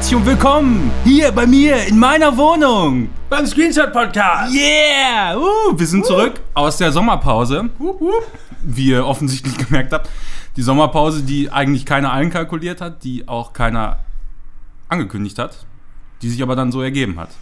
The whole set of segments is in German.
herzlich und willkommen hier bei mir in meiner Wohnung beim Screenshot-Podcast. Yeah! Wir sind zurück aus der Sommerpause. Wie ihr offensichtlich gemerkt habt. Die Sommerpause, die eigentlich keiner einkalkuliert hat, die auch keiner angekündigt hat, die sich aber dann so ergeben hat.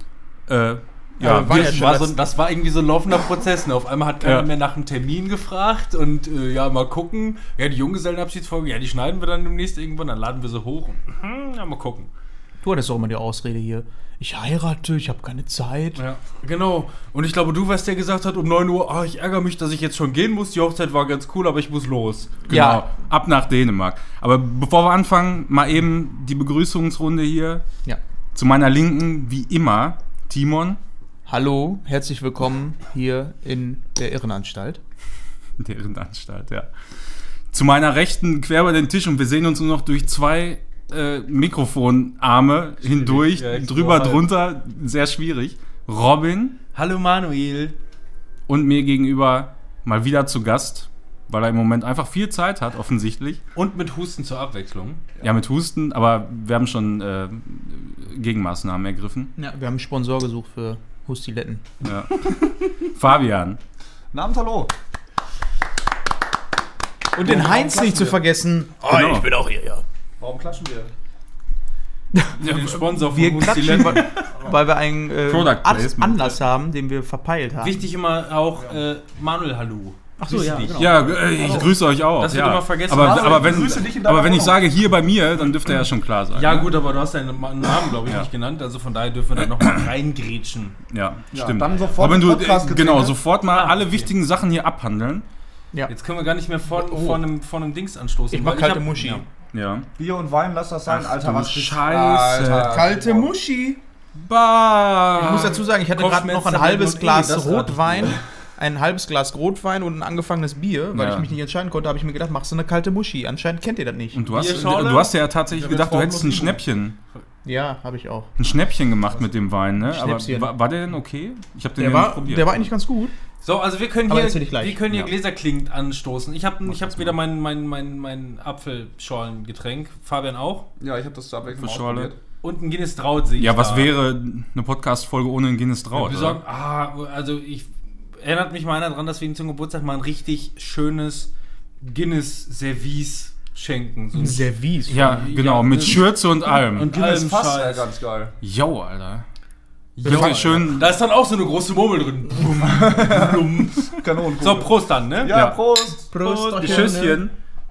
Das war irgendwie so ein laufender Prozess. Ne? Auf einmal hat keiner mehr nach einem Termin gefragt und mal gucken. Ja, die Junggesellenabschiedsfolge, die schneiden wir dann demnächst irgendwann, dann laden wir sie hoch und mal gucken. Du hattest doch immer die Ausrede hier. Ich heirate, ich habe keine Zeit. Ja, genau. Und ich glaube, du warst der gesagt hat um 9 Uhr, ich ärgere mich, dass ich jetzt schon gehen muss. Die Hochzeit war ganz cool, aber ich muss los. Genau, ja. Ab nach Dänemark. Aber bevor wir anfangen, mal eben die Begrüßungsrunde hier. Ja. Zu meiner Linken, wie immer, Timon. Hallo, herzlich willkommen hier in der Irrenanstalt. Der Irrenanstalt, ja. Zu meiner Rechten, quer über den Tisch und wir sehen uns nur noch durch zwei Mikrofonarme hindurch, ja, drüber, drunter, sehr schwierig. Robin. Hallo Manuel. Und mir gegenüber mal wieder zu Gast, weil er im Moment einfach viel Zeit hat, offensichtlich. Und mit Husten zur Abwechslung. Ja, mit Husten, aber wir haben schon Gegenmaßnahmen ergriffen. Ja, wir haben einen Sponsor gesucht für Hustiletten. Ja. Fabian. Abend, hallo. Und den Heinz nicht zu vergessen. Genau. Ich bin auch hier, ja. Warum klatschen wir? Den Sponsor von Wir klatschen, weil wir einen Anlass haben, den wir verpeilt haben. Wichtig immer auch Manuel, hallo. Ach so, ja, genau. Ja, ich grüße euch auch. Das wird immer vergessen. Aber wenn ich sage hier bei mir, dann dürfte ja schon klar sein. Ja, gut, aber du hast deinen Namen, glaube ich, nicht genannt. Also von daher dürfen wir dann nochmal reingrätschen. Ja, stimmt. Dann sofort sofort mal alle wichtigen Sachen hier abhandeln. Ja. Jetzt können wir gar nicht mehr vor einem Dings anstoßen. Ich mach kalte Muschi. Ja. Bier und Wein, lass das sein. Ach, Alter, was Scheiße. Alter, kalte Muschi. Bah. Ich muss dazu sagen, ich hatte gerade noch ein halbes Glas Rotwein. Ein halbes Glas Rotwein und ein angefangenes Bier, weil ich mich nicht entscheiden konnte, habe ich mir gedacht, machst du eine kalte Muschi. Anscheinend kennt ihr das nicht. Und du hast ja tatsächlich gedacht, du hättest ein Schnäppchen. Ja, habe ich auch. Ein Schnäppchen gemacht mit dem Wein, ne? Schnäppchen. Aber war der denn okay? Ich habe den nicht probiert. Der war eigentlich ganz gut. So, also wir können hier Gläserklingend anstoßen. Ich hab wieder mein Apfelscholengetränk. Fabian auch? Ja, ich habe das zur Abwechslung ausprobiert. Und ein Guinness Draut sehe ich. Ja, was wäre eine Podcast-Folge ohne ein Guinness Draut? Wir sagen, erinnert mich mal einer daran, dass wir ihm zum Geburtstag mal ein richtig schönes Guinness-Service schenken. So ein Service? Ja, genau, mit Schürze und allem. Und Guinness Fass, ja, ganz geil. Jo, Alter. Ja, schön. Da ist dann auch so eine große Murmel drin. Kanonen. So, Prost dann, ne? Ja, Prost. Prost. Tschüsschen.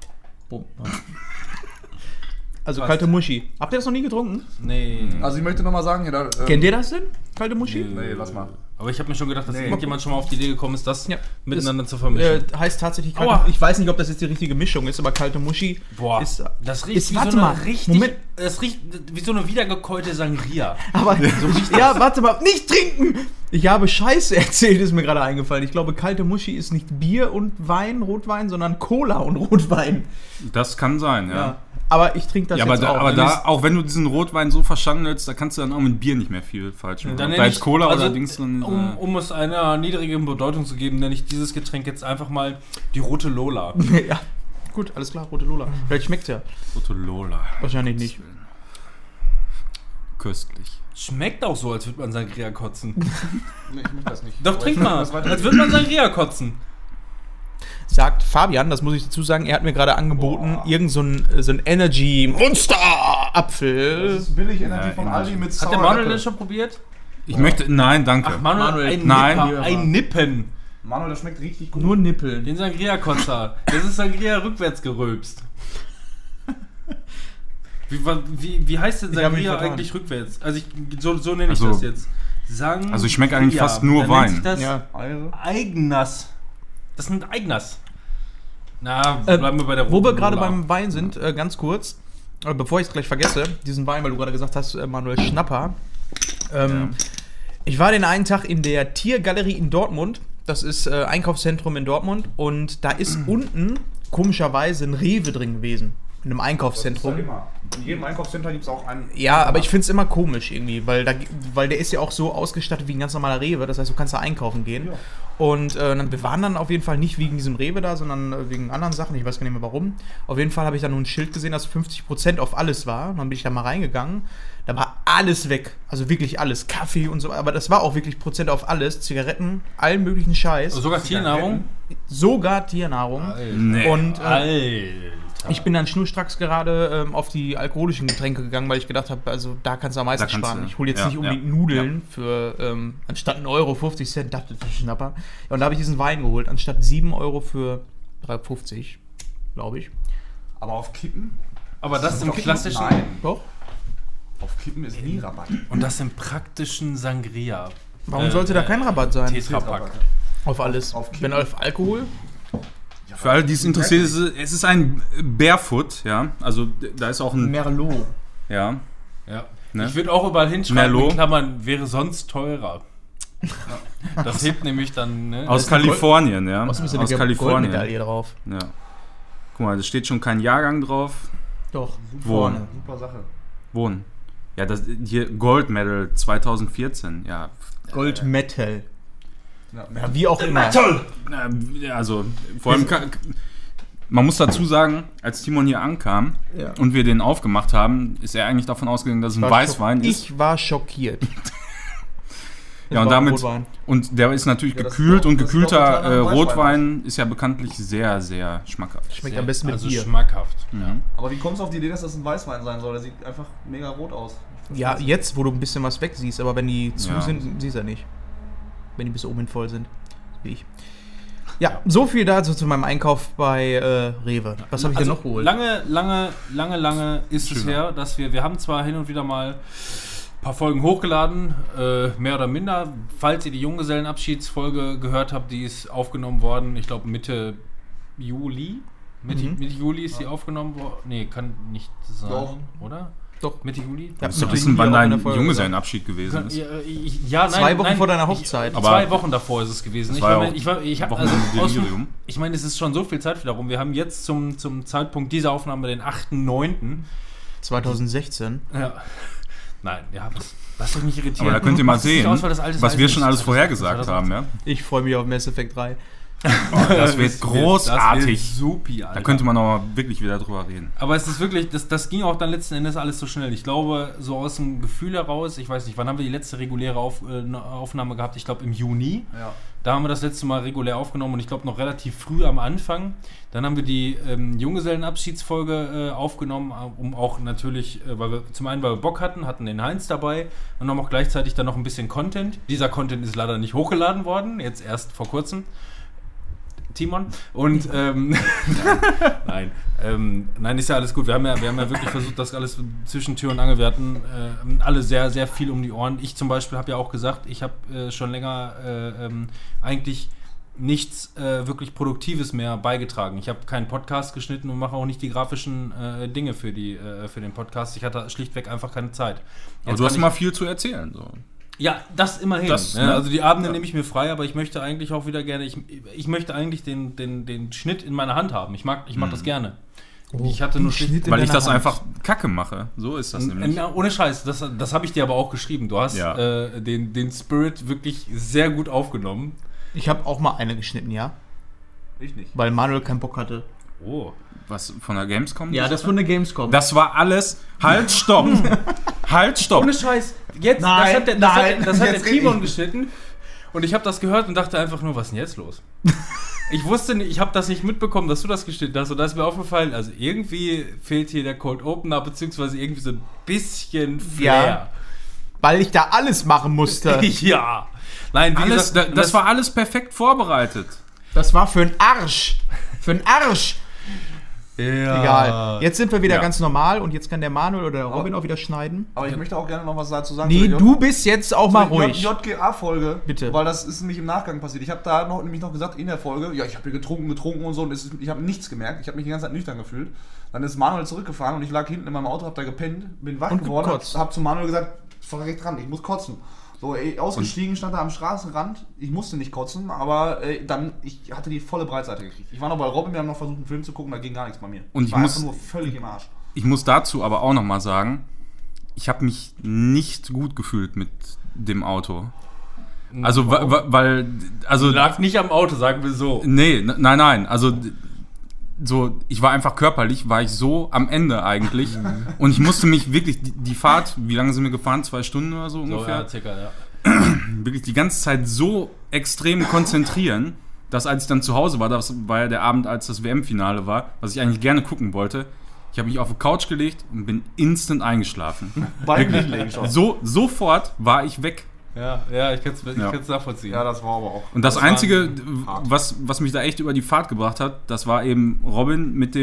Also kalte Muschi. Habt ihr das noch nie getrunken? Nee. Also ich möchte nochmal sagen, kennt ihr das denn? Kalte Muschi? Nee, lass mal. Aber ich habe mir schon gedacht, dass irgendjemand schon mal auf die Idee gekommen ist, das miteinander zu vermischen. Heißt tatsächlich kalte, ich weiß nicht, ob das jetzt die richtige Mischung ist, aber kalte Muschi das riecht wie das riecht wie so eine wiedergekäute Sangria. Aber ja, warte mal, nicht trinken! Ich habe Scheiße erzählt, ist mir gerade eingefallen. Ich glaube, kalte Muschi ist nicht Bier und Wein, Rotwein, sondern Cola und Rotwein. Das kann sein, ja. Aber ich trinke das jetzt auch. Aber auch wenn du diesen Rotwein so verschandelst, da kannst du dann auch mit Bier nicht mehr viel falsch machen. Da ist Cola oder Dings. Um es einer niedrigen Bedeutung zu geben, nenne ich dieses Getränk jetzt einfach mal die Rote Lola. Ja, gut, alles klar, Rote Lola. Vielleicht schmeckt's ja. Rote Lola. Wahrscheinlich nicht. Köstlich. Schmeckt auch so, als würde man Sangria kotzen. Nee, ich mach das nicht. Doch, trink mal, als würde man Sangria kotzen. Sagt Fabian, das muss ich dazu sagen, er hat mir gerade angeboten, irgend so ein Energy-Monster-Apfel. Das ist billig Energy von Aldi mit Sauer. Hat der Manuel das schon probiert? Ich möchte, nein, danke. Ach, Manuel, ein Nippen. Manuel, das schmeckt richtig gut. Nur Nippeln. Den Sangria-Kotzer. Das ist Sangria rückwärts gerülpst. Wie heißt denn Sangria eigentlich rückwärts? Also so nenne ich das jetzt. Also ich schmecke eigentlich fast nur Wein. Das Eigennass. Das sind Eigennass. Na, bleiben wir bei der Roten Wo wir gerade beim Wein sind, ganz kurz, bevor ich es gleich vergesse, diesen Wein, weil du gerade gesagt hast, Manuel Schnapper. Ich war den einen Tag in der Tiergalerie in Dortmund. Das ist Einkaufszentrum in Dortmund. Und da ist unten komischerweise ein Rewe drin gewesen. In einem Einkaufszentrum. immer. In jedem Einkaufscenter gibt es auch einen. Ja, aber ich finde es immer komisch irgendwie, weil der ist ja auch so ausgestattet wie ein ganz normaler Rewe, das heißt, du kannst da einkaufen gehen. Ja. Und wir waren dann auf jeden Fall nicht wegen diesem Rewe da, sondern wegen anderen Sachen, ich weiß gar nicht mehr warum. Auf jeden Fall habe ich dann nur ein Schild gesehen, dass 50% auf alles war. Und dann bin ich da mal reingegangen, da war alles weg, also wirklich alles, Kaffee und so, aber das war auch wirklich Prozent auf alles, Zigaretten, allen möglichen Scheiß. Sogar Tiernahrung? Sogar Tiernahrung. Nee. Und Alter. ich bin dann schnurstracks gerade auf die alkoholischen Getränke gegangen, weil ich gedacht habe, also da kannst du am meisten Da kannst sparen. du, Ich hole jetzt ja, nicht unbedingt ja, Nudeln für anstatt 1 Euro 50 Cent, dachte ich, Schnapper. Ja, und da habe ich diesen Wein geholt, anstatt 7 Euro für 3,50, glaube ich. Aber auf Kippen? Aber das im klassischen... Nein. Doch? Auf Kippen ist nie Rabatt. Und das im praktischen Sangria. Warum sollte da kein Rabatt sein? Tetrapack. Auf alles. auf Wenn auf Alkohol? Für alle, die es interessiert, es ist ein Barefoot, ja. Also da ist auch ein. Merlot. Ja. Ja. Ne? Ich würde auch überall hinschreiben, Merlot. in Klammern, wäre sonst teurer. Das hebt nämlich dann, ne? Aus Kalifornien, ja. Was ist denn Aus eine Kalifornien. Goldmedaille drauf? Ja. Guck mal, da steht schon kein Jahrgang drauf. Doch. Wohnen. Super Sache. Wohnen. Ja, das hier Gold Medal 2014. Ja. Gold Metal. Ja, Ja, wie auch immer. Also, vor allem, man muss dazu sagen, als Timon hier ankam Ja. und wir den aufgemacht haben, ist er eigentlich davon ausgegangen, dass es ein Weißwein ist. Ich war schockiert. Ja, und war damit. Rotwein. Und der ist natürlich Ja, das gekühlt ist doch- und das ist doch gekühlter total nach Weißwein Rotwein ist ja bekanntlich sehr, sehr schmackhaft. Schmeckt am besten mit also Bier. schmackhaft. Mhm. Aber wie kommst du auf die Idee, dass das ein Weißwein sein soll? Der sieht einfach mega rot aus. Ja, jetzt, wo du ein bisschen was weg siehst, aber wenn die zu Ja. sind, siehst du ja nicht. Wenn die bis oben hin voll sind. Wie ich. Ja, so viel dazu zu meinem Einkauf bei Rewe. Was habe ich denn noch geholt? Lange ist es her, dass wir haben zwar hin und wieder mal ein paar Folgen hochgeladen, mehr oder minder. Falls ihr die Junggesellenabschiedsfolge gehört habt, die ist aufgenommen worden, ich glaube Mitte Juli. Mitte Juli ist die aufgenommen worden. Nee, kann nicht sein, Doch. oder? Doch. Mitte Juli? Ja, Musst du Mitte wissen, Juli wann auch in dein der Folge Junggesellenabschied gewesen ist? Ja, 2 Wochen vor deiner Hochzeit. Aber 2 Wochen davor ist es gewesen. Das war ja auch Ich habe Wochenende Delirium. ich meine, es ist schon so viel Zeit wiederum. Wir haben jetzt zum Zeitpunkt dieser Aufnahme den 8.9. 2016. Ja. Nein, ja, lass euch nicht irritieren. Aber da könnt ihr mal Macht es nicht sehen, aus, weil das altes was Eis wir ist. schon alles Das vorhergesagt ist- haben. Ja? Ich freue mich auf Mass Effect 3. Das wird großartig. Das wird supi, Alter. Da könnte man auch mal wirklich wieder drüber reden. Aber es ist wirklich, das ging auch dann letzten Endes alles so schnell. Ich glaube, so aus dem Gefühl heraus, ich weiß nicht, wann haben wir die letzte reguläre Aufnahme gehabt? Ich glaube im Juni. Ja. Da haben wir das letzte Mal regulär aufgenommen und ich glaube noch relativ früh am Anfang. Dann haben wir die Junggesellenabschiedsfolge aufgenommen, um auch natürlich, weil wir Bock hatten den Heinz dabei und haben auch gleichzeitig dann noch ein bisschen Content. Dieser Content ist leider nicht hochgeladen worden, jetzt erst vor kurzem. Timon. Und nein, ist ja alles gut. Wir haben ja wirklich versucht, das alles zwischen Tür und Angel. Wir hatten alle sehr, sehr viel um die Ohren. Ich zum Beispiel habe ja auch gesagt, ich habe schon länger eigentlich nichts wirklich Produktives mehr beigetragen. Ich habe keinen Podcast geschnitten und mache auch nicht die grafischen Dinge für den Podcast. Ich hatte schlichtweg einfach keine Zeit. Aber Jetzt du hast kann mal viel zu erzählen. So. ja, das immerhin. Das, Ja, ne? also die Abende nehme ich mir frei, aber ich möchte eigentlich auch wieder gerne, ich möchte eigentlich den Schnitt in meiner Hand haben. Ich mag das gerne. Ich hatte nur Schnitt in Weil ich deiner das Hand. einfach kacke mache. So ist das nämlich. Ohne Scheiß, das habe ich dir aber auch geschrieben. Du hast Ja. den Spirit wirklich sehr gut aufgenommen. Ich habe auch mal eine geschnitten, ja? Ich nicht. Weil Manuel keinen Bock hatte. Oh. Was von der Gamescom? Ja, das von der Gamescom. Das war alles. Halt, stopp! Halt, stopp! Ohne Scheiß. Jetzt, Nein, das hat jetzt der red Timon ich. geschnitten und ich habe das gehört und dachte einfach nur, was ist denn jetzt los? Ich wusste nicht, ich habe das nicht mitbekommen, dass du das geschnitten hast und da ist mir aufgefallen, also irgendwie fehlt hier der Cold Opener, beziehungsweise irgendwie so ein bisschen Flair. Weil ich da alles machen musste. Ja. Nein, wie Alles, gesagt, das war alles perfekt vorbereitet. Das war für einen Arsch. Für einen Arsch. ja. Egal. Jetzt sind wir wieder Ja. ganz normal und jetzt kann der Manuel oder der Robin auch wieder schneiden. Aber ich möchte auch gerne noch was dazu sagen. Nee, Zu der du bist jetzt auch mal ruhig. JGA-Folge. Bitte. Weil das ist nämlich im Nachgang passiert. Ich habe da nämlich noch gesagt in der Folge, ja, ich habe hier getrunken und so und ich habe nichts gemerkt. Ich habe mich die ganze Zeit nüchtern gefühlt. Dann ist Manuel zurückgefahren und ich lag hinten in meinem Auto, habe da gepennt, bin wach Und geworden, gekotzt. hab zu Manuel gesagt, fahr direkt dran, ich muss kotzen. So, ausgestiegen, stand da am Straßenrand. Ich musste nicht kotzen, aber ich hatte die volle Breitseite gekriegt. Ich war noch bei Robin, wir haben noch versucht, einen Film zu gucken, da ging gar nichts bei mir. Und ich war einfach nur völlig im Arsch. Ich muss dazu aber auch nochmal sagen, ich habe mich nicht gut gefühlt mit dem Auto. Also, weil... Also, lag nicht am Auto, sagen wir so. Nee, nein. Also, so, ich war einfach körperlich, war ich so am Ende eigentlich. Und ich musste mich wirklich, die Fahrt, wie lange sind wir gefahren? 2 Stunden oder so ungefähr? Ja, circa, ja. Wirklich die ganze Zeit so extrem konzentrieren, dass als ich dann zu Hause war, das war ja der Abend, als das WM-Finale war, was ich eigentlich gerne gucken wollte, ich habe mich auf die Couch gelegt und bin instant eingeschlafen. Beim Hinlegen schon. Sofort war ich weg. Ja, ich kann es nachvollziehen. Ja, das war aber auch. Und das Einzige, was mich da echt über die Fahrt gebracht hat, das war eben Robin mit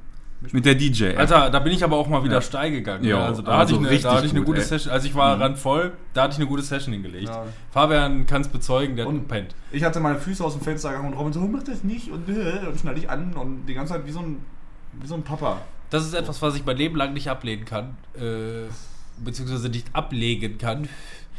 der DJ. Alter, da bin ich aber auch mal wieder steil gegangen. Jo, also da hatte ich eine gute ey. Session. Also ich war randvoll, da hatte ich eine gute Session hingelegt. Ja. Fabian kann es bezeugen, der hat pennt. Ich hatte meine Füße aus dem Fenster gegangen und Robin so, mach das nicht und schnall dich an und die ganze Zeit wie so ein Papa. Das ist etwas, was ich mein Leben lang nicht ablehnen kann, beziehungsweise nicht ablegen kann,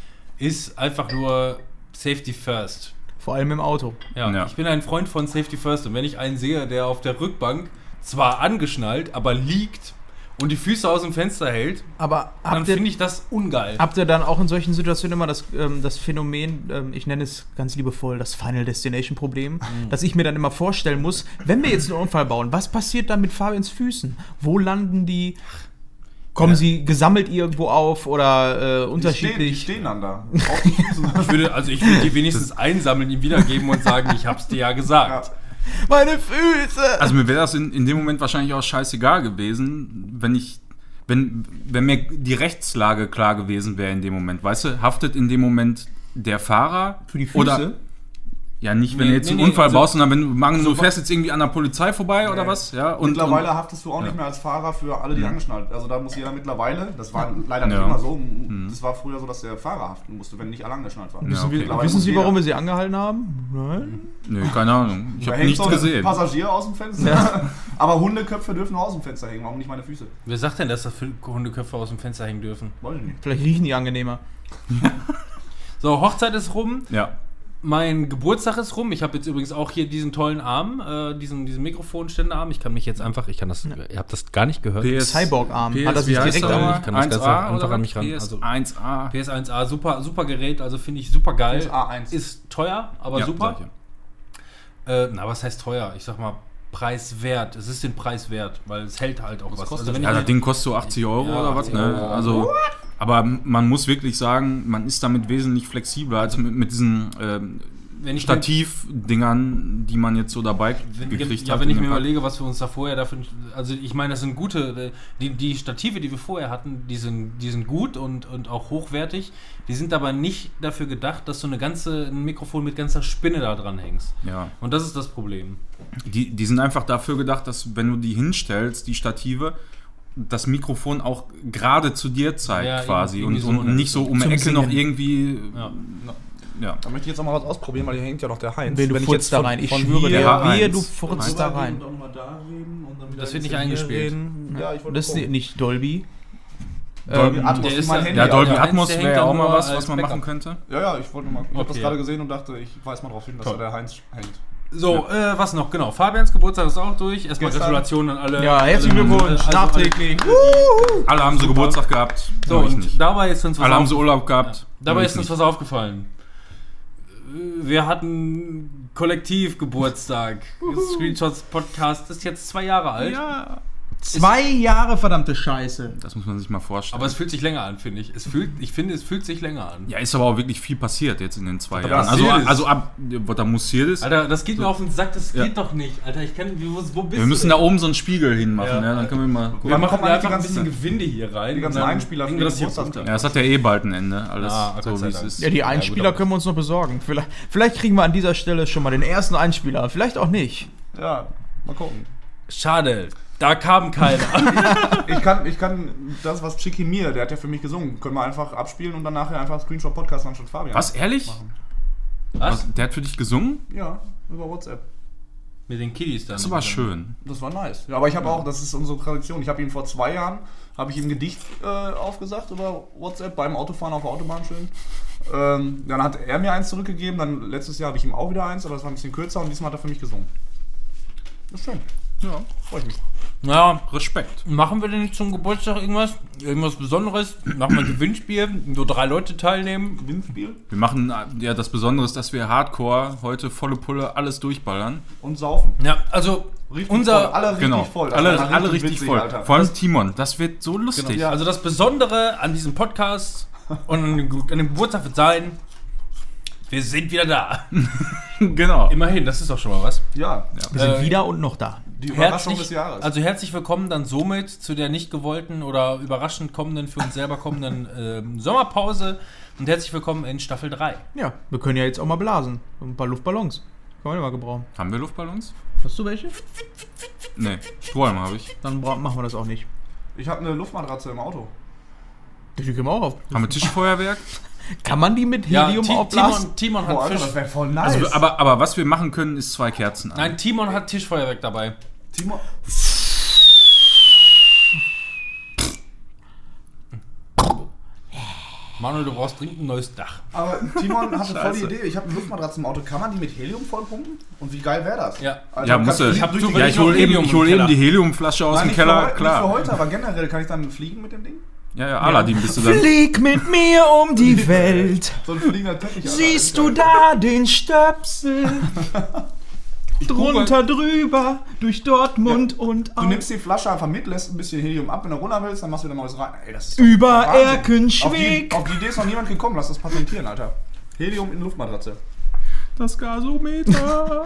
ist einfach nur Safety First. Vor allem im Auto. Ja, ich bin ein Freund von Safety First und wenn ich einen sehe, der auf der Rückbank zwar angeschnallt, aber liegt und die Füße aus dem Fenster hält, Aber dann finde ich das ungeil. Habt ihr dann auch in solchen Situationen immer das Phänomen, ich nenne es ganz liebevoll das Final Destination Problem, dass ich mir dann immer vorstellen muss, wenn wir jetzt einen Unfall bauen, was passiert dann mit Fabians Füßen? Wo landen die? Kommen sie gesammelt irgendwo auf oder unterschiedlich? Die stehen dann da. Ich würde die wenigstens einsammeln, ihm wiedergeben und sagen, ich hab's dir ja gesagt. Ja. Meine Füße! Also mir wäre das in dem Moment wahrscheinlich auch scheißegal gewesen, wenn mir die Rechtslage klar gewesen wäre in dem Moment. Weißt du, haftet in dem Moment der Fahrer? Für die Füße? Oder, ja, nicht, wenn du jetzt einen Unfall baust, sondern wenn du fährst jetzt irgendwie an der Polizei vorbei oder was? Ja, und mittlerweile haftest du auch nicht mehr als Fahrer für alle, die angeschnallt. Also da muss jeder mittlerweile, das war leider nicht immer so, das war früher so, dass der Fahrer haften musste, wenn nicht alle angeschnallt waren. Ja, okay. Wissen Sie, warum wir sie angehalten haben? Nein? Nö, keine Ahnung. Ich Da habe hängt nichts so ein gesehen. Passagier aus dem Fenster. Ja. Aber Hundeköpfe dürfen auch aus dem Fenster hängen, warum nicht meine Füße? Wer sagt denn, dass da Hundeköpfe aus dem Fenster hängen dürfen? Weiß ich nicht. Vielleicht riechen die angenehmer. So, Hochzeit ist rum. Ja. Mein Geburtstag ist rum. Ich habe jetzt übrigens auch hier diesen tollen Arm, diesen Mikrofonständearm. Ihr habt das gar nicht gehört. Cyborg-Arm. Hat das wie nicht heißt direkt der? an? Ich kann das Ganze 1A einfach oder an mich ran. PS1A. PS1A, super Gerät, also finde ich super geil. PS1. Ist teuer, aber Ja, super. sag ich ja. Was heißt teuer? Ich sag mal preiswert. Es ist den Preis wert, weil es hält halt auch was. kostet Also wenn Ja, ich das Ding kostet so 80 Euro Ja, oder was, 80 ne? Euro. Also, aber man muss wirklich sagen, man ist damit wesentlich flexibler als mit diesen wenn ich Stativ-Dingern, die man jetzt so dabei gekriegt ja, hat. wenn ich in mir dem Pack. überlege, was wir uns da vorher dafür... Also ich meine, das sind gute... Die Stative, die wir vorher hatten, die sind gut und auch hochwertig. Die sind aber nicht dafür gedacht, dass du ein Mikrofon mit ganzer Spinne da dran hängst. Ja. Und das ist das Problem. Die sind einfach dafür gedacht, dass wenn du die hinstellst, die Stative, das Mikrofon auch gerade zu dir zeigt Ja, quasi irgendwie und so, ne? nicht so um die Zum Ecke noch Singen. irgendwie... Ja. Ja. Da möchte ich jetzt auch mal was ausprobieren, weil hier hängt ja noch der Heinz. Wenn du furzt da rein. Ich schwöre hier dir, H1. wehe, du furzt da rein. Das wird nicht eingespielt. Ja, ich wollte Das ist nicht Dolby. Dolby Atmos, der ist mein ja- Handy. Ja, Dolby der Atmos Heinz, der wäre ja hängt auch mal dann was, nur was man als machen Backup. könnte. Ja, ich wollte mal. Ich habe das Okay. gerade gesehen und dachte, ich weise mal darauf hin, dass Toll. da der Heinz hängt. So, was noch? Genau, Fabians Geburtstag ist auch durch. Erstmal Gestern. Gratulationen an alle. Ja, herzlichen Glückwunsch, nachträglich. Alle haben so Geburtstag gehabt. So, Nur ich und nicht. dabei ist uns was Alle haben so Urlaub gehabt. Dabei Nur ist ich uns nicht. was aufgefallen. Wir hatten Kollektivgeburtstag. Screenshots Podcast ist jetzt 2 Jahre alt. Ja. 2 Jahre, verdammte Scheiße. Das muss man sich mal vorstellen. Aber es fühlt sich länger an, finde ich. Ich finde, es fühlt sich länger an. ja, ist aber auch wirklich viel passiert jetzt in den 2 da Jahren. passiert ist. Also ab, was da mussiert ist. Alter, das geht mir auf den Sack, das Ja. geht doch nicht. Alter, wo bist Wir müssen du da oben so einen Spiegel hinmachen, Ja. ja, dann können wir mal gucken. Wir machen kommen da einfach die ein bisschen ganzen- Gewinde hier rein. die ganzen und dann Einspieler hängen für wir das den hier Geburtstag. runter. Ja, das hat ja eh bald ein Ende, alles Gott so sei wie es Dank. ist. Ja, die Einspieler können wir uns noch besorgen. Vielleicht kriegen wir an dieser Stelle schon mal den ersten Einspieler. Vielleicht auch nicht. Ja, mal gucken. Schade, da kam keiner. Ich kann das, was Chicky mir, der hat ja für mich gesungen, können wir einfach abspielen und dann nachher einfach Screenshot Podcast anstatt Fabian. Was, ehrlich? Was? Der hat für dich gesungen? Ja, über WhatsApp. Mit den Kiddies dann. Das ist aber schön. Das war nice. Ja, aber ich habe auch, das ist unsere Tradition. Ich habe ihm vor 2 Jahren, habe ich ihm ein Gedicht aufgesagt über WhatsApp beim Autofahren auf der Autobahn schön. Dann hat er mir eins zurückgegeben, dann letztes Jahr habe ich ihm auch wieder eins, aber das war ein bisschen kürzer und diesmal hat er für mich gesungen. Das ist schön. Ja. Freue ich mich. Ja, Respekt. machen wir denn nicht zum Geburtstag irgendwas? Irgendwas Besonderes? Machen wir ein Gewinnspiel, wo 3 Leute teilnehmen? Gewinnspiel Wir machen, ja, das Besondere ist, dass wir Hardcore heute volle Pulle alles durchballern. und saufen. Ja, also Richtig unser... voll. Alle richtig Genau. voll. Das Alle war richtig witzig, voll. Alter. Vor allem Timon. Das wird so lustig. Genau, ja. Also das Besondere an diesem Podcast und an dem Geburtstag wird sein, wir sind wieder da. Genau. Immerhin, das ist doch schon mal was. Ja, Wir sind wieder und noch da. die Überraschung des Jahres. Also herzlich willkommen dann somit zu der nicht gewollten oder überraschend kommenden, für uns selber kommenden Sommerpause und herzlich willkommen in Staffel 3. Ja, wir können ja jetzt auch mal blasen. Ein paar Luftballons. Kann man ja mal gebrauchen. Haben wir Luftballons? Hast du welche? Nee, Strohhalme habe ich. Dann machen wir das auch nicht. Ich habe eine Luftmatratze im Auto. Die können wir auch auf. Haben wir Tischfeuerwerk? Kann man die mit Helium aufblasen? Timon hat Boah, Alter, Fisch. das wäre voll nice. Also, aber was wir machen können, ist 2 Kerzen an. Nein, Timon hat Tischfeuerwerk dabei. Timo, Manuel, du brauchst dringend ein neues Dach. aber Timon hatte voll die Scheiße. Idee. Ich habe eine Luftmatratze im Auto. Kann man die mit Helium vollpumpen? Und wie geil wäre das? Ja. Also, Ja, kannst muss du er. fliegen hab durch die zufällig Ja, Gegend. ich hole Helium eben, im Keller. die Heliumflasche aus Nein, dem nicht Keller, für, Nicht für klar. heute, aber generell kann ich dann fliegen mit dem Ding? Ja, Aladdin bist du dann. Flieg mit mir um die Welt. So ein fliegender Teppich. Alter. Siehst du da den Stöpsel? Drunter, drüber, durch Dortmund und Du nimmst die Flasche einfach mit, lässt ein bisschen Helium ab, wenn du runter willst, dann machst du wieder neues rein. Ey, das ist doch über Wahnsinn. Erkenschwick. Auf die Idee ist noch niemand gekommen. Lass das patentieren, Alter. Helium in Luftmatratze. Das Gasometer.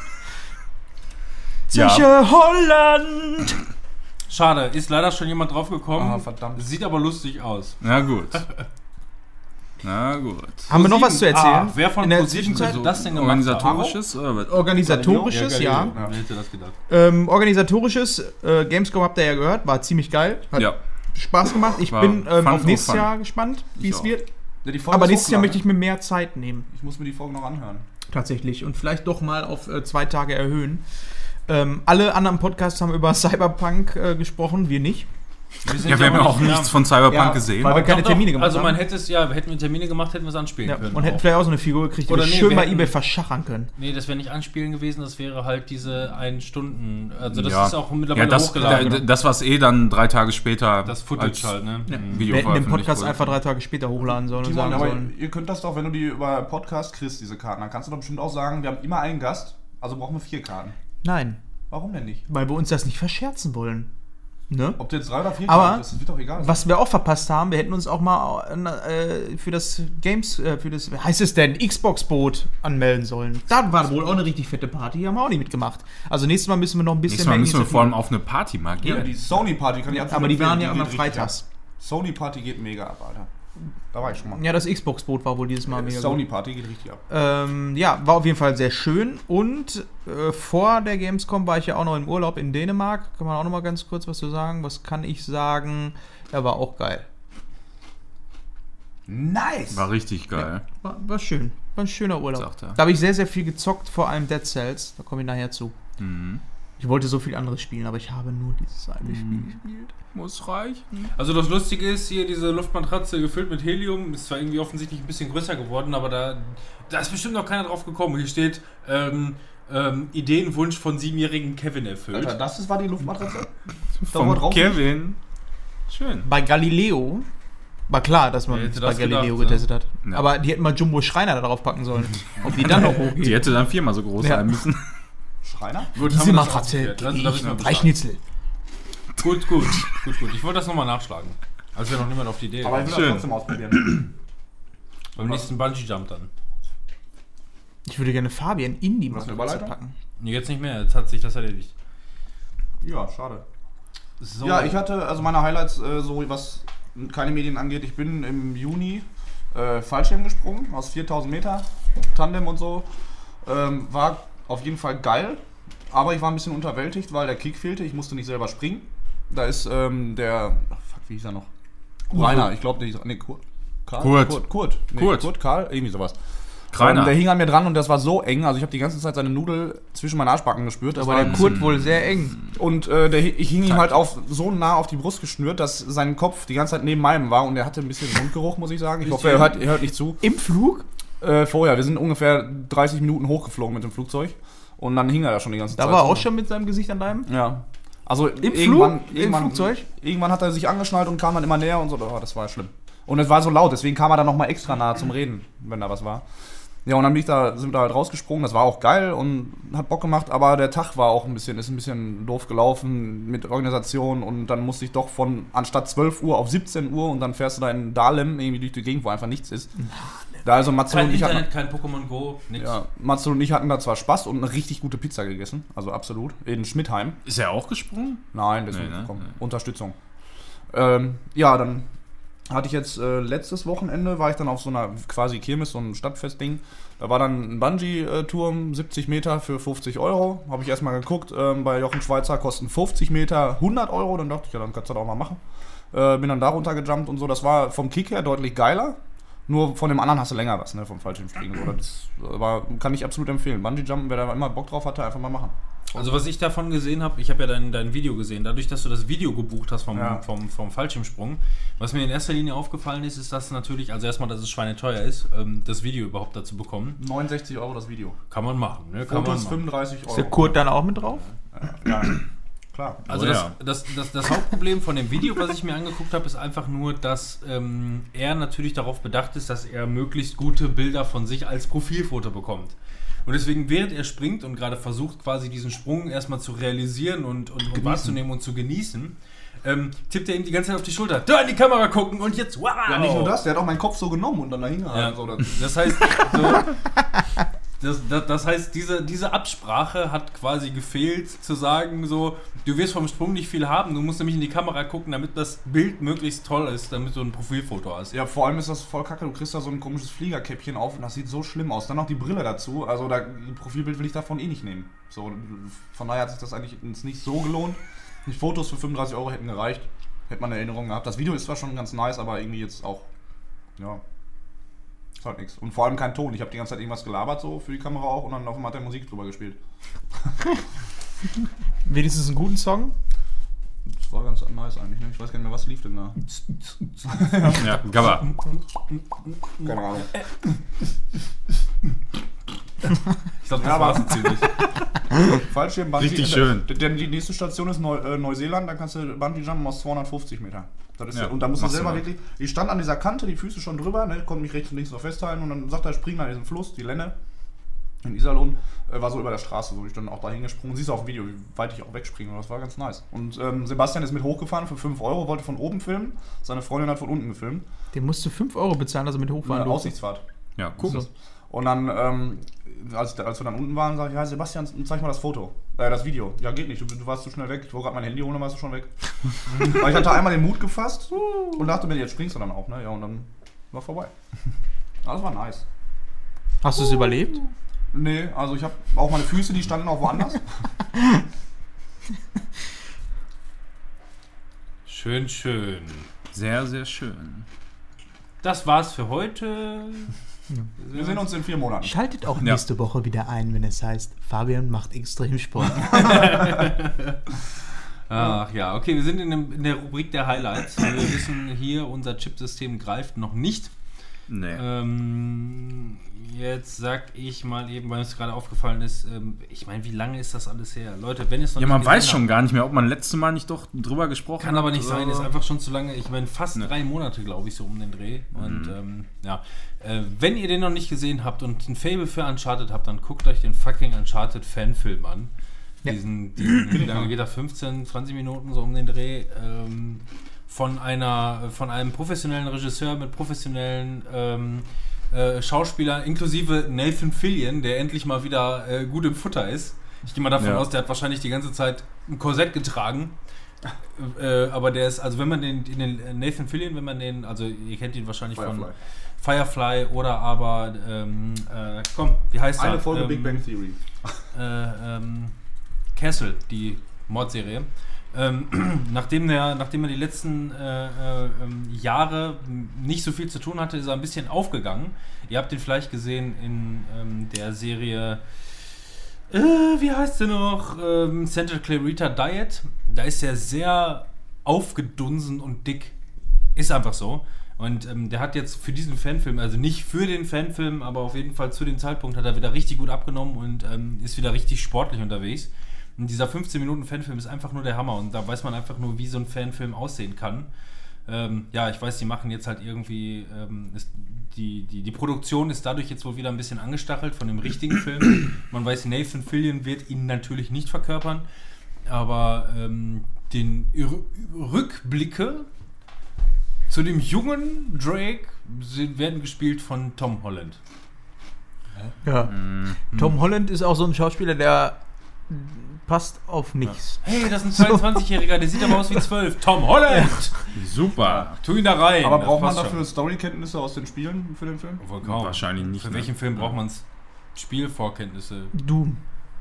Zeche Holland. Schade, ist leider schon jemand drauf gekommen. Ah, verdammt. Sieht aber lustig aus. Na gut. Na gut. Haben wir noch was zu erzählen? Wer von In der ProSieben Zwischenzeit könnte das denn gemacht Organisatorisches? Oder was? Organisatorisches, haben? ja. Wer hätte das gedacht? Organisatorisches, Gamescom habt ihr ja gehört, war ziemlich geil. Hat Ja. Spaß gemacht. Ich War bin fun auf for nächstes fun. Jahr gespannt, wie Ich es auch. wird. Ja, die Folge Aber ist nächstes Jahr hochgeladen. möchte ich mir mehr Zeit nehmen. Ich muss mir die Folge noch anhören. Tatsächlich. Und vielleicht doch mal auf 2 Tage erhöhen. Alle anderen Podcasts haben über Cyberpunk gesprochen, wir nicht. sind Ja, wir haben ja auch nicht- nichts von Cyberpunk Ja, gesehen. weil wir keine Doch, Termine gemacht also man haben. hätte es ja, hätten wir Termine gemacht, hätten wir es anspielen Ja, können. und hätten auch. vielleicht auch so eine Figur gekriegt, die Oder wir nee, schön wir bei hätten- eBay verschachern können. Nee, das wäre nicht anspielen gewesen, das wäre halt diese 1 Stunden. Also das Ja. ist auch Ja, mittlerweile das, hochgeladen. das, was dann 3 Tage später das Footage halt, ne? Ja. Mhm. Video Wir hätten den veröffentlicht Podcast wurde. einfach 3 Tage später hochladen sollen und Timon, sagen aber sollen. ihr könnt das doch, wenn du die über Podcast kriegst, diese Karten, dann kannst du doch bestimmt auch sagen, wir haben immer einen Gast, also brauchen wir 4 Karten. Nein, Warum denn nicht? weil wir uns das nicht verscherzen wollen. Ne? Ob du jetzt 3 oder 4 Aber Karten kriegst, das wird doch egal. Was wir auch verpasst haben, wir hätten uns auch mal für das wie heißt es denn, Xbox-Boot anmelden sollen. Da war wohl auch eine richtig fette Party, haben wir auch nicht mitgemacht. Also nächstes Mal müssen wir noch ein bisschen Nächstes Mal müssen wir Initiative- vor allem auf eine Party mal Ja, gehen. die Sony-Party kann ich absolut Aber die waren empfehlen, ja immer geht richtig freitags. ab. Sony-Party geht mega ab, Alter. Da war ich schon mal. Ja, das Xbox-Boot war wohl dieses Mal mega gut. Sony-Party geht richtig ab. Ja, war auf jeden Fall sehr schön. Und vor der Gamescom war ich ja auch noch im Urlaub in Dänemark. Kann man auch noch mal ganz kurz was zu sagen? Was kann ich sagen? Ja, war auch geil. Nice! War richtig geil. War schön. War ein schöner Urlaub. Sagt er. Da habe ich sehr, sehr viel gezockt, vor allem Dead Cells. Da komme ich nachher zu. Mhm. Ich wollte so viel anderes spielen, aber ich habe nur dieses eine Spiel gespielt. Muss reichen. Also das Lustige ist, hier diese Luftmatratze gefüllt mit Helium, ist zwar irgendwie offensichtlich ein bisschen größer geworden, aber da ist bestimmt noch keiner drauf gekommen. Hier steht, Ideenwunsch von 7-jährigen Kevin erfüllt. Alter, war die Luftmatratze? Vom drauf Kevin. Schön. Bei Galileo war klar, dass man Wer hätte es bei das Galileo gedacht, getestet hat. Ja. Aber die hätten mal Jumbo Schreiner da drauf packen sollen. Ob die dann noch hochgeht. Die hätte dann 4-mal so groß Ja. sein müssen. Schreiner? Gut, Diese haben wir das Matratze aufgeklärt. Also, da wissen wir 3 Bescheid. Schnitzel. Gut. Ich wollte das nochmal nachschlagen. Also wäre noch niemand auf die Idee. Aber ich will Schön. das trotzdem ausprobieren. Beim nächsten Bungee-Jump dann. Ich würde gerne Fabian in die Was, eine Matratze Überleitung? packen. Nee, jetzt nicht mehr, jetzt hat sich das erledigt. Ja, schade. So. Ja, ich hatte, also meine Highlights, so was keine Medien angeht, ich bin im Juni Fallschirm gesprungen, aus 4000 Meter, Tandem und so. War auf jeden Fall geil, aber ich war ein bisschen unterwältigt, weil der Kick fehlte, ich musste nicht selber springen. Da ist der, wie hieß er noch? Rainer, ich glaube, nee, Karl? Kurt. Kurt, Karl, irgendwie sowas. Ukrainer. Der hing an mir dran und das war so eng. Also ich habe die ganze Zeit seine Nudel zwischen meinen Arschbacken gespürt. Das Aber war der Kurt wohl sehr eng. und ich hing ihm halt so nah auf die Brust geschnürt, dass sein Kopf die ganze Zeit neben meinem war und er hatte ein bisschen Mundgeruch, muss ich sagen. Ich hoffe, er hört nicht zu. Im Flug? Vorher, wir sind ungefähr 30 Minuten hochgeflogen mit dem Flugzeug und dann hing er da schon die ganze Zeit. Da war er auch schon mit seinem Gesicht an deinem? Ja. Also Im Flugzeug? Irgendwann hat er sich angeschnallt und kam dann immer näher und so. Oh, das war schlimm. Und es war so laut, deswegen kam er dann nochmal extra nah zum Reden, wenn da was war. Ja, und dann sind wir halt rausgesprungen, das war auch geil und hat Bock gemacht, aber der Tag war auch ist ein bisschen doof gelaufen mit Organisation und dann musste ich doch anstatt 12 Uhr auf 17 Uhr und dann fährst du da in Dahlem irgendwie durch die Gegend, wo einfach nichts ist. Da also Matze und ich Internet, kein Pokémon Go, nichts. Ja, Matze und ich hatten da zwar Spaß und eine richtig gute Pizza gegessen, also absolut, in Schmidtheim. Ist er auch gesprungen? Nein, deswegen Nee. Unterstützung. Ja, dann hatte ich jetzt letztes Wochenende, war ich dann auf so einer quasi Kirmes, so ein Stadtfestding. Da war dann ein Bungee-Turm, 70 Meter für 50 Euro. Habe ich erstmal geguckt, bei Jochen Schweizer kosten 50 Meter 100 Euro. Dann dachte ich, ja, dann kannst du das auch mal machen. Bin dann da runtergejumpt und so. Das war vom Kick her deutlich geiler. Nur von dem anderen hast du länger was, ne, vom Fallschirmspringen. So. Das kann ich absolut empfehlen. Bungee-Jumpen, wer da immer Bock drauf hatte, einfach mal machen. Also was ich davon gesehen habe, ich habe ja dein Video gesehen, dadurch, dass du das Video gebucht hast vom Fallschirmsprung, was mir in erster Linie aufgefallen ist, dass natürlich, also erstmal, dass es schweineteuer ist, das Video überhaupt dazu bekommen. 69 Euro das Video. Kann man machen, ne? Fotos 35 Euro. Ist der Kurt dann auch mit drauf? Ja, klar. Also das Hauptproblem von dem Video, was ich mir angeguckt habe, ist einfach nur, dass er natürlich darauf bedacht ist, dass er möglichst gute Bilder von sich als Profilfoto bekommt. Und deswegen, während er springt und gerade versucht, quasi diesen Sprung erstmal zu realisieren und wahrzunehmen und zu genießen, tippt er ihm die ganze Zeit auf die Schulter. Da in die Kamera gucken und jetzt wow! Ja, nicht nur das, der hat auch meinen Kopf so genommen und dann dahin gehalten. Ja, So, das heißt, das heißt, diese Absprache hat quasi gefehlt, zu sagen, so, du wirst vom Sprung nicht viel haben, du musst nämlich in die Kamera gucken, damit das Bild möglichst toll ist, damit du ein Profilfoto hast. Ja, vor allem ist das voll kacke, du kriegst da so ein komisches Fliegerkäppchen auf und das sieht so schlimm aus. Dann noch die Brille dazu, also ein Profilbild will ich davon eh nicht nehmen. So, von daher hat sich das eigentlich nicht so gelohnt. Die Fotos für 35 Euro hätten gereicht, hätte man eine Erinnerung gehabt. Das Video ist zwar schon ganz nice, aber irgendwie jetzt auch, ja, ist halt nichts. Und vor allem kein Ton. Ich habe die ganze Zeit irgendwas gelabert so für die Kamera auch und dann auf einmal hat der Musik drüber gespielt. Wenigstens einen guten Song? Das war ganz nice eigentlich, ne? Ich weiß gar nicht mehr, was lief denn da. Ja, Gabba. Keine Ahnung. Ich glaube, das war's jetzt ziemlich. Fallschirm, Richtig schön. Die nächste Station ist Neuseeland, da kannst du Bungee jumpen aus 250 Meter. Das ist Ja, und da musst du selber maximal. wirklich. Ich stand an dieser Kante, die Füße schon drüber, ne, konnte mich rechts und links noch festhalten und dann sagt er, spring an diesen Fluss, die Lenne. In Iserlohn, war so über der Straße, so ich dann auch da hingesprungen. Siehst du auf dem Video, wie weit ich auch wegspringe, das war ganz nice. Und Sebastian ist mit hochgefahren für 5 Euro, wollte von oben filmen, seine Freundin hat von unten gefilmt. Den musst du 5 Euro bezahlen, dass er mit hochfahren Eine durfte. Aussichtsfahrt. Ja, guck. So. Und dann, als wir dann unten waren, sage ich, ja Sebastian, zeig mal das Foto. Das Video. Ja, geht nicht, du warst zu schnell weg. Ich wollte gerade mein Handy holen, dann warst du schon weg. Weil ich hatte einmal den Mut gefasst und dachte mir, jetzt springst du dann auch, ne? Ja, und dann war vorbei. Aber das war nice. Hast du es überlebt? Nee, also ich habe auch meine Füße, die standen auch woanders. Schön, schön. Sehr, sehr schön. Das war's für heute. Wir sehen uns in 4 Monaten. Schaltet auch nächste Woche wieder ein, wenn es heißt, Fabian macht Extremsport. Ach ja, okay, wir sind in der Rubrik der Highlights. Wir wissen hier, unser Chipsystem greift noch nicht. Nee. Jetzt sag ich mal eben, weil es gerade aufgefallen ist, ich meine, wie lange ist das alles her? Leute, wenn es noch Ja, nicht man gesehen weiß schon habt, gar nicht mehr, ob man letztes Mal nicht doch drüber gesprochen hat. kann aber nicht sein, ist einfach schon zu lange. Ich meine, fast Ne. 3 Monate, glaube ich, so um den Dreh. Und wenn ihr den noch nicht gesehen habt und ein Faible für Uncharted habt, dann guckt euch den fucking Uncharted Fanfilm an. Ja. Wie lange geht er? 15, 20 Minuten so um den Dreh. Von einem professionellen Regisseur mit professionellen Schauspielern, inklusive Nathan Fillion, der endlich mal wieder gut im Futter ist. Ich gehe mal davon aus, der hat wahrscheinlich die ganze Zeit ein Korsett getragen. Aber der ist, also wenn man den Nathan Fillion, also ihr kennt ihn wahrscheinlich von Firefly oder aber, wie heißt er? Eine Folge Big Bang Theory. Castle, die Mordserie. Nachdem er die letzten Jahre nicht so viel zu tun hatte, ist er ein bisschen aufgegangen. Ihr habt ihn vielleicht gesehen in der Serie, wie heißt sie noch? Santa Clarita Diet. Da ist er sehr aufgedunsen und dick. Ist einfach so. Und der hat jetzt für diesen Fanfilm, also nicht für den Fanfilm, aber auf jeden Fall zu dem Zeitpunkt hat er wieder richtig gut abgenommen und ist wieder richtig sportlich unterwegs. Und dieser 15-Minuten-Fanfilm ist einfach nur der Hammer und da weiß man einfach nur, wie so ein Fanfilm aussehen kann. Ja, ich weiß, die machen jetzt halt irgendwie, die Produktion ist dadurch jetzt wohl wieder ein bisschen angestachelt von dem richtigen Film. Man weiß, Nathan Fillion wird ihn natürlich nicht verkörpern, aber den Rückblicke zu dem jungen Drake werden gespielt von Tom Holland. Ja. Tom Holland ist auch so ein Schauspieler, der passt auf nichts. Hey, das ist ein 22-Jähriger, der sieht aber aus wie 12. Tom Holland! Super. Tu ihn da rein. Aber das braucht man passt dafür schon. Storykenntnisse aus den Spielen für den Film? Vollkommen. Wahrscheinlich nicht. Für ne? welchen Film braucht man Spielvorkenntnisse? Doom.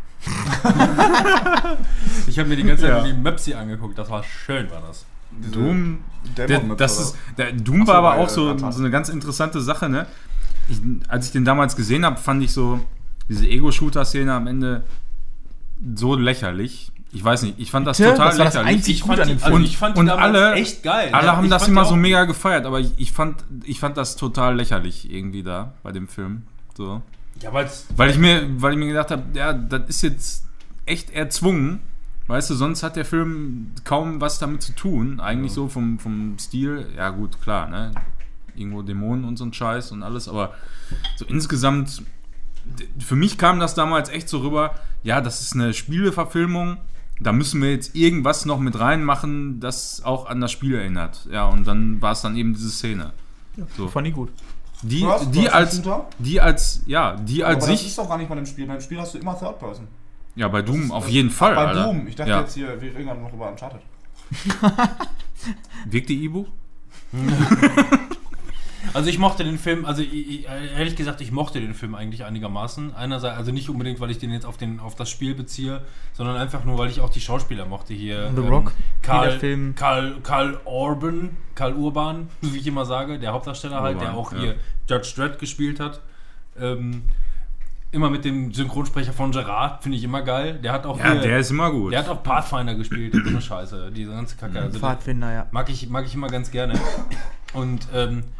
Ich habe mir die ganze Zeit die Möpsi angeguckt, das war schön, war das. Doom, Doom Ach so, war aber bei, auch so eine ganz interessante Sache, ne? Als ich den damals gesehen habe, fand ich so diese Ego-Shooter-Szene am Ende so lächerlich. Ich weiß nicht, ich fand das total das war das lächerlich. einzig Ich Gute fand an dem die- Film. also ich fand die und damals alle, echt geil. alle Ja, haben ich das fand immer die so auch- mega gefeiert, aber ich fand das total lächerlich irgendwie da bei dem Film. So. Ja, weil's Weil ich mir gedacht habe, ja, das ist jetzt echt erzwungen. Weißt du, sonst hat der Film kaum was damit zu tun. Eigentlich so vom Stil. Ja gut, klar, ne? Irgendwo Dämonen und so ein Scheiß und alles. Aber so insgesamt, für mich kam das damals echt so rüber, ja, das ist eine Spieleverfilmung. Da müssen wir jetzt irgendwas noch mit reinmachen, das auch an das Spiel erinnert. Ja, und dann war es dann eben diese Szene. So. Fand ich gut. Die Du hast als Shooter? als Aber das sich. ist doch gar nicht bei dem Spiel. Beim Spiel hast du immer Third Person. Ja, bei Doom auf jeden Fall. Bei Alter. Doom. Ich dachte Ja. jetzt hier, wir reden gerade noch über Uncharted. Wirkt die Ibu? Also ich mochte den Film, also ehrlich gesagt, ich mochte den Film eigentlich einigermaßen. Einerseits, also nicht unbedingt, weil ich den jetzt auf das Spiel beziehe, sondern einfach nur, weil ich auch die Schauspieler mochte hier. The Rock, Karl jeder Film. Karl Urban, wie ich immer sage, der Hauptdarsteller halt, der Urban, auch ja. hier Judge Dredd gespielt hat. Immer mit dem Synchronsprecher von Gerard, finde ich immer geil. Der hat auch Ja, hier, der ist immer gut. der hat auch Pathfinder gespielt, so eine Scheiße, diese ganze Kacke. Also Pfadfinder, ja. mag ich immer ganz gerne. Und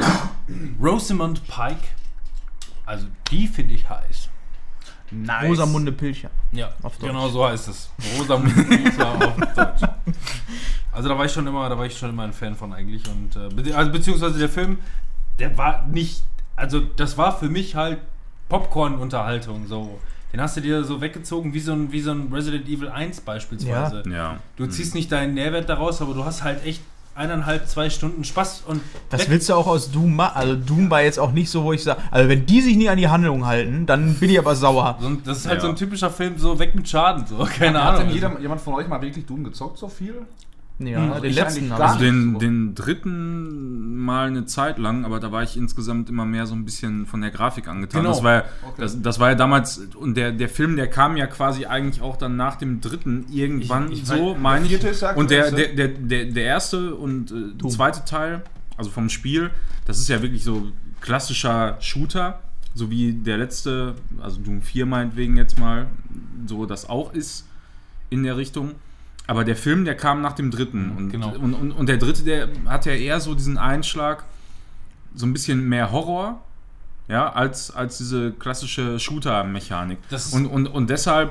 Rosamund Pike, also die finde ich heiß. Nice. Rosamunde Pilcher. Ja, Auf Deutsch. genau so heißt es. Rosamund Pilcher auf Deutsch. Also da war ich schon immer ein Fan von eigentlich. Und beziehungsweise der Film, der war nicht, also das war für mich halt Popcorn-Unterhaltung. So. Den hast du dir so weggezogen wie so ein Resident Evil 1 beispielsweise. Ja. Du ziehst nicht deinen Nährwert daraus, aber du hast halt echt 1,5-2 Stunden Spaß und Das weg. willst du auch aus Doom machen. Also Doom war jetzt auch nicht so, wo ich sage, also wenn die sich nie an die Handlung halten, dann bin ich aber sauer. Das ist halt Ja. so ein typischer Film, so weg mit Schaden, so, keine Hat Ahnung. denn jemand von euch mal wirklich Doom gezockt so viel? Ja, Also den ich letzten eigentlich aber. gar Also nicht. den dritten Mal eine Zeit lang, aber da war ich insgesamt immer mehr so ein bisschen von der Grafik angetan. Genau. Das war ja, Okay. das war ja damals, und der Film, der kam ja quasi eigentlich auch dann nach dem dritten irgendwann Ich so, weiß, meine ich. vierte ist der Und der aktuellste. erste und zweite Teil, also vom Spiel, das ist ja wirklich so klassischer Shooter, so wie der letzte, also Doom 4 meinetwegen jetzt mal, so das auch ist in der Richtung. Aber der Film, der kam nach dem dritten. Und, Genau. und der dritte, der hat ja eher so diesen Einschlag, so ein bisschen mehr Horror, ja, als diese klassische Shooter-Mechanik. Das- Und deshalb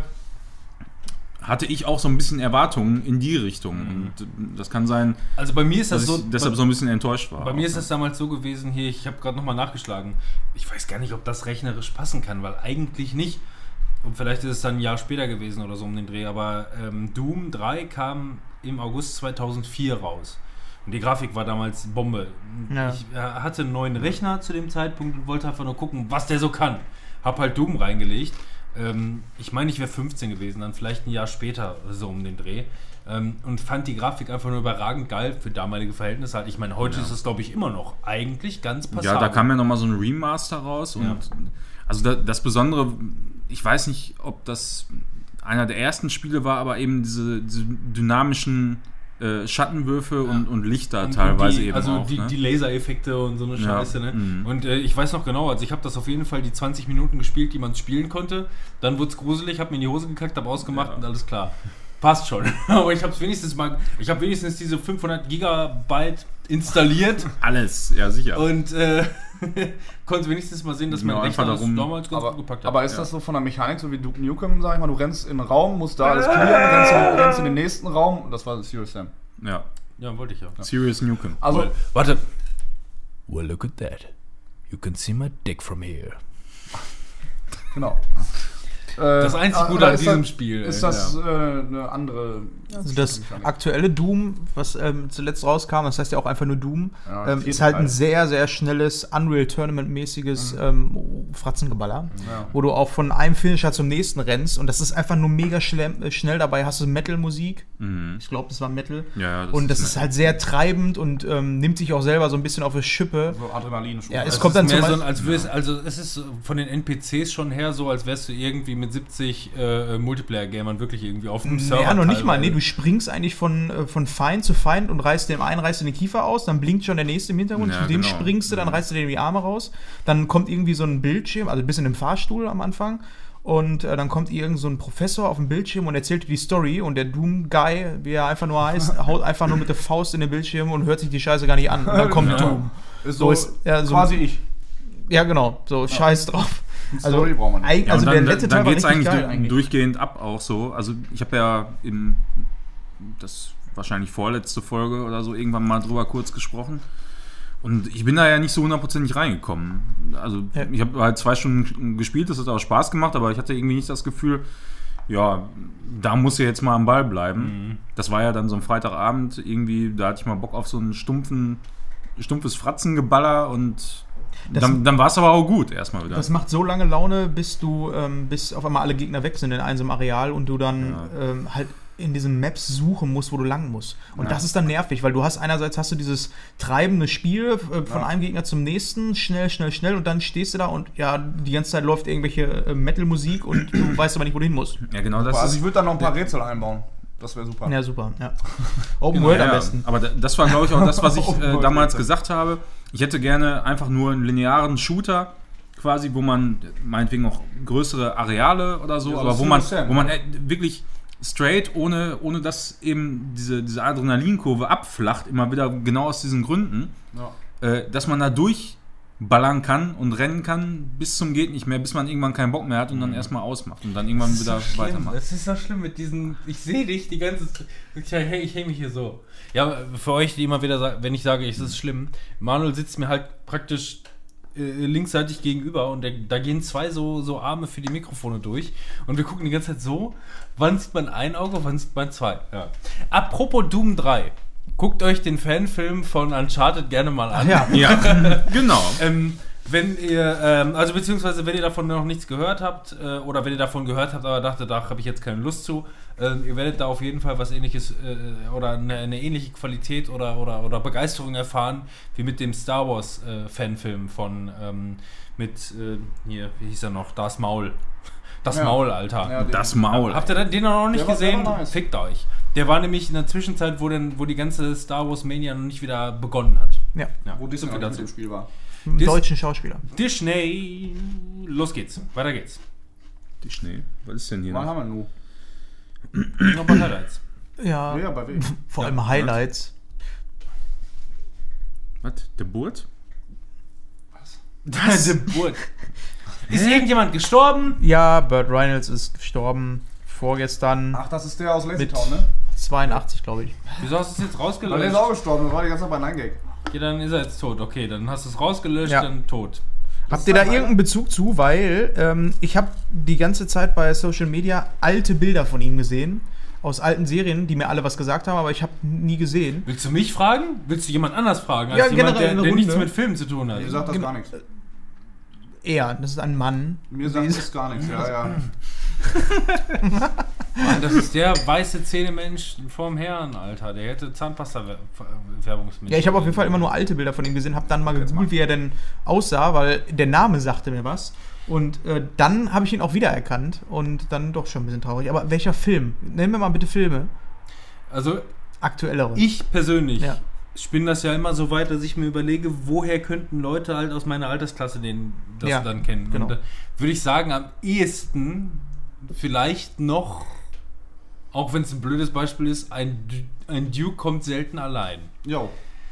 hatte ich auch so ein bisschen Erwartungen in die Richtung. Und das kann sein, Also bei mir ist das dass so. ich deshalb so ein bisschen enttäuscht war. Bei mir ist das damals so gewesen, hier, ich habe gerade nochmal nachgeschlagen. Ich weiß gar nicht, ob das rechnerisch passen kann, weil eigentlich nicht. Und vielleicht ist es dann ein Jahr später gewesen oder so um den Dreh, aber Doom 3 kam im August 2004 raus. Und die Grafik war damals Bombe. Ja. Ich hatte einen neuen Rechner zu dem Zeitpunkt und wollte einfach nur gucken, was der so kann. Hab halt Doom reingelegt. Ich meine, ich wäre 15 gewesen, dann vielleicht ein Jahr später so um den Dreh. Und fand die Grafik einfach nur überragend geil für damalige Verhältnisse halt. Ich meine, heute ist es, glaube ich, immer noch eigentlich ganz passabel. Ja, da kam ja nochmal so ein Remaster raus. Und Ja. also das Besondere, ich weiß nicht, ob das einer der ersten Spiele war, aber eben diese dynamischen Schattenwürfe und Lichter Und teilweise die, eben also auch. die Lasereffekte und so eine Ja. Scheiße, ne? Mhm. Und ich weiß noch genau, also ich habe das auf jeden Fall die 20 Minuten gespielt, die man spielen konnte. Dann wurde es gruselig, habe mir in die Hose gekackt, habe ausgemacht und alles klar. Passt schon. Aber ich habe wenigstens diese 500 Gigabyte installiert Alles, ja sicher. und konnte wenigstens mal sehen, dass mein Ja, Rechner einfach das darum- damals ganz gut gepackt hat. Aber ist das so von der Mechanik so wie Duke Nukem, sag ich mal, du rennst in einen Raum, musst da alles clearen, rennst in den nächsten Raum und das war Serious Sam. Ja. Ja, wollte ich ja. Serious Nukem. Also, Warte. Well, look at that. You can see my dick from here. genau. Das einzig Gute aber an ist diesem das- Spiel. Ist ey. das eine andere... Also das Mechanik? aktuelle Doom, was zuletzt rauskam, das heißt ja auch einfach nur Doom, Ja, ist vierte halt ein Teil. sehr, sehr schnelles Unreal Tournament-mäßiges Fratzengeballer, Ja. wo du auch von einem Finisher zum nächsten rennst und das ist einfach nur mega schnell. Dabei hast du Metal-Musik. Ich glaube, das war Metal. Ja, Und das ist halt sehr treibend und nimmt sich auch selber so ein bisschen auf die Schippe. So Adrenalin. Ja, es Es kommt ist dann mehr zum so, Beispiel. also es ist von den NPCs schon her so, als wärst du irgendwie mit 70 Multiplayer-Gamern wirklich irgendwie auf dem Server. Ja, noch nicht mal. teilweise. Nee, du springst eigentlich von Feind zu Feind und reißt dem einen den Kiefer aus, dann blinkt schon der nächste im Hintergrund, Ja, zu dem genau. springst du, dann reißt du dir die Arme raus, dann kommt irgendwie so ein Bildschirm, also ein bisschen im Fahrstuhl am Anfang, und dann kommt irgend so ein Professor auf dem Bildschirm und erzählt dir die Story und der Doom-Guy, wie er einfach nur heißt, haut einfach nur mit der Faust in den Bildschirm und hört sich die Scheiße gar nicht an. Und dann kommt Ja. Doom. Ist So so, ist- ja, so- quasi ich. Ja, genau, so scheiß drauf. Also, Story braucht man nicht. also Ja, der und letzte dann Teil war geht es richtig eigentlich, geil eigentlich. durchgehend ab auch so. Also ich habe ja das wahrscheinlich vorletzte Folge oder so irgendwann mal drüber kurz gesprochen. Und ich bin da ja nicht so hundertprozentig reingekommen. Also Ja. ich habe halt 2 Stunden gespielt, das hat auch Spaß gemacht, aber ich hatte irgendwie nicht das Gefühl, ja, da muss er jetzt mal am Ball bleiben. Das war ja dann so ein Freitagabend irgendwie, da hatte ich mal Bock auf so ein stumpfes Fratzengeballer und Das- dann war es aber auch gut erstmal wieder. Das macht so lange Laune, bis auf einmal alle Gegner weg sind in einem Areal und du dann halt in diesen Maps suchen musst, wo du lang musst. Und das ist dann nervig, weil du hast einerseits dieses treibende Spiel von einem Gegner zum nächsten, schnell und dann stehst du da und ja, die ganze Zeit läuft irgendwelche Metal-Musik und du weißt aber nicht, wo du hin musst. Ja, genau das Also ist ich würde da noch ein paar Rätsel einbauen. Das wäre super. Ja, super. Ja. Open World am Ja, besten. aber das war, glaube ich, auch das, was ich Oh, damals Alter. gesagt habe. Ich hätte gerne einfach nur einen linearen Shooter, quasi, wo man meinetwegen auch größere Areale oder so, Ja, so aber wo Serious Sam, man wirklich straight, ohne dass eben diese Adrenalinkurve abflacht, immer wieder genau aus diesen Gründen, Ja. dass man da durchballern kann und rennen kann bis zum geht nicht mehr, bis man irgendwann keinen Bock mehr hat und dann erstmal ausmacht und dann irgendwann wieder weitermacht. Es ist so schlimm mit diesen. Ich sehe dich die ganze Zeit. Ich hänge mich hier so. Ja, für euch, die immer wieder sagen, wenn ich sage, es ist schlimm, Manuel sitzt mir halt praktisch linksseitig gegenüber und da gehen 2 so Arme für die Mikrofone durch und wir gucken die ganze Zeit so, wann sieht man ein Auge, wann sieht man 2. Ja. Apropos Doom 3. Guckt euch den Fanfilm von Uncharted gerne mal an. Ja. Ja, genau. Wenn ihr, also beziehungsweise wenn ihr davon noch nichts gehört habt, oder wenn ihr davon gehört habt, aber dachtet, da habe ich jetzt keine Lust zu, ihr werdet da auf jeden Fall was ähnliches oder eine ähnliche Qualität oder Begeisterung erfahren, wie mit dem Star Wars Fanfilm von hier, wie hieß er noch, Das Maul. Das Ja. Maul, Alter. Ja, Das Maul. Habt ihr den noch nicht Der war gesehen? nice. Fickt euch. Der war nämlich in der Zwischenzeit, wo die ganze Star Wars Mania noch nicht wieder begonnen hat. Ja. Ja, Wo Disney so viel noch dazu. mit dem Spiel war. Mit Dis- deutschen Schauspieler. Disney. Los geht's. Weiter geht's. Die Schnee. Was ist denn hier Wann noch? haben wir nur? Noch ein paar Highlights. Ja, Ja, bei wem? vor allem Highlights. Was? Der Burt? Der Burt. Ist irgendjemand gestorben? Ja, Burt Reynolds ist gestorben vorgestern. Ach, das ist der aus Lazy Mit- Town, ne? 82, glaube ich. Wieso hast du es jetzt Weil der rausgelöscht? ist auch gestorben, das war die ganze Zeit bei 9gag. Ja, dann ist er jetzt tot. Okay, dann hast du es rausgelöscht, Ja. dann tot. Habt ihr da irgendeinen Bezug zu? Weil ich habe die ganze Zeit bei Social Media alte Bilder von ihm gesehen. Aus alten Serien, die mir alle was gesagt haben, aber ich habe nie gesehen. Willst du mich fragen? Willst du jemand anders fragen? Als Ja, jemand, generell der, eine der Runde. nichts mit Filmen zu tun hat. Mir sagt das gar nichts. Er, das ist ein Mann. Mir sagt das gar nichts, ja, ja. Mann, das ist der weiße Zähnemensch vorm Herrn, Alter. Der hätte Zahnpasta-Werbungsmittel. Ja, ich habe auf jeden Fall immer nur alte Bilder von ihm gesehen, habe dann mal gegoogelt, wie er denn aussah, weil der Name sagte mir was. Und dann habe ich ihn auch wiedererkannt und dann doch schon ein bisschen traurig. Aber welcher Film? Nenn mir mal bitte Filme. Also, Aktuellere. ich persönlich Ja. spinne das ja immer so weit, dass ich mir überlege, woher könnten Leute halt aus meiner Altersklasse das dann kennen. Genau. Und da würde ich sagen, am ehesten vielleicht noch, auch wenn es ein blödes Beispiel ist, ein Duke kommt selten allein. Jo.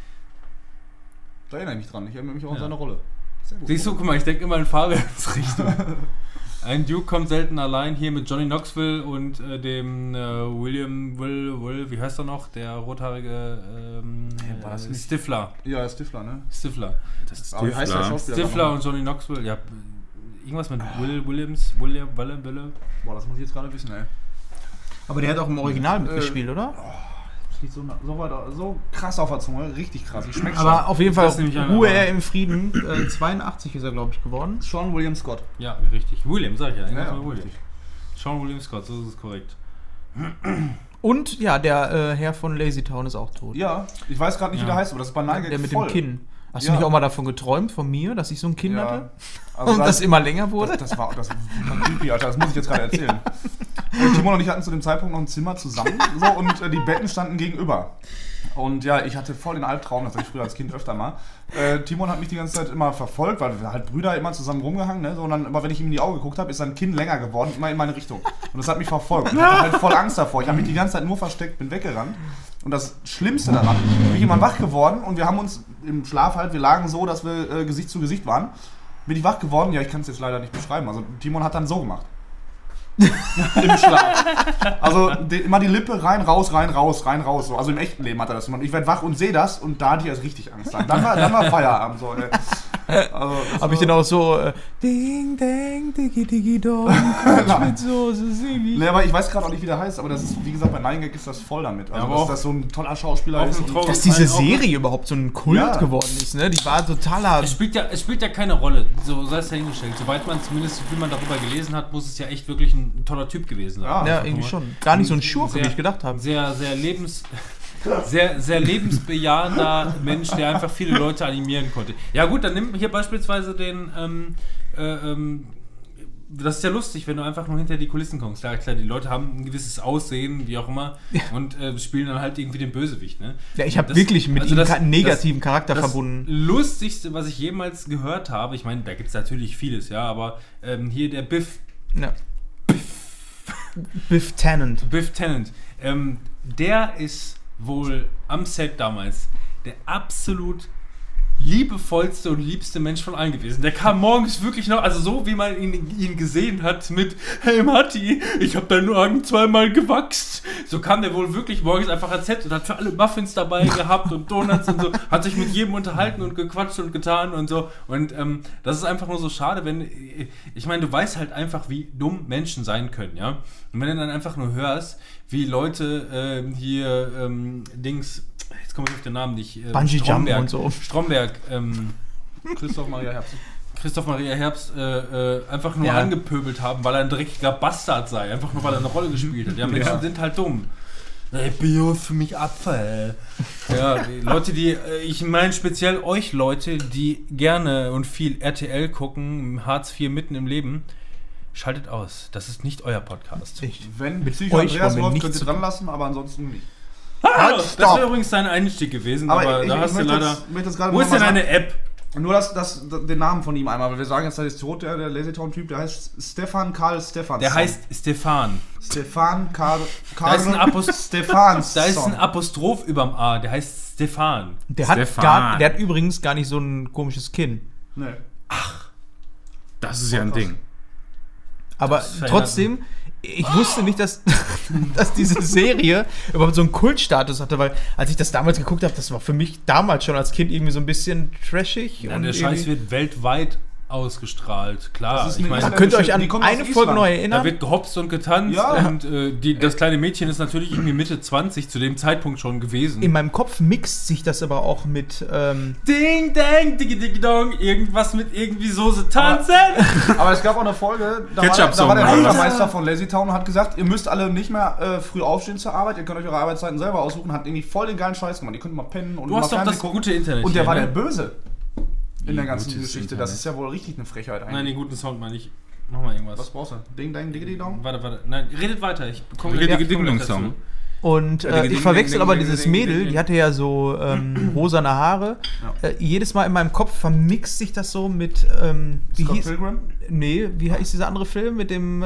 Da erinnere ich mich dran. Ich erinnere mich auch an seine Rolle. Sehr gut. Siehst du, guck mal, ich denke immer in Fabians Richtung. Ein Duke kommt selten allein, hier mit Johnny Knoxville und dem Will, wie heißt er noch? Der rothaarige war das nicht? Stifler. Ja, Stifler, ne? Stifler. Aber wie heißt der Schauspieler? Stifler und Johnny Knoxville, ja. Irgendwas mit William. Boah, das muss ich jetzt gerade wissen, ey. Aber der hat auch im Original mitgespielt, oder? Das liegt so krass auf der Zunge. Richtig krass. Ich schmeck's Aber auf jeden Fall, Das nehme ich an, Ruhe aber- er im Frieden. 82 ist er, glaube ich, geworden. Sean William Scott. Ja, richtig. William, sag ich ja. Irgendwas Ja, mit William. richtig. Sean William Scott, so ist es korrekt. Und ja, der Herr von Lazy Town ist auch tot. Ja, ich weiß gerade nicht, wie der heißt, aber das ist bei Nigel Der mit voll. dem Kinn. Hast Ja. du nicht auch mal davon geträumt, von mir, dass ich so ein Kinn hatte? Also Und das immer länger wurde? das war creepy, Alter. Das muss ich jetzt gerade erzählen. Timon und ich hatten zu dem Zeitpunkt noch ein Zimmer zusammen so, und die Betten standen gegenüber. Und ja, ich hatte voll den Albtraum, das hatte ich früher als Kind öfter mal. Timon hat mich die ganze Zeit immer verfolgt, weil wir halt Brüder immer zusammen rumgehangen, ne? So, und dann, aber wenn ich ihm in die Augen geguckt habe, ist sein Kinn länger geworden, immer in meine Richtung. Und das hat mich verfolgt. Ich hatte halt voll Angst davor. Ich habe mich die ganze Zeit nur versteckt, bin weggerannt. Und das Schlimmste daran, bin ich immer wach geworden und wir haben uns im Schlaf halt, wir lagen so, dass wir Gesicht zu Gesicht waren. Bin ich wach geworden? Ja, ich kann es jetzt leider nicht beschreiben. Also Timon hat dann so gemacht. Im Schlaf. Also immer die Lippe rein, raus, rein, raus, rein, raus. So. Also im echten Leben hat er das gemacht. Ich werde wach und sehe das und da hatte ich erst richtig Angst. Dann war Feierabend. So, ey. Also, Habe ich dann auch so Ding, Dang, Diggi, Diggi, Dong, Quatsch mit Soße, Silly. Ne, aber ich weiß gerade auch nicht, wie der heißt, aber das ist, wie gesagt, bei Nine Gag ist das voll damit. Also, Ja, aber dass auch- das so ein toller Schauspieler auch ist. ein Traum. Dass diese Auch- Serie überhaupt so ein Kult Ja. geworden ist, ne? Die war totaler... Es spielt ja keine Rolle, so sei es dahingestellt. Soweit man zumindest, wie man darüber gelesen hat, muss es ja echt wirklich ein toller Typ gewesen sein. Ja. Ja, irgendwie schon. Gar nicht so ein Schurke, wie ich gedacht habe. Sehr sehr lebensbejahender Mensch, der einfach viele Leute animieren konnte. Ja gut, dann nimm hier beispielsweise den, das ist ja lustig, wenn du einfach nur hinter die Kulissen kommst. Klar, die Leute haben ein gewisses Aussehen, wie auch immer, und spielen dann halt irgendwie den Bösewicht. Ne? Ja, ich habe Das- wirklich mit also ihm das- keinen negativen Charakter Das verbunden. Lustigste, was ich jemals gehört habe, ich meine, da gibt es natürlich vieles, ja, aber hier der Biff Ja. Biff Tannen. Tennant, der ist wohl am Set damals der absolut liebevollste und liebste Mensch von allen gewesen. Der kam morgens wirklich noch, also so wie man ihn gesehen hat mit "Hey Matti, ich habe deinen Magen zweimal gewachst." So kam der wohl wirklich morgens einfach ans Set und hat für alle Muffins dabei gehabt und Donuts und so, hat sich mit jedem unterhalten und gequatscht und getan und so. Und das ist einfach nur so schade, wenn, ich meine, du weißt halt einfach, wie dumm Menschen sein können, ja. Und wenn du dann einfach nur hörst, wie Leute Dings, jetzt komme ich auf den Namen nicht, Bungee Jump und so. Stromberg, Christoph Maria Herbst. Christoph Maria Herbst einfach nur Ja. angepöbelt haben, weil er ein dreckiger Bastard sei. Einfach nur, weil er eine Rolle gespielt hat. Ja, Menschen sind halt dumm. Bio ist für mich Abfall. Ja, die Leute, ich meine speziell euch Leute, die gerne und viel RTL gucken, Hartz IV mitten im Leben, schaltet aus. Das ist nicht euer Podcast. Wenn Mit Psycho euch Andreas wollen wir läuft, nichts könnt ihr zu dran tun. lassen, aber ansonsten nicht. Hallo, das stopp. wäre übrigens dein Einstieg gewesen, aber ich da hast du möchte leider... jetzt- möchte jetzt gerade Wo ist noch denn mal deine App? Nur den Namen von ihm einmal, weil wir sagen jetzt, der ist tot, der Lazytown-Typ, der heißt Stefan Karl Stefansson. Der heißt Stefan. Stefan Karl Da ist ein Stefansson. Da ist ein Apostroph überm A, der heißt Stefan. Der hat, Stefan. der hat übrigens gar nicht so ein komisches Kinn. Nee. Das ist ja ein Ding. Aber verändert trotzdem, ich wusste nicht, dass diese Serie überhaupt so einen Kultstatus hatte, weil als ich das damals geguckt habe, das war für mich damals schon als Kind irgendwie so ein bisschen trashig. Ja, und der Scheiß irgendwie- wird weltweit ausgestrahlt, klar. Das ist Ich eine meine, Da könnt ihr euch an Die kommt aus eine Folge Island. neu da erinnern. wird gehopst und getanzt Ja. und das kleine Mädchen ist natürlich irgendwie Mitte 20 zu dem Zeitpunkt schon gewesen. In meinem Kopf mixt sich das aber auch mit Ding, dang, diggi, diggi, dong, irgendwas mit irgendwie Soße tanzen. Aber es gab auch eine Folge, da Ketchup-Song, war der Alter. Bürgermeister von Lazytown und hat gesagt, ihr müsst alle nicht mehr früh aufstehen zur Arbeit, ihr könnt euch eure Arbeitszeiten selber aussuchen, hat irgendwie voll den geilen Scheiß gemacht, ihr könnt mal pennen und Du mal hast doch Fernsehen das gucken. gute Internet Und der hier, war ne? der Böse. in der ganzen gut ist Geschichte. Das ist ja wohl richtig eine Frechheit eigentlich. Nein, den guten Sound meine ich. Mach mal irgendwas. Was brauchst du? Ding, dang, diggity, dong? Warte. Nein, redet weiter. Ich bekomme Ding-Ding-Dong-Song. Und ich verwechsel aber dieses Mädel, die hatte ja so rosane Haare. Ja. Jedes Mal in meinem Kopf vermixt sich das so mit, Scott Pilgrim? Nee, wie heißt dieser andere Film mit dem,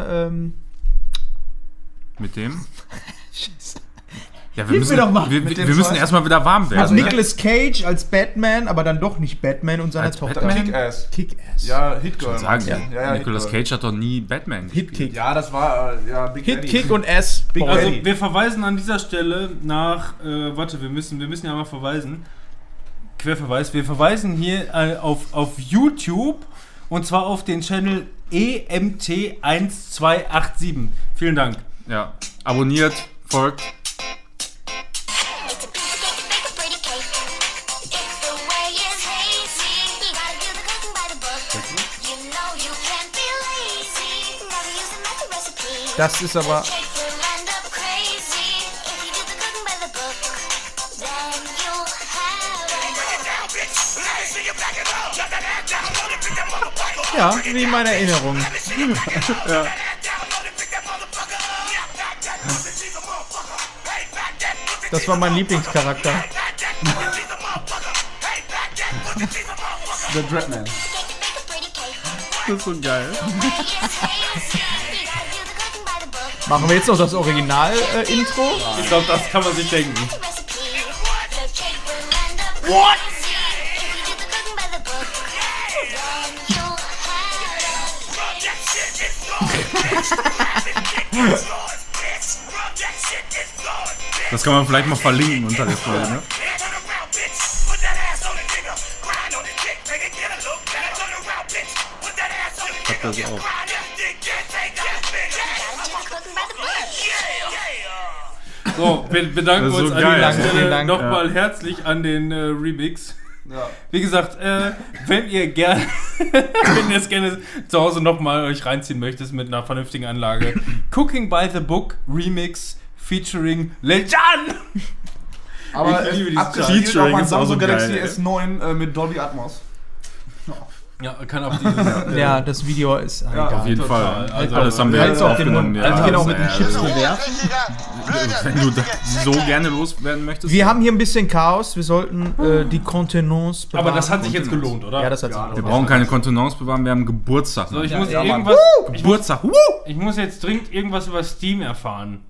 Mit dem? Scheiße. Ja, Hilf mir doch mal. wir Mit dem müssen Zeug. erstmal wieder warm werden. Also ne? Nicolas Cage als Batman, aber dann doch nicht Batman und seine Als Tochter. Batman? Kick-Ass. Kick-Ass. Ja, Hit-Girl. Sagen Ja. Sie, Ja, Nicolas Hit-Girl. Cage hat doch nie Batman gespielt. Hit-Kick. Ja, das war, Big Hit, Daddy. Kick und Ass. Big Boy. Also Daddy. wir verweisen an dieser Stelle nach, wir müssen ja mal verweisen. Querverweis. Wir verweisen hier auf YouTube und zwar auf den Channel EMT1287. Vielen Dank. Ja. Abonniert, folgt. It's a piece of cake, bake a pretty cake. If the way is hazy, you gotta do the cooking by the book. You know you can't be lazy. Never use the method recipe. Das ist aber. The cake will end up crazy. If you do the cooking by the book, then you'll have Ja, wie in meiner Erinnerung. Das war mein Lieblingscharakter. The Dreadman. cake, bake a pretty cake. Das ist so geil. The way is hazy. You gotta do the cooking by the book. Machen wir jetzt noch das Original-Intro? Ich glaube, das kann man sich denken. The recipe. The cake will end up crazy. If you do the cooking by the book, then you'll Das kann man vielleicht mal verlinken unter der Folge, ne? Ich hab das auch. cooking by the book. So, wir bedanken Das ist so uns an geil. dieser Vielen Stelle Dank. nochmal herzlich an den Remix. Ja. Wie gesagt, wenn ihr wenn ihr es gerne zu Hause nochmal euch reinziehen möchtet mit einer vernünftigen Anlage, Cooking by the Book Remix featuring Lejan! Aber Ich liebe dieses abgespielt Featuring auf mein ist auch so Samsung Galaxy geil, ey. S9 mit Dolby Atmos. Ja, kann auch dieses. Ja, das Video ist. Ja, Auf jeden Total. Fall. Also, Alles haben wir Hältst jetzt du auf den aufgenommen. Mund. Also, genau, mit den Chips also, bewerfen. wenn du das so gerne loswerden möchtest. Wir haben hier ein bisschen Chaos. Wir sollten die Kontenance bewahren. Aber das hat sich jetzt gelohnt, oder? Ja, das hat sich Ja, gelohnt. Wir brauchen keine Kontenance bewahren, wir haben Geburtstag. So, ich Ja, muss ja, irgendwas. Geburtstag. Ich muss jetzt dringend irgendwas über Steam erfahren.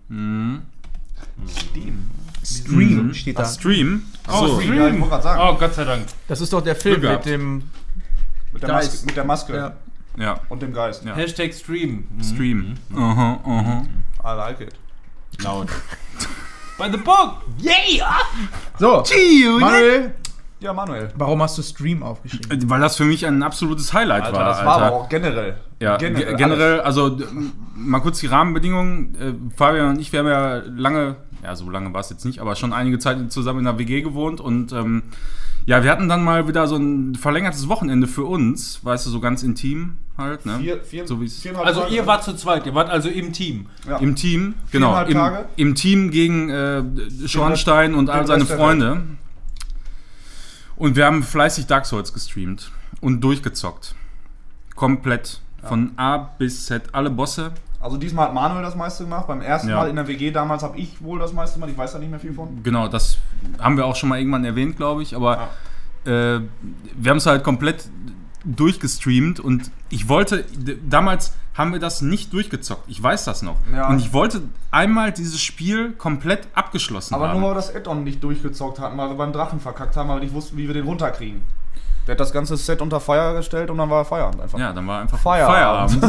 Steam. Stream steht da. Stream. Oh, So. Stream. Ja, ich wollte gerade sagen. Oh, Gott sei Dank. Das ist doch der Film Glück mit gehabt. dem. Mit der Geist. Maske. Mit der Maske. Ja. Ja. Und dem Geist. Ja. Hashtag Stream. Stream. Aha, aha. I like it. Laut. By the book! Yeah! So, Manuel, Ja, Manuel. warum hast du Stream aufgeschrieben? Weil das für mich ein absolutes Highlight Alter, war. das war aber auch generell. Ja, generell, also mal kurz die Rahmenbedingungen. Fabian und ich, wir haben ja lange, ja so lange war es jetzt nicht, aber schon einige Zeit zusammen in der WG gewohnt und ja, wir hatten dann mal wieder so ein verlängertes Wochenende für uns, weißt du, so ganz intim halt, ne? So wie es Also ihr wart zu zweit, ihr wart also im Team. im Team, genau, 4,5 Tage. im Team gegen Schornstein und all den seine Rest der Freunde. Und wir haben fleißig Dark Souls gestreamt und durchgezockt. Komplett. Von A bis Z, alle Bosse. Also diesmal hat Manuel das meiste gemacht. Beim ersten Ja. Mal in der WG damals habe ich wohl das meiste gemacht. Ich weiß da nicht mehr viel von. Genau, das haben wir auch schon mal irgendwann erwähnt, glaube ich. Aber wir haben es halt komplett durchgestreamt und ich wollte, damals haben wir das nicht durchgezockt. Ich weiß das noch. Ja. Und ich wollte einmal dieses Spiel komplett abgeschlossen Aber haben. nur weil wir das Add-on nicht durchgezockt hatten, weil wir beim Drachen verkackt haben, weil wir nicht wussten, wie wir den runterkriegen. Der hat das ganze Set unter Feuer gestellt und dann war Feierabend einfach. Ja, dann war einfach Feierabend.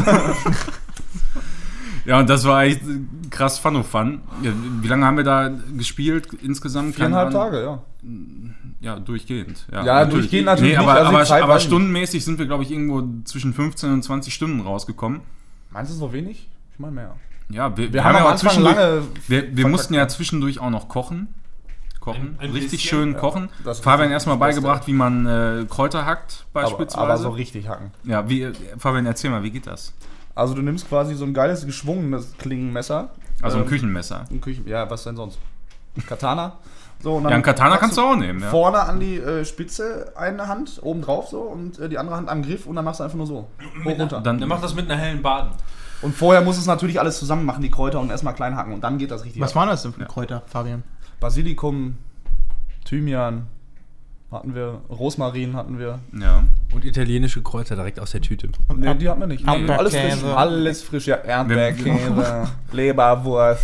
Ja, und das war echt krass Fun. Ja, wie lange haben wir da gespielt insgesamt? 4,5 Tage, ja. Ja, durchgehend. Ja, durchgehend natürlich nee, nicht, aber, also die Zeit aber weiß ich stundenmäßig sind wir, glaube ich, irgendwo zwischen 15 und 20 Stunden rausgekommen. Meinst du es noch wenig? Ich meine mehr. Ja, Wir haben am Anfang zwischendurch- lange Wir verkackt. mussten ja zwischendurch auch noch kochen. Ein Richtig bisschen, schön kochen. das ist Fabian das erstmal Beste. beigebracht, wie man Kräuter hackt, beispielsweise. aber so richtig hacken. Ja, Fabian, erzähl mal, wie geht das? Also du nimmst quasi so ein geiles, geschwungenes Klingenmesser. Also ein Küchenmesser. Ja, was denn sonst? Katana. So, und Ja, ein Katana kannst du auch nehmen, ja. Vorne an die Spitze eine Hand, oben drauf so und die andere Hand am Griff und dann machst du einfach nur so. Hoch, runter. Dann macht das mit einer hellen Baden. Und vorher muss es natürlich alles zusammen machen, die Kräuter, und erstmal klein hacken und dann geht das richtig. Was waren das denn für Kräuter, Fabian? Basilikum, Thymian hatten wir, Rosmarin hatten wir. Ja. Und italienische Kräuter direkt aus der Tüte. Ne, die hatten wir nicht. Nee, alles frisch. Erdbeerkäse. Alles frisch, ja. Erdbeerkäse, Leberwurst.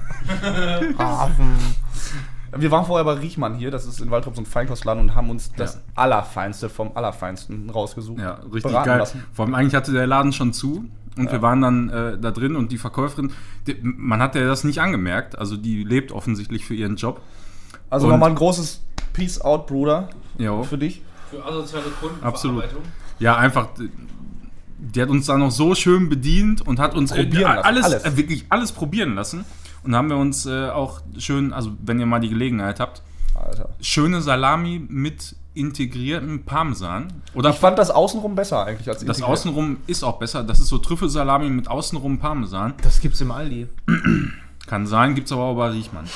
Wir waren vorher bei Riechmann hier, das ist in Waldrop so ein Feinkostladen, und haben uns das Allerfeinste vom Allerfeinsten rausgesucht. Ja, richtig beraten geil. lassen. Vor allem eigentlich hatte der Laden schon zu und wir waren dann da drin und die Verkäuferin, man hat ja das nicht angemerkt, also die lebt offensichtlich für ihren Job. Also Und- nochmal ein großes Peace out, Bruder, Jo. für dich. Für asoziale Absolut. Ja, einfach, die hat uns da noch so schön bedient und hat uns Probieren lassen, alles, alles. wirklich alles probieren lassen. Und da haben wir uns auch schön, also wenn ihr mal die Gelegenheit habt, Alter. schöne Salami mit integriertem Parmesan. Oder Ich fand das außenrum besser eigentlich als das integriert. Außenrum ist auch besser. Das ist so Trüffelsalami mit außenrum Parmesan. Das gibt's im Aldi. Kann sein, gibt's aber auch bei Riechmann.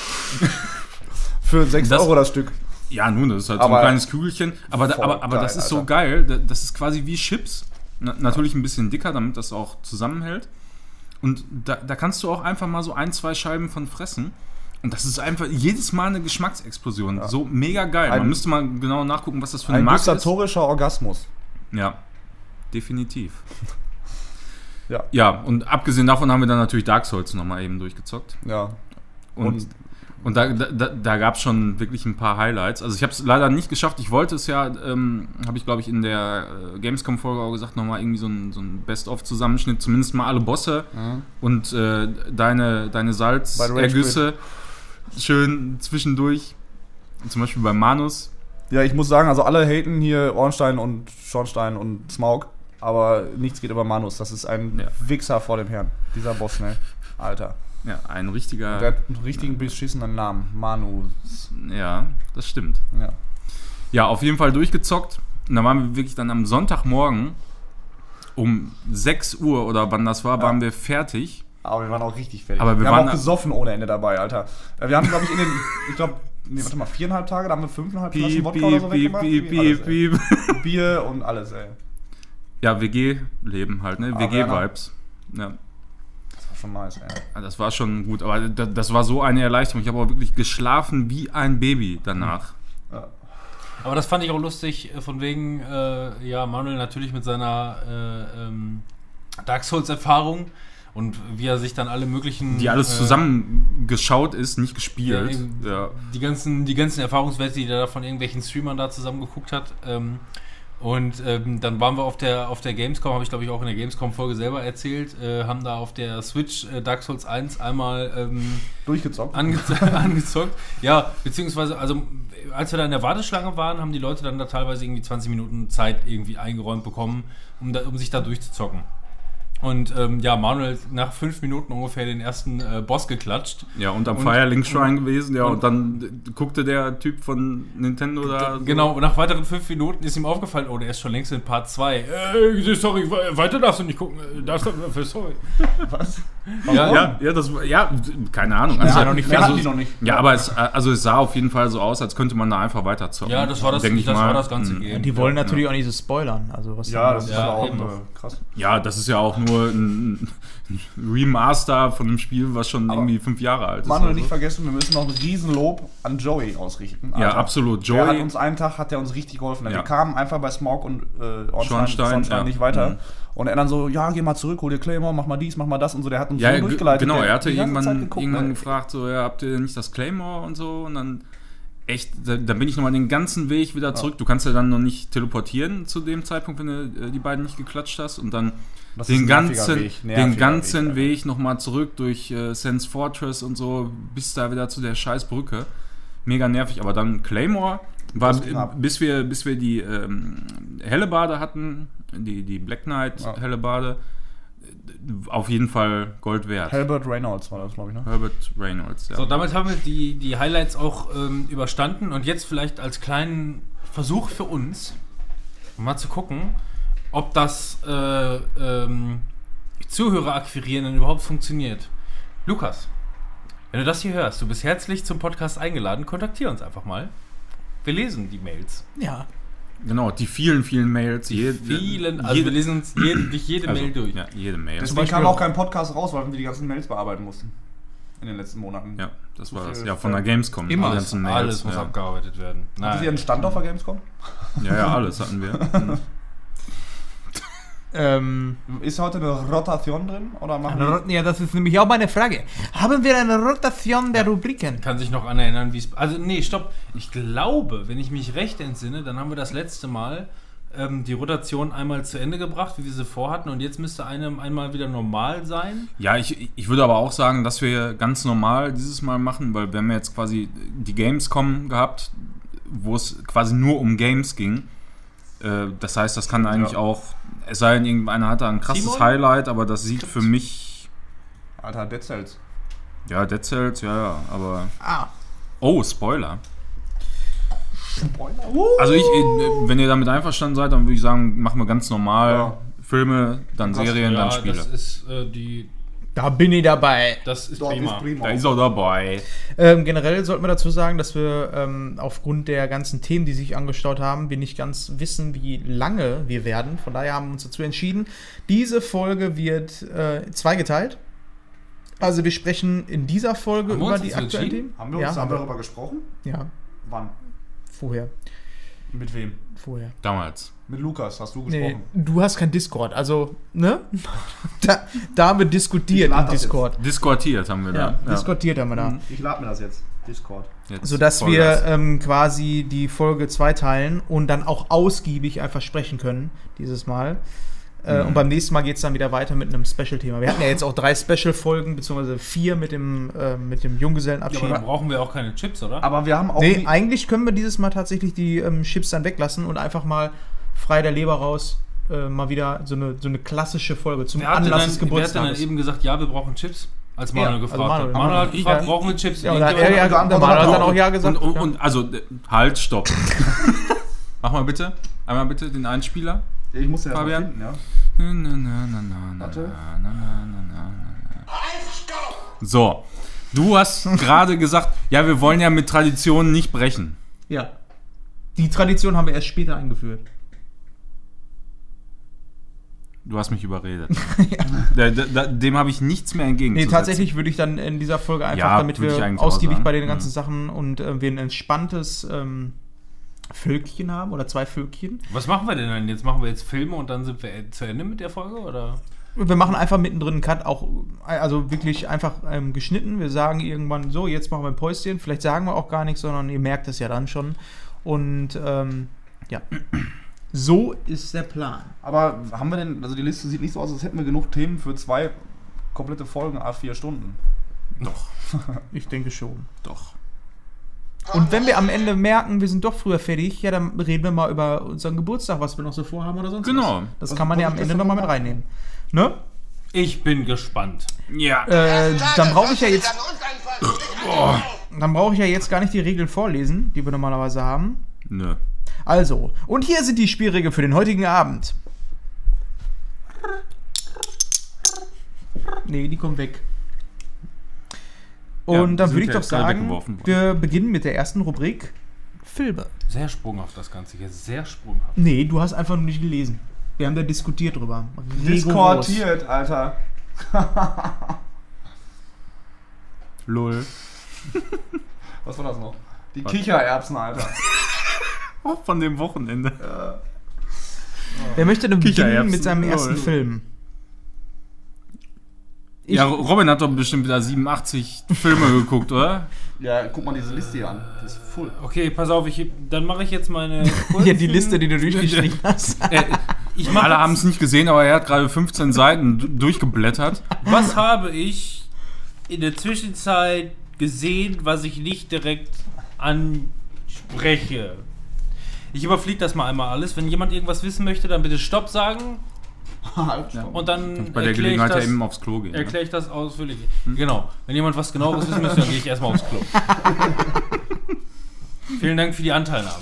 Für 6 Das- Euro das Stück. Ja, nun, das ist halt so Aber ein kleines Kügelchen. Aber voll aber das geil, ist so Alter. geil. Das ist quasi wie Chips. Natürlich ein bisschen dicker, damit das auch zusammenhält. Und da kannst du auch einfach mal so 1, 2 Scheiben von fressen. Und das ist einfach jedes Mal eine Geschmacksexplosion. So mega geil. Man müsste mal genau nachgucken, was das für eine Ein Marke ist. gustatorischer Orgasmus. Ja, definitiv. Ja. Ja, und abgesehen davon haben wir dann natürlich Dark Souls nochmal eben durchgezockt. Ja. Und da gab es schon wirklich ein paar Highlights. Also ich habe es leider nicht geschafft. Ich wollte es ja, habe ich glaube ich in der Gamescom-Folge auch gesagt, nochmal irgendwie so ein Best-of-Zusammenschnitt, zumindest mal alle Bosse und deine Salzergüsse schön zwischendurch. Zum Beispiel bei Manus. Ja, ich muss sagen, also alle haten hier Ornstein und Schornstein und Smaug, aber nichts geht über Manus. Das ist ein Wichser vor dem Herrn. Dieser Boss, ne? Alter. Ja, ein richtiger... Der hat einen richtigen beschissenen Namen. Manus. Ja, das stimmt. Ja. Ja, auf jeden Fall durchgezockt. Und da waren wir wirklich dann am Sonntagmorgen um 6 Uhr oder wann das war, waren wir fertig. Aber wir waren auch richtig fertig. Aber wir haben waren auch gesoffen ohne Ende dabei, Alter. Wir haben, glaube ich, nee, warte mal, 4,5 Tage, da haben wir 5,5 Flaschen Wodka oder so weggemacht. Alles, ey. Bier und alles, ey. Ja, WG-Leben halt, ne? Aber WG-Vibes. Ja. Das war schon nice, ey. Ja, das war schon gut, aber das war so eine Erleichterung. Ich habe auch wirklich geschlafen wie ein Baby danach. Aber das fand ich auch lustig, von wegen, Manuel natürlich mit seiner Dark Souls-Erfahrung und wie er sich dann alle möglichen... Die alles zusammengeschaut ist, nicht ja, gespielt. eben Ja. die ganzen Erfahrungswerte, die er da von irgendwelchen Streamern da zusammengeguckt hat. Dann waren wir auf der Gamescom, habe ich glaube ich auch in der Gamescom-Folge selber erzählt, haben da auf der Switch Dark Souls 1 einmal Durchgezockt. angezockt. Ja, beziehungsweise, also als wir da in der Warteschlange waren, haben die Leute dann da teilweise irgendwie 20 Minuten Zeit irgendwie eingeräumt bekommen, um sich da durchzuzocken. Und Manuel nach 5 Minuten ungefähr den ersten Boss geklatscht. Ja, und am Firelink Shrine gewesen, ja, und dann guckte der Typ von Nintendo da. Genau, und nach weiteren 5 Minuten ist ihm aufgefallen, oh, der ist schon längst in Part 2. Sorry, weiter darfst du nicht gucken. Sorry. Was? Ja, keine Ahnung. Also, noch nicht Mehr fertig. hatten die noch nicht. ja, aber es sah auf jeden Fall so aus, als könnte man da einfach weiter zocken. Ja, das war das, Denk ich mal. war das ganze Game. Und die wollen natürlich auch nicht so spoilern. Also was Ja, das ist Ja, aber auch eben. krass. Ja, das ist ja auch nur ein Remaster von einem Spiel, was schon irgendwie 5 Jahre alt ist. Manuel, Also. nicht vergessen, wir müssen noch ein Riesenlob an Joey ausrichten. Ja, Alter. absolut. Der hat Joey, uns einen Tag richtig geholfen. Ja. Wir kamen einfach bei Smaug und Schornstein, ja. nicht weiter. Mhm. Und er dann so, ja, geh mal zurück, hol dir Claymore, mach mal dies, mach mal das und so. Der hat uns ja, so durchgeleitet. genau, Der er hatte die ganze Zeit irgendwann geguckt, ne? gefragt, so, ja, habt ihr nicht das Claymore und so? Und dann, echt, da bin ich nochmal den ganzen Weg wieder zurück. Du kannst ja dann noch nicht teleportieren zu dem Zeitpunkt, wenn du die beiden nicht geklatscht hast. Und dann Das ist den ein nerviger ganzen, Weg, nerviger den ganzen Weg, Weg nochmal zurück durch Sense Fortress und so, bis da wieder zu der scheiß Brücke. Mega nervig, aber dann Claymore war, Das ging ab. bis wir die Hellebade hatten, die Black Knight Hellebade, auf jeden Fall Gold wert. Herbert Reynolds war das, glaube ich, ne? Herbert Reynolds, ja. So, damit haben wir die Highlights auch überstanden und jetzt vielleicht als kleinen Versuch für uns, um mal zu gucken, ob das Zuhörer akquirieren denn überhaupt funktioniert. Lukas, Wenn du das hier hörst, du bist herzlich zum Podcast eingeladen, kontaktiere uns einfach mal. Wir lesen die Mails. Ja. Genau, die vielen, vielen Mails. Wir lesen uns jede Mail durch. Ja, jede Mail. Deswegen kam auch kein Podcast raus, weil wir die ganzen Mails bearbeiten mussten. In den letzten Monaten. Ja, das war viel das. Ja, von der Gamescom. Immer. Die ganzen Mails, Alles muss ja. abgearbeitet werden. Hattet ihr einen Stand auf der Gamescom? Ja, alles hatten wir. Ist heute eine Rotation drin? Oder machen wir... Ja, das ist nämlich auch meine Frage. Haben wir eine Rotation der Rubriken? Kann sich noch an erinnern, wie es... Also, nee, stopp. Ich glaube, wenn ich mich recht entsinne, dann haben wir das letzte Mal die Rotation einmal zu Ende gebracht, wie wir sie vorhatten. Und jetzt müsste einmal wieder normal sein. Ja, ich würde aber auch sagen, dass wir ganz normal dieses Mal machen, weil wir haben jetzt quasi die Gamescom gehabt, wo es quasi nur um Games ging. Das heißt, das kann eigentlich auch, es sei denn, irgendeiner hatte ein krasses Simon? Highlight, aber das sieht für mich... Alter, Dead Cells. Ja, Dead Cells, ja, aber... Ah. Oh, Spoiler. Spoiler. Also wenn ihr damit einverstanden seid, dann würde ich sagen, machen wir ganz normal Ja. Filme, dann Serien, dann Spiele. Das ist Da bin ich dabei. Das ist Dort prima. ist prima. Da ist er dabei. Generell sollten wir dazu sagen, dass wir aufgrund der ganzen Themen, die sich angestaut haben, wir nicht ganz wissen, wie lange wir werden. Von daher haben wir uns dazu entschieden, diese Folge wird zweigeteilt. Also wir sprechen in dieser Folge Haben wir über uns die dazu aktuellen entschieden? Themen. Haben wir uns darüber gesprochen? Ja, Wann? vorher. Mit wem? Vorher. Damals. Mit Lukas hast du Nee, gesprochen. du hast kein Discord, also, ne? da haben wir diskutiert Ich lad im das Discord. Diskortiert haben wir Ja, da. diskutiert haben wir da. Ich lade mir das jetzt. Discord. Jetzt Sodass Vollgas. wir quasi die Folge zweiteilen und dann auch ausgiebig einfach sprechen können, dieses Mal. Und beim nächsten Mal geht es dann wieder weiter mit einem Special-Thema. Wir hatten ja jetzt auch 3 Special-Folgen, beziehungsweise 4 mit dem Junggesellenabschied. Aber dann brauchen wir auch keine Chips, oder? Aber wir haben auch... Nee, eigentlich können wir dieses Mal tatsächlich die Chips dann weglassen und einfach mal frei der Leber raus mal wieder so eine klassische Folge zum Wer hat Anlass des denn dann Geburtstages. eben gesagt, ja, wir brauchen Chips? Als Manuel Ja, gefragt also hat. Manuel. Manuel hat gefragt, Ja. brauchen wir Chips? Ja, und dann, Irgendjemand der geantwortet, Manuel hat dann auch ja Und, gesagt. ja. also, halt, stopp. Mach mal bitte. Einmal bitte den Einspieler. Ich muss ja Fabian? finden, ja. Warte. So, du hast gerade gesagt, ja, wir wollen ja mit Traditionen nicht brechen. Ja. Die Tradition haben wir erst später eingeführt. Du hast mich überredet. Dem habe ich nichts mehr Nee, entgegenzusetzen. tatsächlich würde ich dann in dieser Folge einfach, Ja, damit würde ich wir eigentlich auch ausgiebig sagen. bei den ganzen Sachen und wir ein entspanntes Völkchen haben oder 2 Völkchen. Was machen wir denn dann? Jetzt machen wir jetzt Filme und dann sind wir zu Ende mit der Folge, oder? Wir machen einfach mittendrin einen Cut, auch also wirklich einfach geschnitten. Wir sagen irgendwann so, jetzt machen wir ein Päuschen. Vielleicht sagen wir auch gar nichts, sondern ihr merkt es ja dann schon. Und ja, so ist der Plan. Aber haben wir denn... Also die Liste sieht nicht so aus, als hätten wir genug Themen für 2 komplette Folgen, A4 Stunden. Doch, Ich denke schon. doch. Und wenn wir am Ende merken, wir sind doch früher fertig, ja, dann reden wir mal über unseren Geburtstag, was wir noch so vorhaben oder sonst Genau. was. Das Was- kann man ja was am ist Ende das nochmal denn mit reinnehmen. Ne? Ich bin gespannt. Ja. Dann brauche ich ja jetzt... Dann brauche ich ja jetzt gar nicht die Regeln vorlesen, die wir normalerweise haben. Nö. Also, und hier sind die Spielregeln für den heutigen Abend. Nee, die kommt weg. Ja, Und dann sind würde ich ja doch jetzt gerade sagen, weggeworfen worden. wir beginnen mit der ersten Rubrik. Filme. Sehr sprunghaft das Ganze hier, sehr sprunghaft. Nee, du hast einfach nur nicht gelesen. Wir haben da diskutiert drüber. Rigoros. Diskortiert, Alter. Lol. Was war das noch? Die Kichererbsen, Alter. Oh, von dem Wochenende. Wer möchte denn beginnen Kichererbsen, mit seinem lol. ersten Film? Ja, Robin hat doch bestimmt wieder 87 Filme geguckt, oder? Ja, guck mal diese Liste hier an. Die ist full. Okay, pass auf, dann mache ich jetzt meine... Ja, die Liste, die du durchgeschrieben hast. Ich mach Alle jetzt- haben es nicht gesehen, aber er hat gerade 15 Seiten durchgeblättert. Was habe ich in der Zwischenzeit gesehen, was ich nicht direkt anspreche? Ich überfliege das mal einmal alles. Wenn jemand irgendwas wissen möchte, dann bitte Stopp sagen Halt, stopp. und dann Bei der erkläre ich Gelegenheit ja das, eben aufs Klo gehen. Ne? erkläre ich das ausführlich. Genau. Wenn jemand was genaueres wissen möchte, dann gehe ich erstmal aufs Klo. Vielen Dank für die Anteilnahme.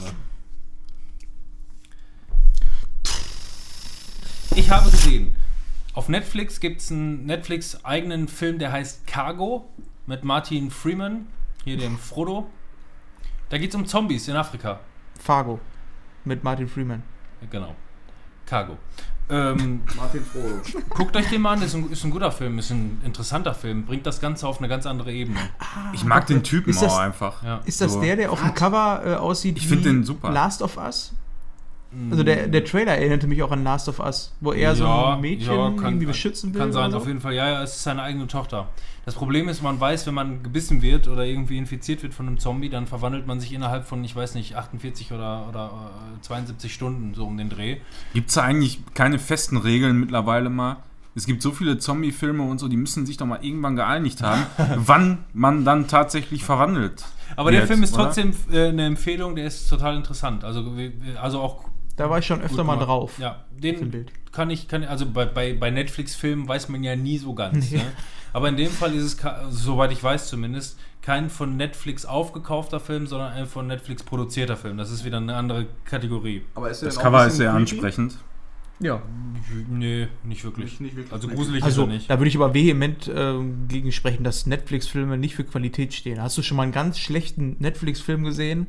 Ich habe gesehen, auf Netflix gibt es einen Netflix-eigenen Film, der heißt Cargo. mit Martin Freeman, hier dem Frodo. Da geht es um Zombies in Afrika. Fargo. Mit Martin Freeman. Genau. Cargo. Martin Frodo. Guckt euch den mal an, ist ein guter Film, ist ein interessanter Film, bringt das Ganze auf eine ganz andere Ebene. Ich mag den Typen Ist das- auch einfach. Ja. Ist das So. der auf dem Cover aussieht Ich find den super. Last of Us? Also der Trailer erinnerte mich auch an Last of Us, wo er so ein Mädchen irgendwie beschützen will. Kann sein, oder auf so. jeden Fall. Ja, es ist seine eigene Tochter. Das Problem ist, man weiß, wenn man gebissen wird oder irgendwie infiziert wird von einem Zombie, dann verwandelt man sich innerhalb von, ich weiß nicht, 48 oder 72 Stunden so um den Dreh. Gibt es da eigentlich keine festen Regeln mittlerweile mal? Es gibt so viele Zombie-Filme und so, die müssen sich doch mal irgendwann geeinigt haben, wann man dann tatsächlich verwandelt. Aber der wird, Film ist oder? trotzdem eine Empfehlung, der ist total interessant. Also auch Da war ich schon öfter gut mal gemacht. drauf. Ja, Auf dem den Bild. also bei Netflix-Filmen weiß man ja nie so ganz. Nee. Ne? Aber in dem Fall ist es, soweit ich weiß zumindest, kein von Netflix aufgekaufter Film, sondern ein von Netflix produzierter Film. Das ist wieder eine andere Kategorie. Aber ist der Das denn auch ein Cover ist bisschen sehr creepy? ansprechend. Ja. Nee, nicht wirklich. Nicht wirklich. Also gruselig Also, ist er nicht. da würde ich aber vehement gegen sprechen, dass Netflix-Filme nicht für Qualität stehen. Hast du schon mal einen ganz schlechten Netflix-Film gesehen?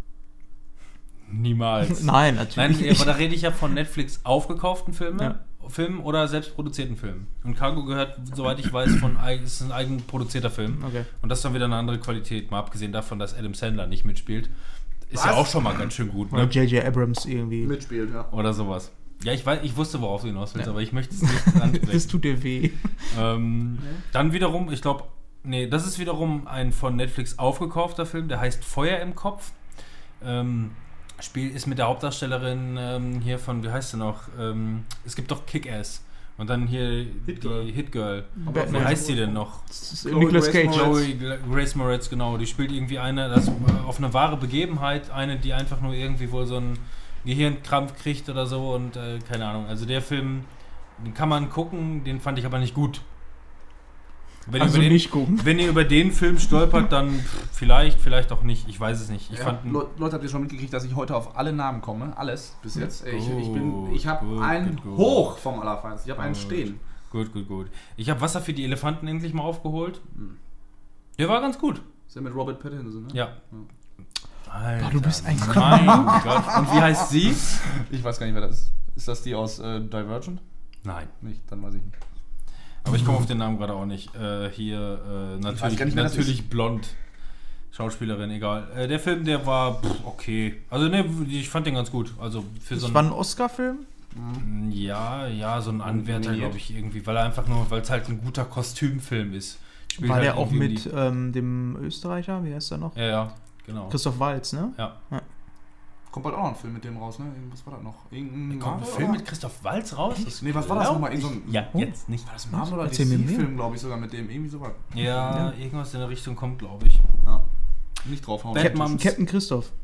Niemals. Nein, Nein, natürlich nicht. aber da rede ich ja von Netflix aufgekauften Ja. Filmen oder selbstproduzierten Filmen. Und Cargo gehört, soweit ich weiß, ist ein eigenproduzierter Film. Okay. Und das ist dann wieder eine andere Qualität. Mal abgesehen davon, dass Adam Sandler nicht mitspielt. Ist ja Was? auch schon mal ganz schön gut, Oder ne? J.J. Abrams irgendwie. Mitspielt, ja. Oder sowas. Ja, ich wusste, worauf du hinaus willst, Ja. aber ich möchte es nicht Das ansprechen. tut dir weh. Dann wiederum, ich glaube, das ist wiederum ein von Netflix aufgekaufter Film, der heißt Feuer im Kopf. Ist mit der Hauptdarstellerin hier von, wie heißt sie noch? Es gibt doch Kick-Ass. Und dann hier Hit-Girl. die Hit-Girl. Batman. Wie heißt die denn noch? Das ist Chloe Nicolas Grace Cage. Moretz. Grace Moretz, genau. Die spielt irgendwie auf eine wahre Begebenheit, eine, die einfach nur irgendwie wohl so einen Gehirnkrampf kriegt oder so und keine Ahnung. Also der Film, den kann man gucken, den fand ich aber nicht gut. Wenn Also ihr über nicht gucken. Wenn ihr über den Film stolpert, dann vielleicht auch nicht. Ich weiß es nicht. Ich Ja, fand ihn- Leute, habt ihr schon mitgekriegt, dass ich heute auf alle Namen komme? Alles bis jetzt. Ich Gut, habe gut, einen gut. hoch vom Allerfeinsten. Ich habe einen Gut. stehen. Gut. Ich habe Wasser für die Elefanten endlich mal aufgeholt. Der war ganz gut. Ist ja mit Robert Pattinson, ne? Ja. Alter, du bist ein mein Gott. Und wie heißt sie? Ich weiß gar nicht, wer das ist. Ist das die aus Divergent? Nein. Nicht, dann weiß ich nicht. Aber ich komme auf den Namen gerade auch nicht. Hier weiß gar nicht, wer das natürlich blond. Schauspielerin, egal. Der Film, der war okay. Also ne, ich fand den ganz gut. Also für so Das war ein Oscar-Film? ja, so ein Anwärter, Nominiert. glaube ich, irgendwie, weil es halt ein guter Kostümfilm ist. Spielt War halt der auch irgendwie mit dem Österreicher? Wie heißt der noch? Ja, genau. Christoph Waltz, ne? Ja. Kommt bald auch noch ein Film mit dem raus, ne? Was war das noch? Irgendein Kommt ein Marvel, Film oder? mit Christoph Waltz raus? Nee, was war das nochmal? Irgend so ein Ja, jetzt nicht. War das ein Marvel oder Erzähl mir mehr. DC-Film, glaube ich, sogar mit dem? Irgendwie sowas. Ja, irgendwas in der Richtung kommt, glaube ich. Ja. Nicht draufhauen. Bad Moms. Captain Christoph.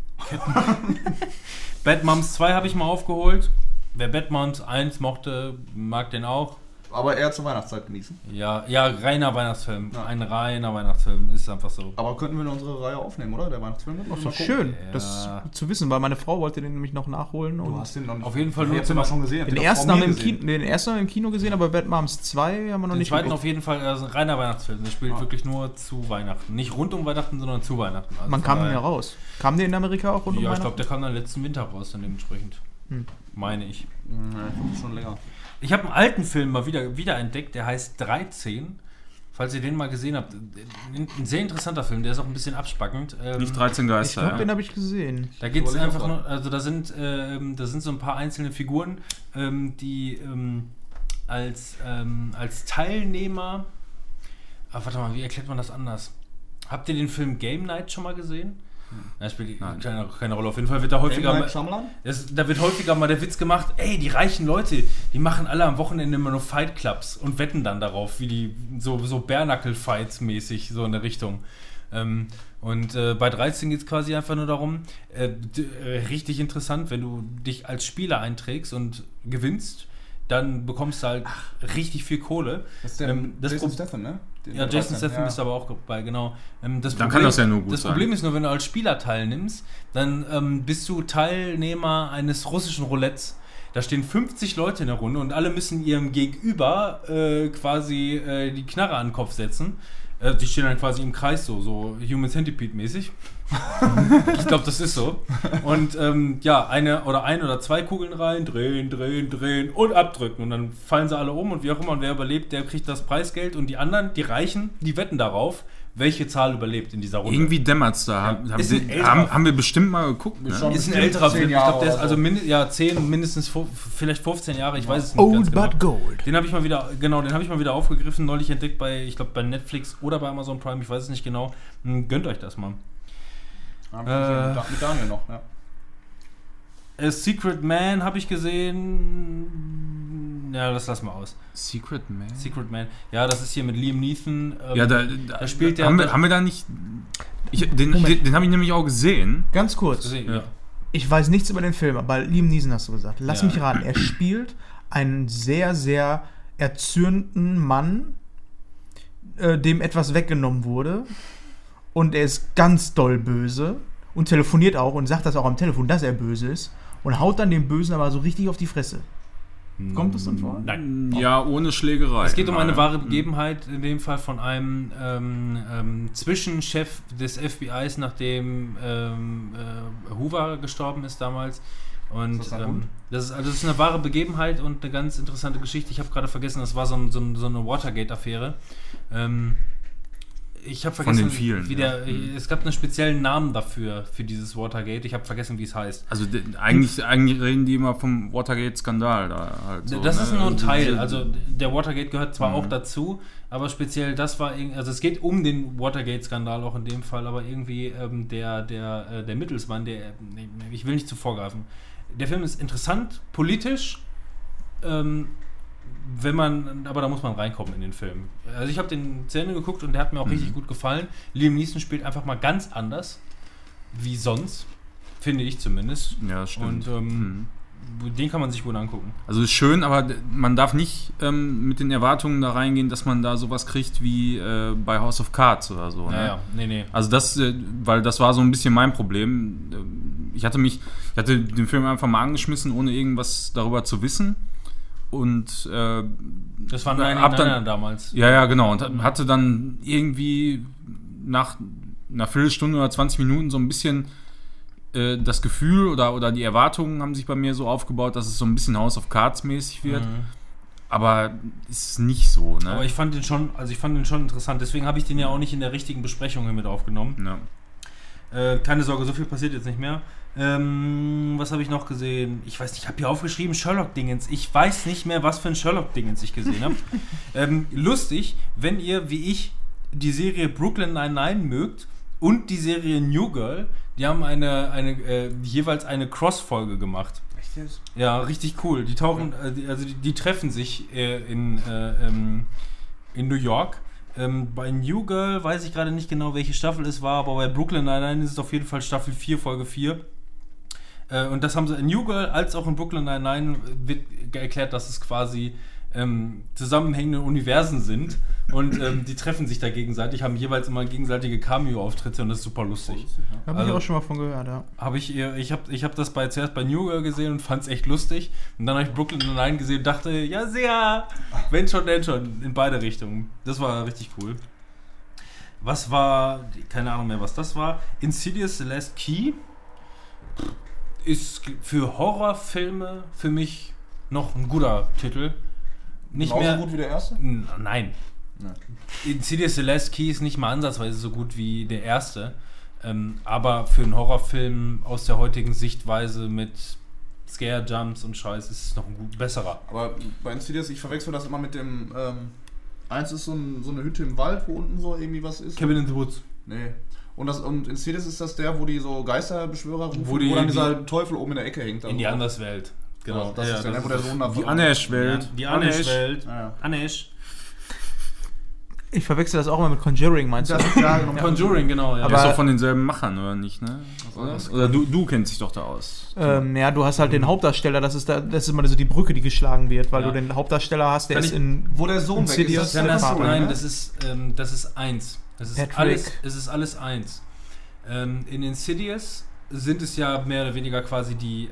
Bad Moms 2 habe ich mal aufgeholt. Wer Bad Moms 1 mochte, mag den auch. Aber eher zur Weihnachtszeit genießen. Ja, reiner Weihnachtsfilm. Ja. Ein reiner Weihnachtsfilm, ist einfach so. Aber könnten wir in unsere Reihe aufnehmen, oder? Der Weihnachtsfilm. Ach so, Mal gucken. schön, Ja. das zu wissen, weil meine Frau wollte den nämlich noch nachholen. Du Und hast den noch nicht. Auf jeden Fall Ich nur hab den doch schon gesehen. den ersten haben wir im Kino gesehen, aber Bad Moms 2 haben wir noch Den nicht zweiten geguckt. auf jeden Fall, also ein reiner Weihnachtsfilm. Der spielt wirklich nur zu Weihnachten. Nicht rund um Weihnachten, sondern zu Weihnachten. Also Man von kam daher- ja raus. Kam der in Amerika auch rund um Ja, ich Weihnachten? glaube, der kam dann letzten Winter raus, dann dementsprechend. Meine ich. Ja, schon länger. Ich habe einen alten Film mal wieder entdeckt, der heißt 13. Falls ihr den mal gesehen habt. Ein sehr interessanter Film, der ist auch ein bisschen abspackend. Nicht 13 Ich Geister. glaube, den Ja. habe ich gesehen. Da geht es Überleg einfach auch nur, also da sind so ein paar einzelne Figuren, die als Teilnehmer. Warte mal, wie erklärt man das anders? Habt ihr den Film Game Night schon mal gesehen? Ja, spielt Nein. keine Rolle. Auf jeden Fall wird da häufiger M. mal, Night Shyamalan? da wird häufiger mal der Witz gemacht, ey, die reichen Leute, die machen alle am Wochenende immer nur Fight Clubs und wetten dann darauf, wie die so Bare-Knuckle-Fights mäßig, so in der Richtung. Bei 13 geht es quasi einfach nur darum, richtig interessant, wenn du dich als Spieler einträgst und gewinnst, dann bekommst du halt richtig viel Kohle. Das ist der Das Jason Pro- Statham, ne? Den Ja, mit Jason 13, Statham ja. ist aber auch dabei, genau. Dann kann das ja nur gut Das sein. Problem ist nur, wenn du als Spieler teilnimmst, dann bist du Teilnehmer eines russischen Roulettes. Da stehen 50 Leute in der Runde und alle müssen ihrem Gegenüber quasi die Knarre an den Kopf setzen. Die stehen dann quasi im Kreis so Human Centipede-mäßig. Ich glaube, das ist so. Und ein oder zwei Kugeln rein, drehen und abdrücken. Und dann fallen sie alle um und wie auch immer. Und wer überlebt, der kriegt das Preisgeld. Und die anderen, die Reichen, die wetten darauf, welche Zahl überlebt in dieser Runde. Irgendwie dämmert's da. Haben wir bestimmt mal geguckt. Ne? Schon Ist ein bestimmt älterer 10 Film. Ich Jahre glaube, der ist oder so. also 10, mindestens vielleicht 15 Jahre. Ich weiß es nicht Old ganz genau. but gold. Den habe ich mal wieder aufgegriffen, neulich entdeckt bei Netflix oder bei Amazon Prime, ich weiß es nicht genau. Gönnt euch das mal. Mit Daniel noch, ja. A Secret Man habe ich gesehen. Ja, das lassen wir aus. Secret Man? Secret Man. Ja, das ist hier mit Liam Neeson. Ja, da spielt der. haben wir da nicht... Den habe ich nämlich auch gesehen. Ganz kurz. gesehen, ja. Ich weiß nichts über den Film, aber Liam Neeson hast du gesagt. Lass Ja. mich raten. Er spielt einen sehr, sehr erzürnten Mann, dem etwas weggenommen wurde. Und er ist ganz doll böse und telefoniert auch und sagt das auch am Telefon, dass er böse ist. Und haut dann dem Bösen aber so richtig auf die Fresse. Kommt das dann vor? Nein. Ja, ohne Schlägerei. Es geht um eine wahre Begebenheit, in dem Fall von einem Zwischenchef des FBIs, nachdem Hoover gestorben ist damals. Und Ist das ein Hund? das ist eine wahre Begebenheit und eine ganz interessante Geschichte. Ich habe gerade vergessen, das war so eine Watergate-Affäre. Ich habe vergessen, den vielen, wie es gab einen speziellen Namen dafür, für dieses Watergate. Ich habe vergessen, wie es heißt. Also eigentlich reden die immer vom Watergate-Skandal. Da halt so, Das ist nur ein Also Teil. diese- Also der Watergate gehört zwar auch dazu, aber speziell das war also es geht um den Watergate-Skandal auch in dem Fall, aber irgendwie der Mittelsmann, ich will nicht zu vorgreifen. Der Film ist interessant, politisch, aber da muss man reinkommen in den Film. Also ich habe den zu Ende geguckt und der hat mir auch richtig gut gefallen. Liam Neeson spielt einfach mal ganz anders wie sonst, finde ich zumindest. Ja, das stimmt. Und den kann man sich gut angucken. Also ist schön, aber man darf nicht mit den Erwartungen da reingehen, dass man da sowas kriegt wie bei House of Cards oder so. Ne? Naja, nee. Also weil das war so ein bisschen mein Problem. Ich hatte den Film einfach mal angeschmissen, ohne irgendwas darüber zu wissen. Und Das war hab dann- 999 damals. ja, genau. Und hatte dann irgendwie nach einer Viertelstunde oder 20 Minuten so ein bisschen das Gefühl oder die Erwartungen haben sich bei mir so aufgebaut, dass es so ein bisschen House of Cards mäßig wird. Aber ist nicht so, ne? Aber ich fand den schon interessant. Deswegen habe ich den ja auch nicht in der richtigen Besprechung hier mit aufgenommen. Ja. Keine Sorge, so viel passiert jetzt nicht mehr. Was habe ich noch gesehen? Ich weiß nicht, ich habe hier aufgeschrieben Sherlock-Dingens. Ich weiß nicht mehr, was für ein Sherlock-Dingens ich gesehen habe. Lustig, wenn ihr, wie ich, die Serie Brooklyn Nine-Nine mögt und die Serie New Girl, die haben jeweils eine Cross-Folge gemacht. Echt jetzt? Ja, richtig cool. Die tauchen, die treffen sich in New York. Bei New Girl weiß ich gerade nicht genau, welche Staffel es war, aber bei Brooklyn Nine-Nine ist es auf jeden Fall Staffel 4, Folge 4. Und das haben sie in New Girl als auch in Brooklyn Nine-Nine wird erklärt, dass es quasi zusammenhängende Universen sind und die treffen sich da gegenseitig, haben jeweils immer gegenseitige Cameo-Auftritte und das ist super lustig. Habe ich auch schon mal von gehört, ja. Ich hab das zuerst bei New Girl gesehen und fand es echt lustig und dann habe ich Brooklyn Nine gesehen und dachte, ja sehr, wenn schon, denn schon, in beide Richtungen. Das war richtig cool. Was war, keine Ahnung mehr, was das war, Insidious The Last Key ist für Horrorfilme für mich noch ein guter Titel. Nicht Genauso mehr gut wie der erste? Nein. Nein. Insidious The Last Key ist nicht mal ansatzweise so gut wie der erste. Aber für einen Horrorfilm aus der heutigen Sichtweise mit Scare-Jumps und Scheiß ist es noch ein besserer. Aber bei Insidious, ich verwechsel das immer mit dem. Eins ist so eine Hütte im Wald, wo unten so irgendwie was ist. Cabin in the Woods. Nee. Und Insidious ist das der, wo die so Geisterbeschwörer rufen, Wo die- dann dieser Teufel oben in der Ecke hängt. In die Anderswelt. Genau. Das ist der, wo der Sohn Die Anesh-Welt. Die Anesh-Welt. Ja. Anesh. Ich verwechsel das auch immer mit Conjuring, meinst du? Ja, genau. Conjuring, genau. Ja. Der ist Aber- doch von denselben Machern, oder nicht, ne? Oder du kennst dich doch da aus. Ja, du hast halt den Hauptdarsteller, das ist immer so die Brücke, die geschlagen wird, weil Ja. du den Hauptdarsteller hast, der Kann ist ich- in Wo der Sohn weg ist. Insidious, Das ist der der Vater, Vater, Nein, ne? das ist eins. Es Patrick. ist alles eins. In Insidious sind es ja mehr oder weniger quasi die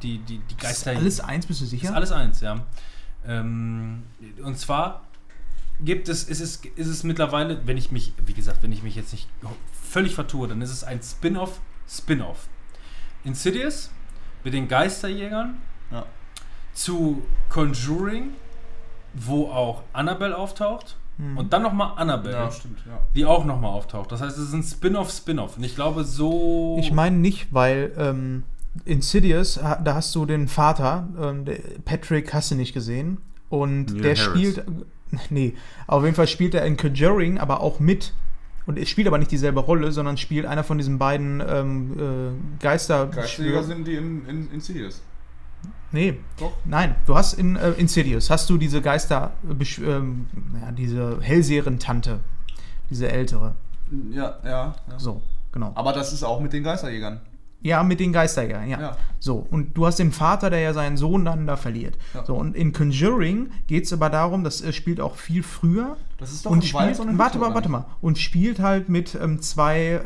Geister. alles eins, bist du sicher? Ist alles eins, ja. Und zwar ist es mittlerweile, wenn ich mich jetzt nicht völlig vertue, dann ist es ein Spin-off. Insidious mit den Geisterjägern Ja. zu Conjuring, wo auch Annabelle auftaucht und dann nochmal Annabelle, Ja, stimmt, ja. die auch nochmal auftaucht. Das heißt, es ist ein Spin-off. Und ich glaube, so... Ich meine nicht, weil Insidious, da hast du den Vater, Patrick hast du nicht gesehen. Und Neil der Harris. spielt, nee, auf jeden Fall spielt er in Conjuring aber auch mit. Und er spielt aber nicht dieselbe Rolle, sondern spielt einer von diesen beiden Geisterjäger Geisterbeschwörer. sind die in Insidious. Nee, Doch. nein, du hast in Insidious, hast du diese diese Hellseherentante, diese ältere. Ja. So, genau. Aber das ist auch mit den Geisterjägern. Ja, mit den Geisterjägern, ja. Ja. So, und du hast den Vater, der ja seinen Sohn dann da verliert. Ja. So, und in Conjuring geht es aber darum, das spielt auch viel früher. Das ist doch Und im Wald spielt, so eine warte Hütte, mal, oder nicht? und spielt halt mit zwei,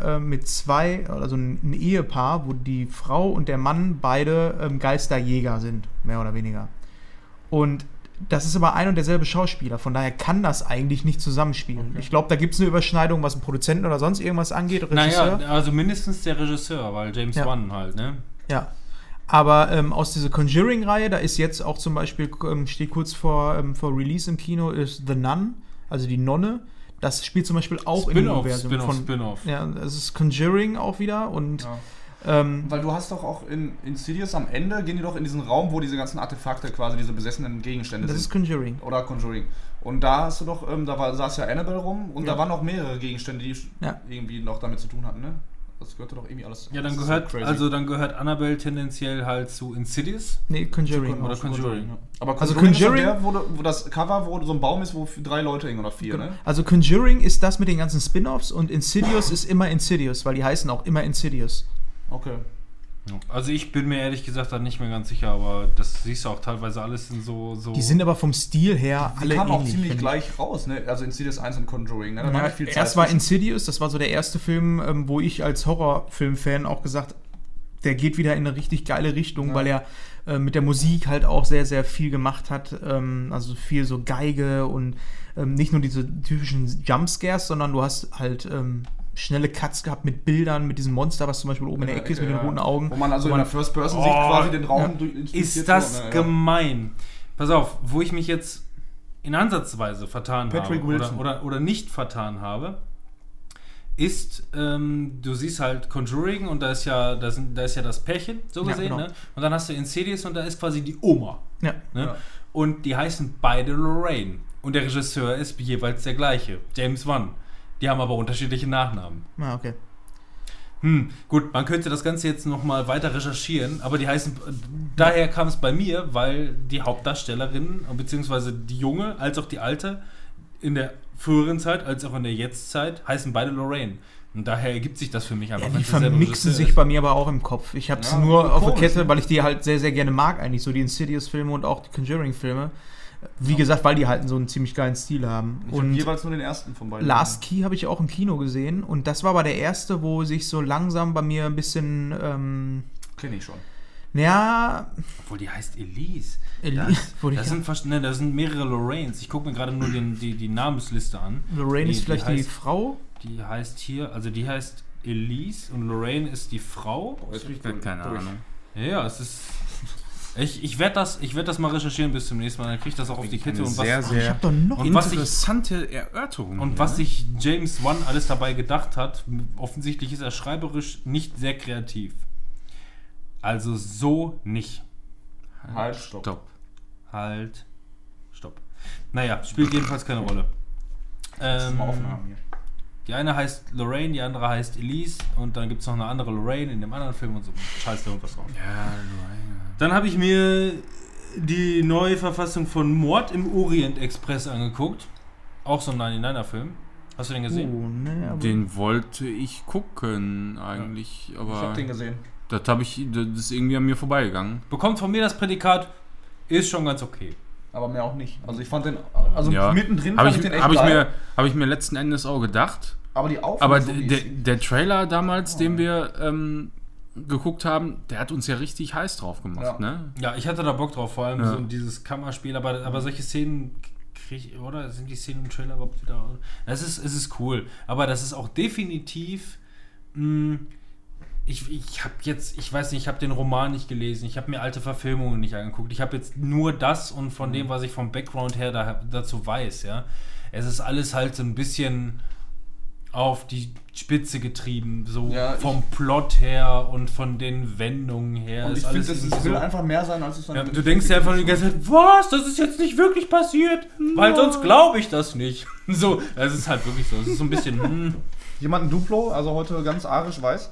also ein Ehepaar, wo die Frau und der Mann beide Geisterjäger sind, mehr oder weniger. Und das ist aber ein und derselbe Schauspieler, von daher kann das eigentlich nicht zusammenspielen. Okay. Ich glaube, da gibt es eine Überschneidung, was einen Produzenten oder sonst irgendwas angeht, Regisseur. Naja, also mindestens der Regisseur, weil James Ja. Wan halt, ne? Ja. Aber aus dieser Conjuring-Reihe, da ist jetzt auch zum Beispiel, steht kurz vor Release im Kino, ist The Nun, also die Nonne. Das spielt zum Beispiel auch im Universum Spin-off. Ja, das ist Conjuring auch wieder und Ja. Weil du hast doch auch in Insidious am Ende, gehen die doch in diesen Raum, wo diese ganzen Artefakte, quasi diese besessenen Gegenstände das ist sind. Conjuring. Oder Conjuring. Und da hast du doch, saß ja Annabelle rum und Ja. da waren noch mehrere Gegenstände, die Ja. irgendwie noch damit zu tun hatten, ne? Das gehörte doch irgendwie alles. Ja, das dann ist gehört, so crazy. dann gehört Annabelle tendenziell halt zu Insidious. Nee, Conjuring. Oder Conjuring. Ja. Aber Also Conjuring, ist doch Conjuring- der, wo das Cover, wo so ein Baum ist, wo 3 Leute hängen oder 4, ne? Also Conjuring ist das mit den ganzen Spin-Offs und Insidious ist immer Insidious, weil die heißen auch immer Insidious. Okay. Also ich bin mir ehrlich gesagt da nicht mehr ganz sicher, aber das siehst du auch teilweise alles in so... Die sind aber vom Stil her Die alle kamen auch ähnlich, ziemlich finde ich. gleich raus, ne? Also Insidious 1 und Conjuring, ne? Da war Ja, nicht viel Zeit erst war zwischen. Insidious, das war so der erste Film, wo ich als Horrorfilm-Fan auch gesagt, der geht wieder in eine richtig geile Richtung, Ja. weil er mit der Musik halt auch sehr, sehr viel gemacht hat. Also viel so Geige und nicht nur diese typischen Jumpscares, sondern du hast halt schnelle Cuts gehabt mit Bildern, mit diesem Monster, was zum Beispiel oben in der Ecke ist mit den roten Augen. Wo man also in der First-Person-Sicht Oh, quasi den Raum ja. inspiziert Ist das so, ne? gemein. Pass auf, wo ich mich jetzt in Ansatzweise vertan Patrick habe Wilson. oder nicht vertan habe, ist, du siehst halt Conjuring und da ist ja das Pärchen, so Ja, gesehen, genau. ne? Und dann hast du Insidious und da ist quasi die Oma. Ja. Ne? Ja. Und die heißen beide Lorraine. Und der Regisseur ist jeweils der gleiche, James Wan. Die haben aber unterschiedliche Nachnamen. Ah, okay. Gut, man könnte das Ganze jetzt nochmal weiter recherchieren, aber die heißen, daher kam es bei mir, weil die Hauptdarstellerin, beziehungsweise die junge als auch die alte, in der früheren Zeit als auch in der Jetztzeit, heißen beide Lorraine. Und daher ergibt sich das für mich einfach. Ja, wenn die es derselbe vermixen Regisseur sich ist. bei mir aber auch im Kopf. Ich habe es Ja, nur auf der komisch, Kette, ne? weil ich die halt sehr, sehr gerne mag eigentlich, so die Insidious-Filme und auch die Conjuring-Filme. Wie gesagt, weil die halt so einen ziemlich geilen Stil haben. Ich habe Und jeweils nur den ersten von beiden. Last Key habe ich auch im Kino gesehen und das war aber der erste, wo sich so langsam bei mir ein bisschen, Kenne ich schon. ja, Obwohl die heißt Elise. das Das sind mehrere Lorraines. Ich gucke mir gerade nur die Namensliste an. Lorraine ist vielleicht die heißt- Frau. Die heißt hier, also die heißt Elise und Lorraine ist die Frau. Jetzt riecht Keine Ahnung. Ja, es ist. Ich werde das mal recherchieren bis zum nächsten Mal, dann kriege ich das auch auf die Kette. Und was, Ich habe doch noch Und was ich- Interessante Erörterung. und was sich James Wan alles dabei gedacht hat, offensichtlich ist er schreiberisch nicht sehr kreativ. Also so nicht. Halt, stopp. Halt. Stopp. Naja, spielt jedenfalls keine Rolle. Das ist mal Aufnahmen hier. Die eine heißt Lorraine, die andere heißt Elise und dann gibt es noch eine andere Lorraine in dem anderen Film und so. Scheiß da irgendwas drauf. Ja, Dann habe ich mir die neue Verfassung von Mord im Orient Express angeguckt. Auch so ein 99er-Film. Hast du den gesehen? Oh, ne, aber den wollte ich gucken eigentlich, Ich aber habe den gesehen. das ist irgendwie an mir vorbeigegangen. Bekommt von mir das Prädikat, ist schon ganz okay. Aber mehr auch nicht. Also ich fand den, also Ja. mittendrin Habe fand ich, den echt hab ich, geil. hab ich mir letzten Endes auch gedacht. Aber die Aufnahme, Aber so wie der Trailer damals, den wir geguckt haben, der hat uns ja richtig heiß drauf gemacht, Ja. ne? Ja, ich hatte da Bock drauf, vor allem Ja. so dieses Kammerspiel, aber solche Szenen oder sind die Szenen im Trailer überhaupt wieder... Es ist cool, aber das ist auch definitiv... Ich weiß nicht, ich habe den Roman nicht gelesen, ich habe mir alte Verfilmungen nicht angeguckt, ich habe jetzt nur das und von dem, was ich vom Background her dazu weiß, ja. Es ist alles halt so ein bisschen auf die Spitze getrieben, so Ja, vom Plot her und von den Wendungen her. Und ist ich finde, alles es irgendwie will so, einfach mehr sein, als es dann... ja, du denkst ja einfach die ganze Zeit, was, das ist jetzt nicht wirklich passiert, weil sonst glaube ich das nicht. So, es ist halt wirklich so, es ist so ein bisschen, Jemand ein Duplo, also heute ganz arisch weiß.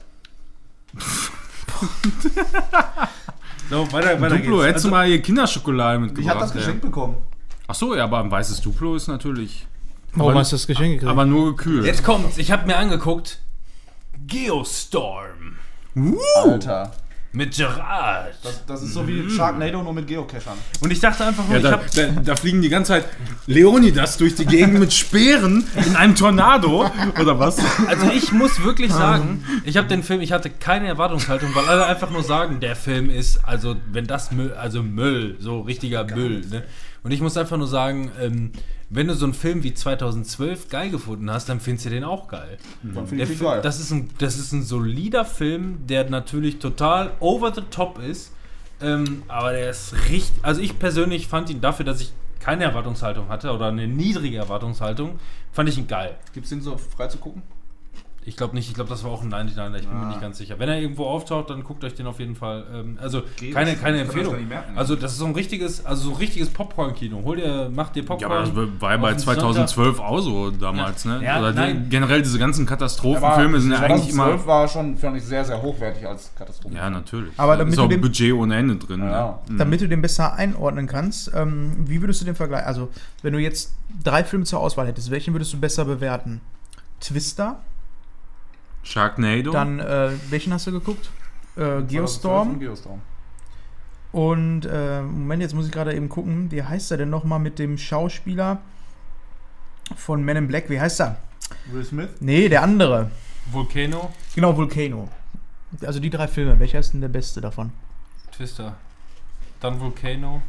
So, weiter Duplo, geht's. hättest du mal hier Kinderschokolade mitgebracht. Ich habe das geschenkt bekommen. Achso, ja, aber ein weißes Duplo ist natürlich... Warum aber, hast du das Geschenk gekriegt? aber nur gekühlt. Jetzt kommt's, ich habe mir angeguckt, Geostorm Alter. mit Gerard. Das ist so wie Sharknado, nur mit Geocachern. Und ich dachte einfach nur, Ja, da fliegen die ganze Zeit Leonidas durch die Gegend mit Speeren in einem Tornado, oder was? also ich muss wirklich sagen, ich habe den Film, ich hatte keine Erwartungshaltung, weil alle einfach nur sagen, der Film ist, also wenn das Müll, so richtiger Müll, ne? Und ich muss einfach nur sagen, wenn du so einen Film wie 2012 geil gefunden hast, dann findest du den auch geil. Dann finde Der ich den Film, geil. das ist ein solider Film, der natürlich total over the top ist, aber der ist richtig, also ich persönlich fand ihn dafür, dass ich keine Erwartungshaltung hatte oder eine niedrige Erwartungshaltung, fand ich ihn geil. Gibt's den so frei zu gucken? Ich glaube nicht, ich glaube, das war auch ein 99er, ich bin mir nicht ganz sicher. Wenn er irgendwo auftaucht, dann guckt euch den auf jeden Fall. Also keine das kann man Empfehlung. gar nicht merken. Also das ist so ein richtiges Popcorn-Kino. Macht dir Popcorn. Ja, aber das war ja bei auf den 2012 auch so damals, ne? Ja, Oder nein. generell diese ganzen Katastrophenfilme sind ja eigentlich immer... 2012 war schon, fand ich, sehr, sehr hochwertig als Katastrophe. Ja, natürlich. Aber da damit ist du auch den- Budget ohne Ende drin. Ja. Ne? Damit du den besser einordnen kannst, wie würdest du den vergleichen? Also, wenn du jetzt 3 Filme zur Auswahl hättest, welchen würdest du besser bewerten? Twister, Sharknado. dann welchen hast du geguckt? 2012 Geostorm und Geostorm. und Moment, jetzt muss ich gerade eben gucken, wie heißt er denn nochmal mit dem Schauspieler von Men in Black? Wie heißt er? Will Smith? Nee, der andere. Volcano, Genau, Volcano. Also die 3 Filme, welcher ist denn der beste davon? Twister. Dann Volcano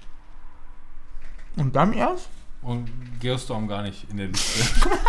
Und dann erst? und Geostorm gar nicht in der Liste.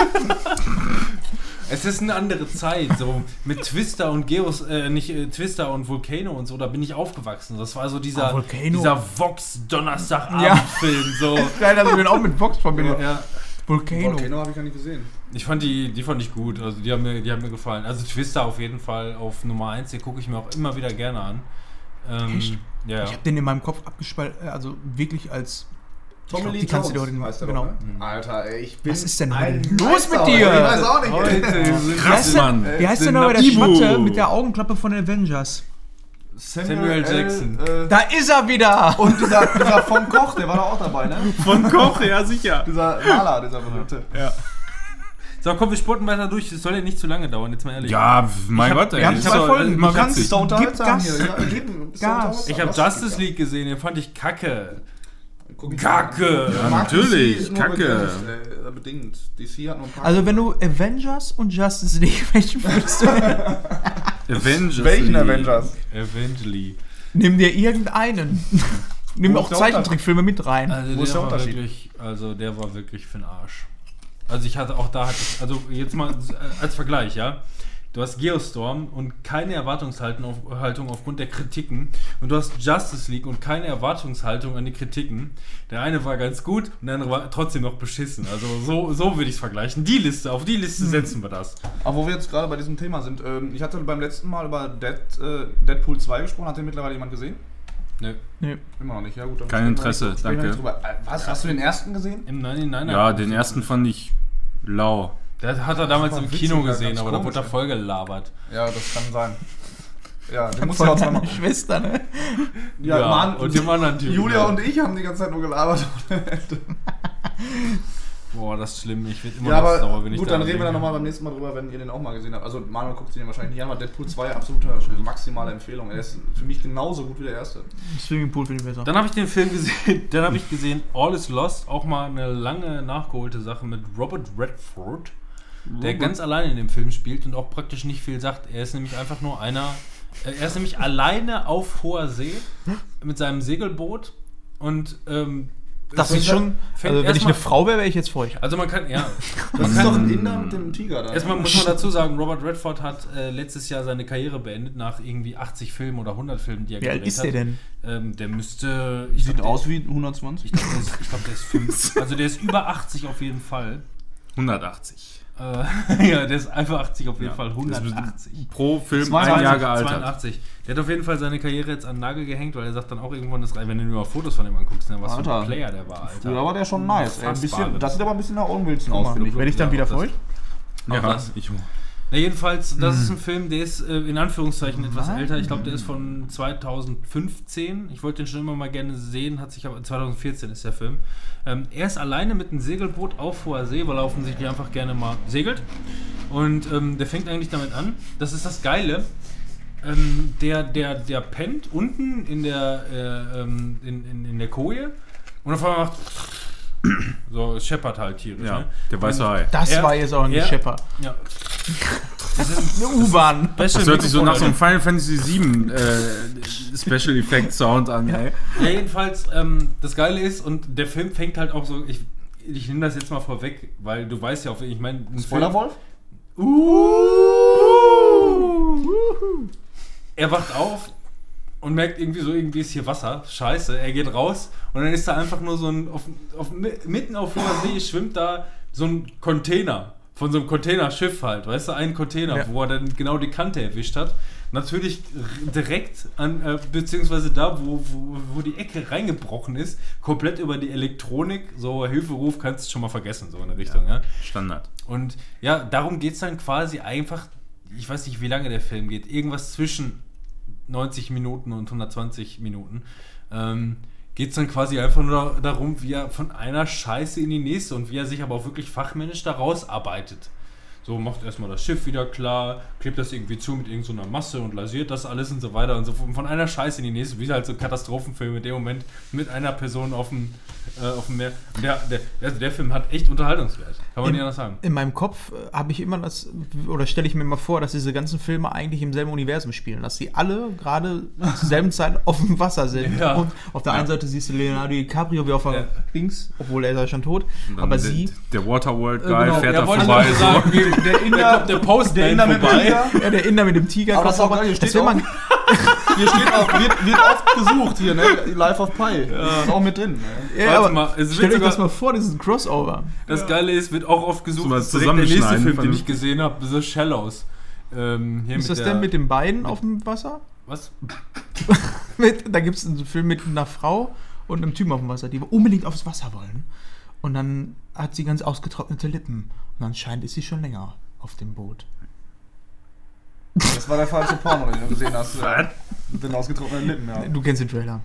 Es ist eine andere Zeit, so mit Twister und Twister und Volcano und so, da bin ich aufgewachsen. Das war so dieser Vox Donnerstagabendfilm, so. Geil, dass du den auch mit Vox verbindest. Ja. Volcano. Volcano habe ich gar nicht gesehen. Die fand ich gut, also die haben mir gefallen. Also Twister auf jeden Fall auf Nummer 1, den gucke ich mir auch immer wieder gerne an. Echt? Ja. Ich habe den in meinem Kopf abgespalten, also wirklich als... Tommy Lee die kannst du dir Jones heute heißt der genau. doch, ne? Alter, ey, ich bin Was ist denn ein heute los mit Meister dir? heute. Ich weiß auch nicht. Heute Krass, Mann. Wie heißt den denn aber der Ibu. Schwatte mit der Augenklappe von den Avengers? Samuel Jackson. Da ist er wieder! Und dieser von Koch, der war da auch dabei, ne? Von Koch, ja sicher. Dieser Maler, dieser berühmte. So, komm, wir sporten weiter durch. Das soll ja nicht zu lange dauern, jetzt mal ehrlich. Ja, mein Gott, ey. wir haben das 2 ist doch Folgen. immer Du kannst witzig. So unterhaltsam Gib hier. Gas. Ja, gib Gas. Gas. Ich habe Justice League gesehen, den fand ich kacke. Guck ich Kacke. Ja, natürlich, Kacke. Bedingt. DC hat nur ein paar. Also wenn du Avengers und Justice League, welchen würdest du nehmen? Avengers. welchen League. Avengers? Eventually. Nimm dir irgendeinen. Nimm Wo auch ist der Zeichentrickfilme mit rein. Also Wo ist der Unterschied? Der war wirklich für den Arsch. Also also jetzt mal als Vergleich, ja. Du hast Geostorm und keine Erwartungshaltung aufgrund der Kritiken. Und du hast Justice League und keine Erwartungshaltung an die Kritiken. Der eine war ganz gut und der andere war trotzdem noch beschissen. Also so würde ich es vergleichen. Auf die Liste setzen wir das. Aber wo wir jetzt gerade bei diesem Thema sind, ich hatte beim letzten Mal über Deadpool 2 gesprochen. Hat den mittlerweile jemand gesehen? Ne. Nee. Immer noch nicht, ja gut. Dann Kein sprechen wir Interesse, nicht- sprechen wir danke. nicht drüber. Was, hast du den ersten gesehen? Im 99er. Ja, den ersten fand ich lau. Der hat er damals Das war im witzig, Kino ja, gesehen, ganz aber da komisch, wurde er ey. voll gelabert. Ja, das kann sein. Ja, den musst du Von auch zweimal. deiner Schwester, ne? Ja, Mann, und dem anderen Typen. Julia ja. und ich haben die ganze Zeit nur gelabert. Boah, das ist schlimm. Ich werde immer Ja, noch aber sauer, wenn ich gut, da dann reden wir denke. dann nochmal beim nächsten Mal drüber, wenn ihr den auch mal gesehen habt. Also Manuel guckt sich den wahrscheinlich nicht an, aber Deadpool 2 absolute maximale Empfehlung. Er ist für mich genauso gut wie der erste. Swimmingpool finde ich besser. Dann habe ich den Film gesehen, dann habe ich gesehen All is Lost, auch mal eine lange nachgeholte Sache mit Robert Redford, der ganz alleine in dem Film spielt und auch praktisch nicht viel sagt. Er ist nämlich einfach nur er ist nämlich alleine auf hoher See mit seinem Segelboot und Das ist schon. Also, wenn ich eine Frau wäre, wäre ich jetzt feucht. Also man kann, ja. Das ist doch ein Inder mit dem Tiger da. Erstmal muss man dazu sagen, Robert Redford hat letztes Jahr seine Karriere beendet nach irgendwie 80 Filmen oder 100 Filmen, die er Wie alt ist der denn? Der müsste... Sieht aus wie 120. Ich glaube, der ist 5. Also der ist über 80 auf jeden Fall. 180. Ja, der ist einfach 80 auf jeden Fall. Das 180. ist pro Film 82, ein Jahr gealtert. 82. Der hat auf jeden Fall seine Karriere jetzt an den Nagel gehängt, weil er sagt dann auch irgendwann, das wenn du nur mal Fotos von ihm anguckst, was für Alter. ein Player der war, Alter. Früher war der schon nice. Ey, ein bisschen, Unfassbar. das sieht aber ein bisschen nach Owen Wilson aus, finde ich. Werde ich dann wieder feucht? Auch Ja, das. Na jedenfalls, das ist ein Film, der ist in Anführungszeichen etwas älter. Ich glaube, der ist von 2015. Ich wollte den schon immer mal gerne sehen, hat sich aber 2014 ist der Film. Er ist alleine mit einem Segelboot auf hoher See, weil er offensichtlich einfach gerne mal segelt. Und der fängt eigentlich damit an. Das ist das Geile. Der pennt unten in der Koje und auf einmal macht so, es scheppert halt tierisch. Ja, Ne? der weiße Hai. Das Er- war jetzt auch ein er- Schepper. Ja. Das ist Eine U-Bahn. Das hört sich so nach so einem Final Fantasy VII Special Effect Sound an, ey. Ja, jedenfalls, das Geile ist, und der Film fängt halt auch so, ich nehme das jetzt mal vorweg, weil du weißt ja auch, ich meine... Spoilerwolf? Er wacht auf und merkt irgendwie ist hier Wasser, scheiße, er geht raus und dann ist da einfach nur so ein, mitten auf hoher See schwimmt da so ein Container, von so einem Containerschiff halt, weißt du, ein Container, Ja. wo er dann genau die Kante erwischt hat. Natürlich direkt an, beziehungsweise da, wo die Ecke reingebrochen ist, komplett über die Elektronik, so Hilferuf kannst du schon mal vergessen, so in der Richtung, ja. Standard. Und ja, darum geht es dann quasi einfach, ich weiß nicht, wie lange der Film geht, irgendwas zwischen 90 Minuten und 120 Minuten. Geht es dann quasi einfach nur darum, wie er von einer Scheiße in die nächste und wie er sich aber auch wirklich fachmännisch da rausarbeitet. So, macht erstmal das Schiff wieder klar, klebt das irgendwie zu mit irgendeiner Masse und lasiert das alles und so weiter und so von einer Scheiße in die nächste, wie halt so Katastrophenfilme in dem Moment mit einer Person auf dem Meer. Und der Film hat echt Unterhaltungswert, kann man nicht anders sagen. In meinem Kopf habe ich immer das, oder stelle ich mir immer vor, dass diese ganzen Filme eigentlich im selben Universum spielen, dass sie alle gerade zur selben Zeit auf dem Wasser sind. Ja. Und auf der einen Seite siehst du Leonardo DiCaprio wie auf der links, obwohl er ist ja schon tot, Und dann aber der, sie, Der Waterworld Guy genau. fährt Ja, da wollte ich vorbei. nur sagen, So. Der Inder, der Postman der Inder mit dem vorbei. Tiger. ja, der Inder mit dem Tiger. Aber das ist auch geil, hier das steht will auch, man, hier steht auch, wird oft gesucht hier, ne? Life of Pi. Ist auch mit drin. Ne? ja, Warte aber mal, es wird stell euch sogar- das mal vor, dieses Crossover. Das Geile ist, wird auch oft gesucht, So was das ist direkt der nächste zusammenschneiden Film, von den dem- ich gesehen habe, The Shallows. Hier Ist das denn mit den beiden auf dem Wasser? Was? Da gibt es einen Film mit einer Frau und einem Typen auf dem Wasser, die unbedingt aufs Wasser wollen. Und dann hat sie ganz ausgetrocknete Lippen. Und anscheinend ist sie schon länger auf dem Boot. Das war der falsche Porno, den du gesehen hast. Mit den ausgetrockneten Lippen, ja. Du kennst den Trailer.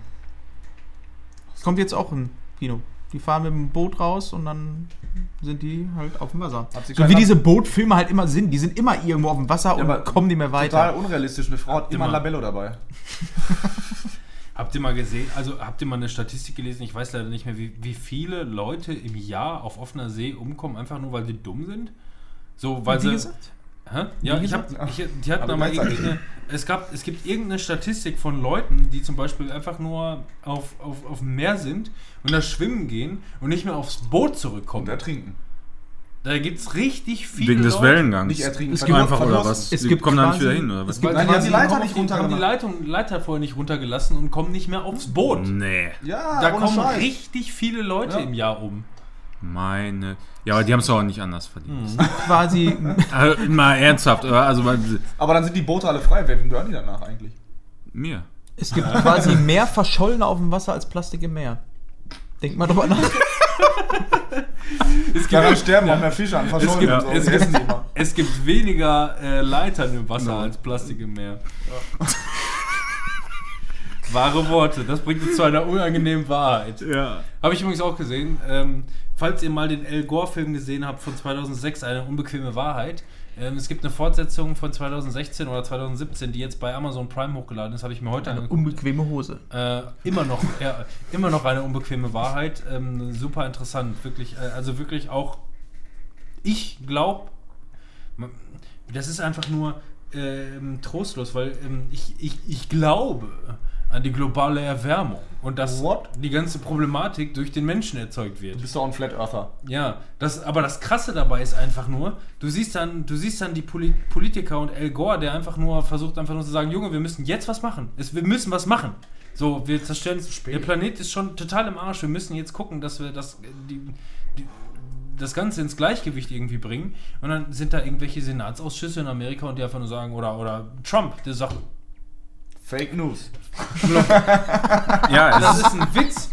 Es kommt jetzt auch ein Kino. Die fahren mit dem Boot raus und dann sind die halt auf dem Wasser. Hat sie So keinen wie Ab- diese Bootfilme halt immer sind. Die sind immer irgendwo auf dem Wasser und aber kommen nicht mehr weiter. Total unrealistisch. Eine Frau hat immer ein Immer. Labello dabei. Habt ihr mal gesehen, also habt ihr mal eine Statistik gelesen, ich weiß leider nicht mehr, wie viele Leute im Jahr auf offener See umkommen, einfach nur weil sie dumm sind? So, weil Hat die sie... gesagt? Hä? Ja, Wie die hatten Aber da mal gleichzeitig. irgendeine, es gibt irgendeine Statistik von Leuten, die zum Beispiel einfach nur auf dem Meer sind und da schwimmen gehen und nicht mehr aufs Boot zurückkommen. Und ertrinken. Da gibt es richtig viele Wegen des Leute. Wellengangs. Nicht ertrinken. Es gibt Einfach oder verdursten. was? Es Die gibt kommen da nicht quasi- wieder hin, oder was? es gibt Nein, die haben die quasi- Leiter nicht Die haben die runtergemacht. Leiter vorher nicht runtergelassen und kommen nicht mehr aufs Boot. Nee. Ja, Da ohne kommen Scheiß. richtig viele Leute Ja. im Jahr um. Meine. Ja, aber die haben es doch auch nicht anders verdient. Quasi, Mal ernsthaft, oder? Also bei Aber dann sind die Boote alle frei. Wem gehören die danach eigentlich? mir. es gibt quasi mehr Verschollene auf dem Wasser als Plastik im Meer. Denkt mal drüber nach. Daran sterben auch mehr Fische an Verschollen. gibt- und so. es Die gibt- essen die immer. Es gibt weniger Leitern im Wasser als Plastik im Meer. Wahre Worte, das bringt uns zu einer unangenehmen Wahrheit. Ja. Habe ich übrigens auch gesehen. Falls ihr mal den Al Gore-Film gesehen habt von 2006, Eine unbequeme Wahrheit. Es gibt eine Fortsetzung von 2016 oder 2017, die jetzt bei Amazon Prime hochgeladen ist, habe ich mir heute Eine angeguckt. unbequeme Hose. Immer noch eine unbequeme Wahrheit. Super interessant, wirklich. Also wirklich auch, ich glaube, das ist einfach nur trostlos, weil ich glaube, an die globale Erwärmung und dass What? die ganze Problematik durch den Menschen erzeugt wird. Du bist doch ein Flat Earther. Ja, aber das Krasse dabei ist einfach nur, du siehst dann die Politiker und Al Gore, der einfach nur versucht, einfach nur zu sagen, Junge, wir müssen jetzt was machen. Wir müssen was machen. So, wir zerstören, der Planet ist schon total im Arsch, wir müssen jetzt gucken, dass wir das Ganze ins Gleichgewicht irgendwie bringen. Und dann sind da irgendwelche Senatsausschüsse in Amerika und die einfach nur sagen, oder Trump, der sagt, Fake News. Ja, das ist ein Witz,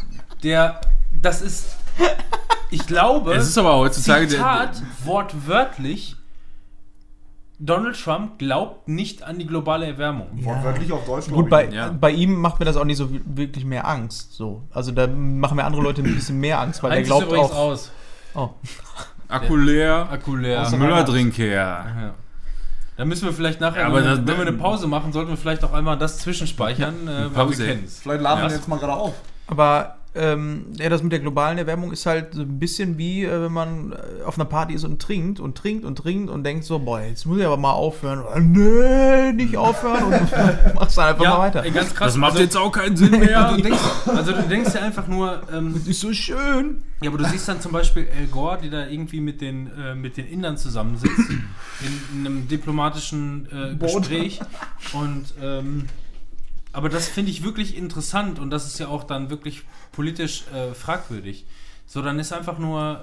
ich glaube, es ist aber heutzutage Zitat, wortwörtlich, Donald Trump glaubt nicht an die globale Erwärmung. Wortwörtlich auf Deutsch. Gut, glaub ich. bei ihm macht mir das auch nicht so wirklich mehr Angst. So. Also da machen mir andere Leute ein bisschen mehr Angst, weil er Eins ist glaubt übrigens auch. aus. Oh. Akku leer, Akkulär. Müllerdrink her. Ja. Da müssen wir vielleicht nachher, Ja, aber wenn wir eine Pause machen, sollten wir vielleicht auch einmal das zwischenspeichern, weil wir Pause. kennen es. Vielleicht laden wir Ja. jetzt mal gerade auf. Aber das mit der globalen Erwärmung ist halt so ein bisschen wie, wenn man auf einer Party ist und trinkt und denkt so, boah, jetzt muss ich aber mal aufhören. Nee, nicht aufhören. Und du machst dann einfach mal weiter. Ganz krass. Das macht jetzt auch keinen Sinn mehr. du denkst ja einfach nur, Ist so schön. ja, aber du siehst dann zum Beispiel Al Gore, die da irgendwie mit den Indern zusammensitzt, in einem diplomatischen Gespräch. Und aber das finde ich wirklich interessant und das ist ja auch dann wirklich politisch fragwürdig. So, dann ist einfach nur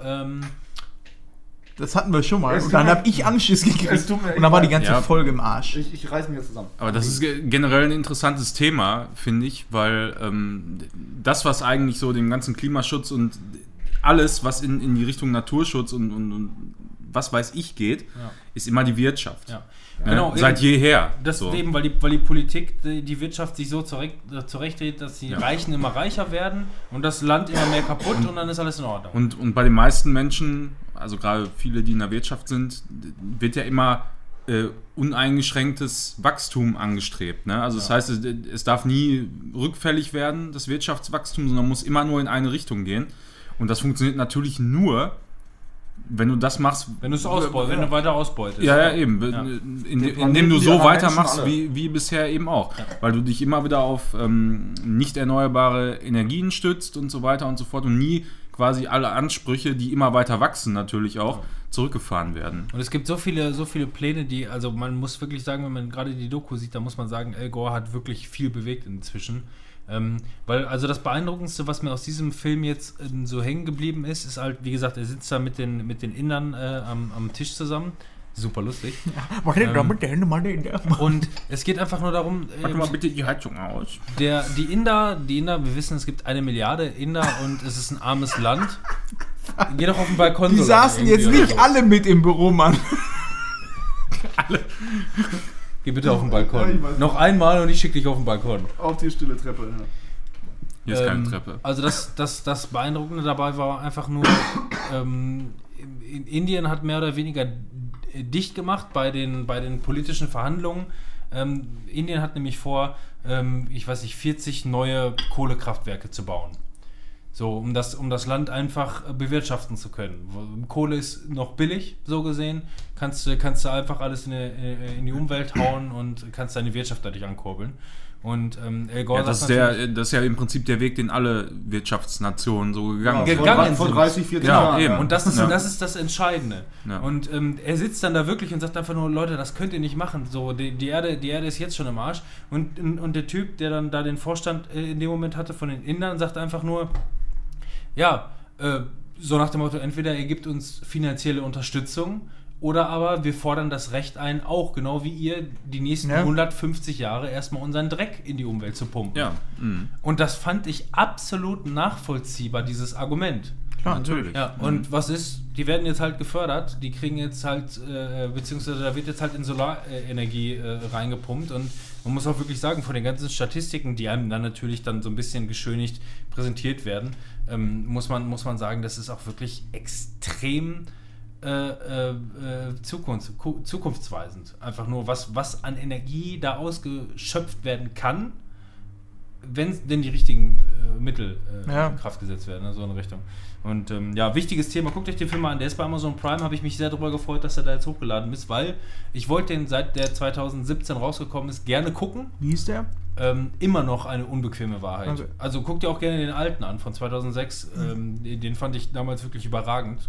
Das hatten wir schon mal. Es Und tut dann mir- habe ich Anschiss gekriegt. es tut mir Und dann war die echt ganze leid. Folge im Arsch. Ich reiß mich jetzt zusammen. Aber das ist generell ein interessantes Thema, finde ich, weil das, was eigentlich so dem ganzen Klimaschutz und alles, was in die Richtung Naturschutz und was weiß ich geht, ist immer die Wirtschaft. ja. Ne? Genau, Seit jeher. Das so. eben, weil die Politik, die Wirtschaft sich so zurechtdreht, dass die Reichen immer reicher werden und das Land immer mehr kaputt und dann ist alles in Ordnung. Und bei den meisten Menschen, also gerade viele, die in der Wirtschaft sind, wird ja immer uneingeschränktes Wachstum angestrebt. Ne? Also das heißt, es darf nie rückfällig werden, das Wirtschaftswachstum, sondern muss immer nur in eine Richtung gehen. Und das funktioniert natürlich nur, wenn du das machst. Wenn du es ausbeutest, wenn du weiter ausbeutest. Ja, eben. Ja. Indem du die so anderen weitermachst, Menschen alle. wie bisher eben auch. Weil du dich immer wieder auf nicht erneuerbare Energien stützt und so weiter und so fort und nie quasi alle Ansprüche, die immer weiter wachsen, natürlich auch zurückgefahren werden. Und es gibt so viele Pläne, die, also man muss wirklich sagen, wenn man gerade die Doku sieht, da muss man sagen, Al Gore hat wirklich viel bewegt inzwischen. Weil, also das Beeindruckendste, was mir aus diesem Film jetzt so hängen geblieben ist halt, wie gesagt, er sitzt da mit den Indern am Tisch zusammen. Super lustig. Und es geht einfach nur darum, Mach mal bitte die Heizung aus. die Inder, wir wissen, es gibt 1 Milliarde Inder und es ist ein armes Land. Geh doch auf den Balkon. Die so saßen lange jetzt irgendwie nicht oder so. alle mit im Büro, Mann. Geh bitte auf den Balkon. Ja, ich weiß. Noch einmal und ich schicke dich auf den Balkon. Auf die stille Treppe. Ja. Hier ist keine Treppe. Also das Beeindruckende dabei war einfach nur, in Indien hat mehr oder weniger dicht gemacht bei den politischen Verhandlungen. Indien hat nämlich vor, 40 neue Kohlekraftwerke zu bauen. So, um das Land einfach bewirtschaften zu können. Kohle ist noch billig, so gesehen. Kannst du einfach alles in die Umwelt hauen und kannst deine Wirtschaft dadurch ankurbeln. Und Al Gore Ja, das ist ja im Prinzip der Weg, den alle Wirtschaftsnationen so gegangen sind. Gegangen Vor sind. 30, 40 Ja, Jahren. eben. Ja. Und das ist das Entscheidende. Ja. Und er sitzt dann da wirklich und sagt einfach nur, Leute, das könnt ihr nicht machen. So, die Erde ist jetzt schon im Arsch. Und der Typ, der dann da den Vorstand in dem Moment hatte von den Indern, sagt einfach nur, so nach dem Motto, entweder ihr gebt uns finanzielle Unterstützung oder aber wir fordern das Recht ein, auch genau wie ihr die nächsten 150 Jahre erstmal unseren Dreck in die Umwelt zu pumpen. Ja, Und das fand ich absolut nachvollziehbar, dieses Argument. Klar, natürlich. Ja, und was ist? Die werden jetzt halt gefördert, die kriegen jetzt halt, beziehungsweise da wird jetzt halt in Solarenergie reingepumpt und man muss auch wirklich sagen, von den ganzen Statistiken, die einem dann natürlich dann so ein bisschen geschönigt präsentiert werden, muss man sagen, das ist auch wirklich extrem zukunftsweisend. Einfach nur, was an Energie da ausgeschöpft werden kann, wenn denn die richtigen Mittel in Kraft gesetzt werden, in so eine Richtung. Und wichtiges Thema, guckt euch den Film mal an, der ist bei Amazon Prime, habe ich mich sehr darüber gefreut, dass er da jetzt hochgeladen ist, weil ich wollte den, seit der 2017 rausgekommen ist, gerne gucken. Wie hieß der? immer noch eine unbequeme Wahrheit. Okay. Also guck dir auch gerne den alten an, von 2006. Den fand ich damals wirklich überragend.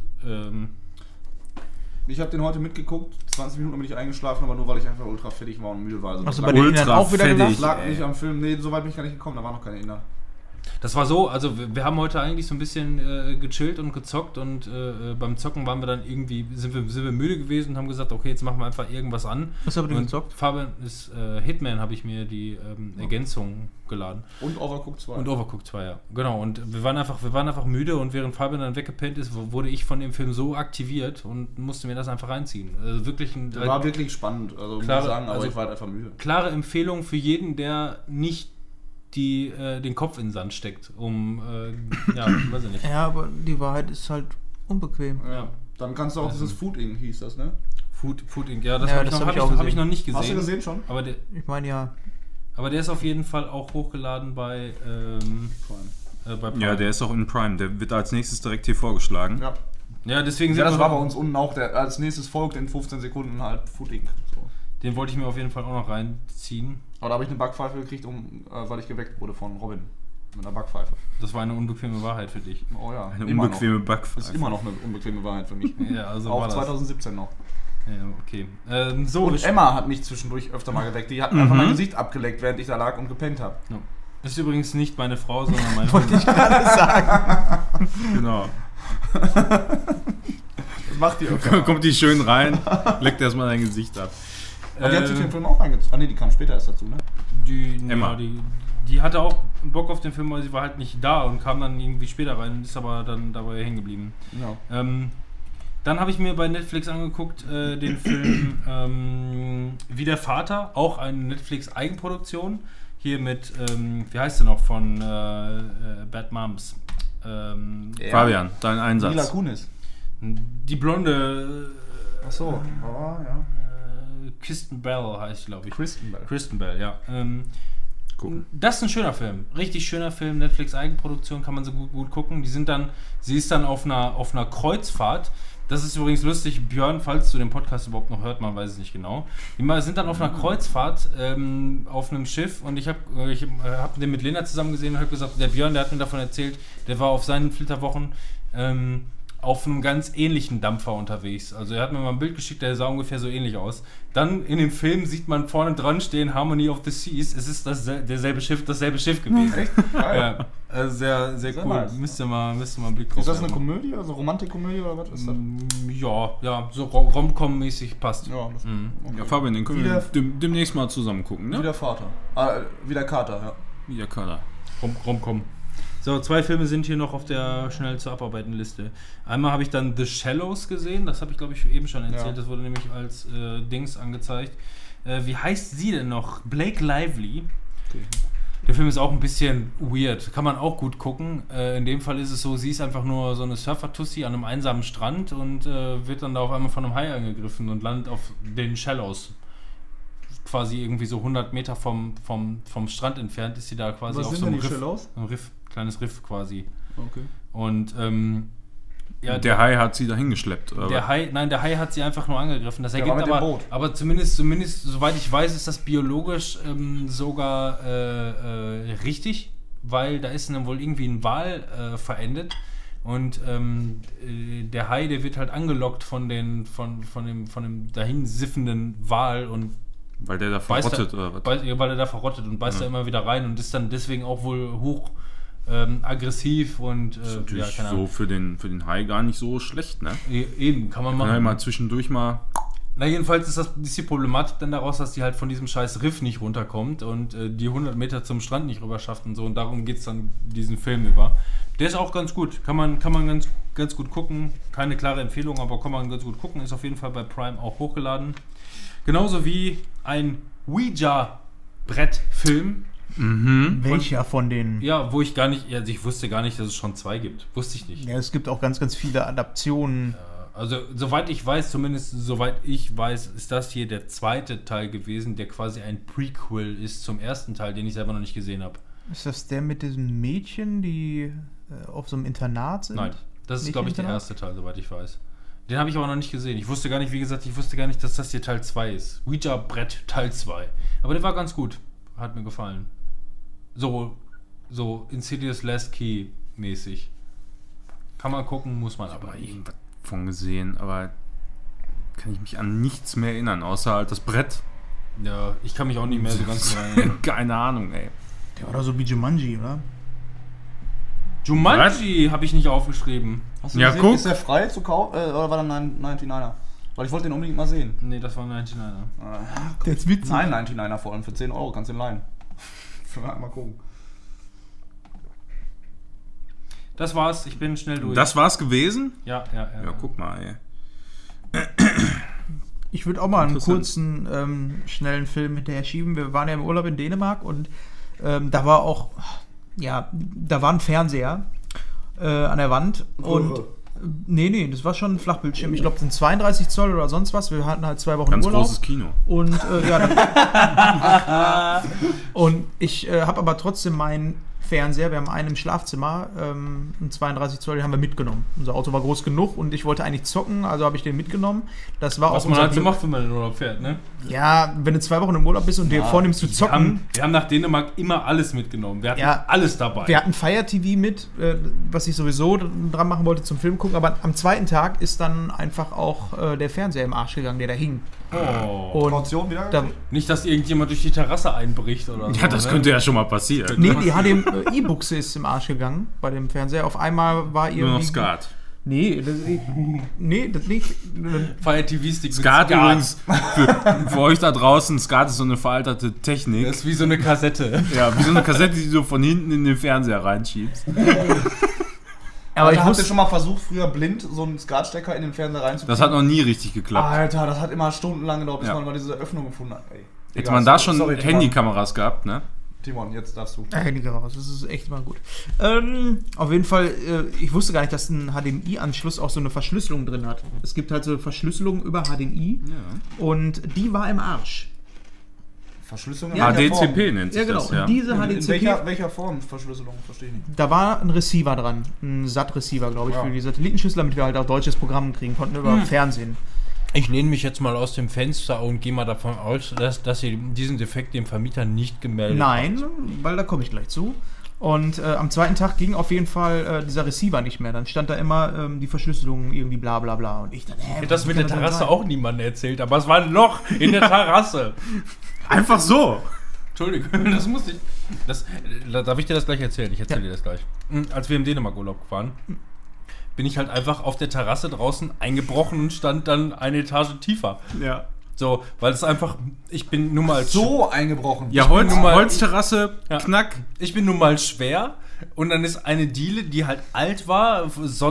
Ich habe den heute mitgeguckt, 20 Minuten bin ich eingeschlafen, aber nur weil ich einfach ultra fertig war und müde war. Also Hast du das bei lag, den Indern auch wieder fertig. gelacht? das lag nicht am Film, nee, so weit bin ich gar nicht gekommen, da waren noch keine Inder. Das war so, also wir haben heute eigentlich so ein bisschen gechillt und gezockt und beim Zocken waren wir dann irgendwie, sind wir müde gewesen und haben gesagt, okay, jetzt machen wir einfach irgendwas an. Was habt ihr Und gezockt? Fabian ist Hitman, habe ich mir die Ergänzung geladen. Und Overcooked 2. Und Overcooked 2, ja. Genau, und wir waren einfach müde und während Fabian dann weggepennt ist, wurde ich von dem Film so aktiviert und musste mir das einfach reinziehen. Also wirklich ein... Der war wirklich spannend, also muss ich Klare- sagen, aber also- ich war halt einfach müde. klare Empfehlung für jeden, der nicht den Kopf in den Sand steckt, ja, weiß ich nicht. Ja, aber die Wahrheit ist halt unbequem. Ja. Dann kannst du auch dieses Food Inc. hieß das, ne? Food Inc. Ja, das Ja, habe das ich, hab ich noch- auch hab ich gesehen. noch nicht gesehen. Hast du gesehen schon? Aber Ich meine ja, der ist auf jeden Fall auch hochgeladen bei Prime. Ja, der ist auch in Prime. Der wird als nächstes direkt hier vorgeschlagen. Ja. Ja, deswegen Ja, das wir- war bei uns unten auch, der als nächstes folgt in 15 Sekunden halt Food Inc. So. Den wollte ich mir auf jeden Fall auch noch reinziehen. Aber da habe ich eine Backpfeife gekriegt, weil ich geweckt wurde von Robin. Mit einer Backpfeife. Das war eine unbequeme Wahrheit für dich. Oh ja. Eine immer unbequeme noch. Backpfeife. Das ist immer noch eine unbequeme Wahrheit für mich. Ja, also Auch war das. 2017 noch. Ja, okay. So, Und Emma hat mich zwischendurch öfter mal geweckt. Die hat einfach mein Gesicht abgeleckt, während ich da lag und gepennt habe. ja. Ist übrigens nicht meine Frau, sondern meine Hund. Genau. Das macht die öfter. Kommt die schön rein, leckt erstmal dein Gesicht ab. Aber die hat sich den Film auch reingezogen. Ah ne, die kam später erst dazu, ne? Emma. Ja, die hatte auch Bock auf den Film, aber sie war halt nicht da und kam dann irgendwie später rein und ist aber dann dabei hängen geblieben. Ja. Dann habe ich mir bei Netflix angeguckt, den Film Wie der Vater, auch eine Netflix-Eigenproduktion. Hier mit, wie heißt der noch, von Bad Moms? Fabian, dein Mila Einsatz. Kunis. Die blonde Achso. Oh, ja. Kristen Bell heißt, glaube ich. Kristen Bell. Kristen Bell, ja. Gucken. Das ist ein schöner Film. Richtig schöner Film. Netflix Eigenproduktion, kann man so gut gucken. Sie ist dann auf einer Kreuzfahrt. Das ist übrigens lustig, Björn, falls du den Podcast überhaupt noch hört, man weiß es nicht genau. Die sind dann auf einer Kreuzfahrt auf einem Schiff und ich hab den mit Lena zusammen gesehen und habe gesagt, der Björn, der hat mir davon erzählt, der war auf seinen Flitterwochen auf einem ganz ähnlichen Dampfer unterwegs. Also er hat mir mal ein Bild geschickt, der sah ungefähr so ähnlich aus. Dann in dem Film sieht man vorne dran stehen Harmony of the Seas. Es ist dasselbe Schiff gewesen. Echt? Geil. Ja, also sehr, sehr Sehr cool. nice. Müsst ihr mal einen Blick drauf Ist das eine werfen. Komödie, also Romantikkomödie oder was ist das? Ja, so Rom-Com-mäßig passt. Ja, das okay. Ja, Fabian, den können wir demnächst mal zusammen gucken, Wie ne? der Vater. Wie der Kater, ja. Wie der Kader. Rom-Com. So, 2 Filme sind hier noch auf der schnell zu abarbeitenden Liste. Einmal habe ich dann The Shallows gesehen, das habe ich glaube ich eben schon erzählt, Ja. das wurde nämlich als Dings angezeigt. Wie heißt sie denn noch? Blake Lively. Okay. Der Film ist auch ein bisschen weird, kann man auch gut gucken. In dem Fall ist es so, sie ist einfach nur so eine Surfer-Tussi an einem einsamen Strand und wird dann da auf einmal von einem Hai angegriffen und landet auf den Shallows. Quasi irgendwie so 100 Meter vom Strand entfernt ist sie da quasi Was auf sind so denn einem die Riff. Shallows? Ein Riff, kleines Riff quasi. Okay. Und ja, Der Hai hat sie dahin geschleppt. Oder? der Hai hat sie einfach nur angegriffen. Das Der ergibt war mit dem Boot. aber zumindest, soweit ich weiß, ist das biologisch sogar richtig, weil da ist dann wohl irgendwie ein Wal verendet. Und der Hai, der wird halt angelockt von dem dahin siffenden Wal und Weil der da beißt verrottet, da, oder was? weil er da verrottet und beißt da immer wieder rein und ist dann deswegen auch wohl hoch aggressiv und Das ist natürlich keine so Ahnung. für den Hai gar nicht so schlecht, ne? Eben, kann man Man machen. kann ja mal zwischendurch mal. Na, jedenfalls ist die Problematik dann daraus, dass die halt von diesem scheiß Riff nicht runterkommt und die 100 Meter zum Strand nicht rüber schafft und so. Und darum geht es dann diesen Film über. Der ist auch ganz gut. Kann man ganz gut gucken. Keine klare Empfehlung, aber kann man ganz gut gucken. Ist auf jeden Fall bei Prime auch hochgeladen. Genauso wie ein Ouija-Brettfilm. welcher von den... Ja, wo ich ich wusste gar nicht, dass es schon 2 gibt. Wusste ich nicht. Ja, es gibt auch ganz, ganz viele Adaptionen. Also, soweit ich weiß, ist das hier der 2. Teil gewesen, der quasi ein Prequel ist zum ersten Teil, den ich selber noch nicht gesehen habe. Ist das der mit diesen Mädchen, die auf so einem Internat sind? Nein, das ist, Nicht glaube ich, der Internat? erste Teil, soweit ich weiß. Den habe ich aber noch nicht gesehen. Ich wusste gar nicht, dass das hier Teil 2 ist. Ouija-Brett Teil 2. Aber der war ganz gut. Hat mir gefallen. So Insidious Last Key mäßig. Kann man gucken, muss man aber Aber nicht. irgendwas von gesehen, aber kann ich mich an nichts mehr erinnern, außer halt das Brett. Ja, ich kann mich auch nicht mehr so ganz dran erinnern. Keine Ahnung, ey. Der war doch so wie Jumanji, oder? Jumanji habe ich nicht aufgeschrieben. Hast du Ja, gesehen? guck. Ist der frei zu kaufen oder war der 99er? Weil ich wollte den unbedingt mal sehen. Nee, das war 99er. Der ist witzig. Nein, 99er vor allem. Für 10 Euro kannst du den leihen. Mal gucken. Das war's, ich bin schnell durch. Das war's gewesen? Ja. Ja, guck mal, ey. Ich würde auch mal einen Interessant. kurzen, schnellen Film hinterher schieben. Wir waren ja im Urlaub in Dänemark und da war auch, ja, da war ein Fernseher an der Wand. Und nee, das war schon ein Flachbildschirm. Ich glaube, das sind 32 Zoll oder sonst was. Wir hatten halt 2 Wochen Ganz Urlaub. großes Kino. Und und ich habe aber trotzdem meinen Fernseher, wir haben einen im Schlafzimmer, einen 32 Zoll, den haben wir mitgenommen. Unser Auto war groß genug und ich wollte eigentlich zocken, also habe ich den mitgenommen. Das war Was auch man unser halt so Glück. macht, wenn man in den Urlaub fährt, ne? Ja, wenn du 2 Wochen im Urlaub bist und dir vornimmst zu zocken. Wir haben nach Dänemark immer alles mitgenommen. Wir hatten Ja. alles dabei. Wir hatten Fire TV mit, was ich sowieso dran machen wollte zum Film gucken, aber am zweiten Tag ist dann einfach auch der Fernseher im Arsch gegangen, der da hing. Oh. Und Kaution wieder? da, Nicht, dass irgendjemand durch die Terrasse einbricht oder so. Ja, das ne? könnte ja schon mal passieren. nee, die HDMI-Buchse ist im Arsch gegangen bei dem Fernseher. Auf einmal war irgendwie... Nur noch Skat. Nee, das nicht. Fire TV-Stick. Skat übrigens, für euch da draußen, Skat ist so eine veralterte Technik. Das ist wie so eine Kassette. Ja, wie so eine Kassette, die du von hinten in den Fernseher reinschiebst. Aber ich habt ihr wusste schon mal versucht, früher blind so einen Skatstecker in den Fernseher reinzukriegen? Das hat noch nie richtig geklappt. Alter, das hat immer stundenlang gedauert, bis Ja. man mal diese Öffnung gefunden hat. Ey. Hätte Egal, man da schon sorry, Handykameras gehabt, ne? Timon, jetzt darfst du. Handy raus, das ist echt mal gut. Auf jeden Fall, ich wusste gar nicht, dass ein HDMI-Anschluss auch so eine Verschlüsselung drin hat. Es gibt halt so Verschlüsselung über HDMI und die war im Arsch. Verschlüsselung? Ja, in welcher Form? HDCP nennt sich Ja, genau. das, ja. Und diese In HDCP, welcher Form Verschlüsselung? Verstehe ich nicht. da war ein Receiver dran. Ein SAT-Receiver, glaube ich, Ja. für die Satellitenschüssel, damit wir halt auch deutsches Programm kriegen konnten über Fernsehen. Ich lehne mich jetzt mal aus dem Fenster und gehe mal davon aus, dass ihr diesen Defekt dem Vermieter nicht gemeldet Nein, weil da komme ich gleich zu. Und am zweiten Tag ging auf jeden Fall dieser Receiver nicht mehr. Dann stand da immer die Verschlüsselung irgendwie bla bla bla. Und ich dann, habt. Das mit der kann Terrasse sein? auch niemandem erzählt, aber es war ein Loch in der Terrasse. Einfach so. Entschuldigung, das muss ich. Darf ich dir das gleich erzählen? Ich erzähle dir das gleich. Als wir im Dänemark-Urlaub waren, bin ich halt einfach auf der Terrasse draußen eingebrochen und stand dann eine Etage tiefer. Ja. So, weil es einfach. Ich bin nun mal So eingebrochen. Ja, bin nun mal- Holzterrasse, Ja. Knack. Ich bin nun mal schwer und dann ist eine Diele, die halt alt war,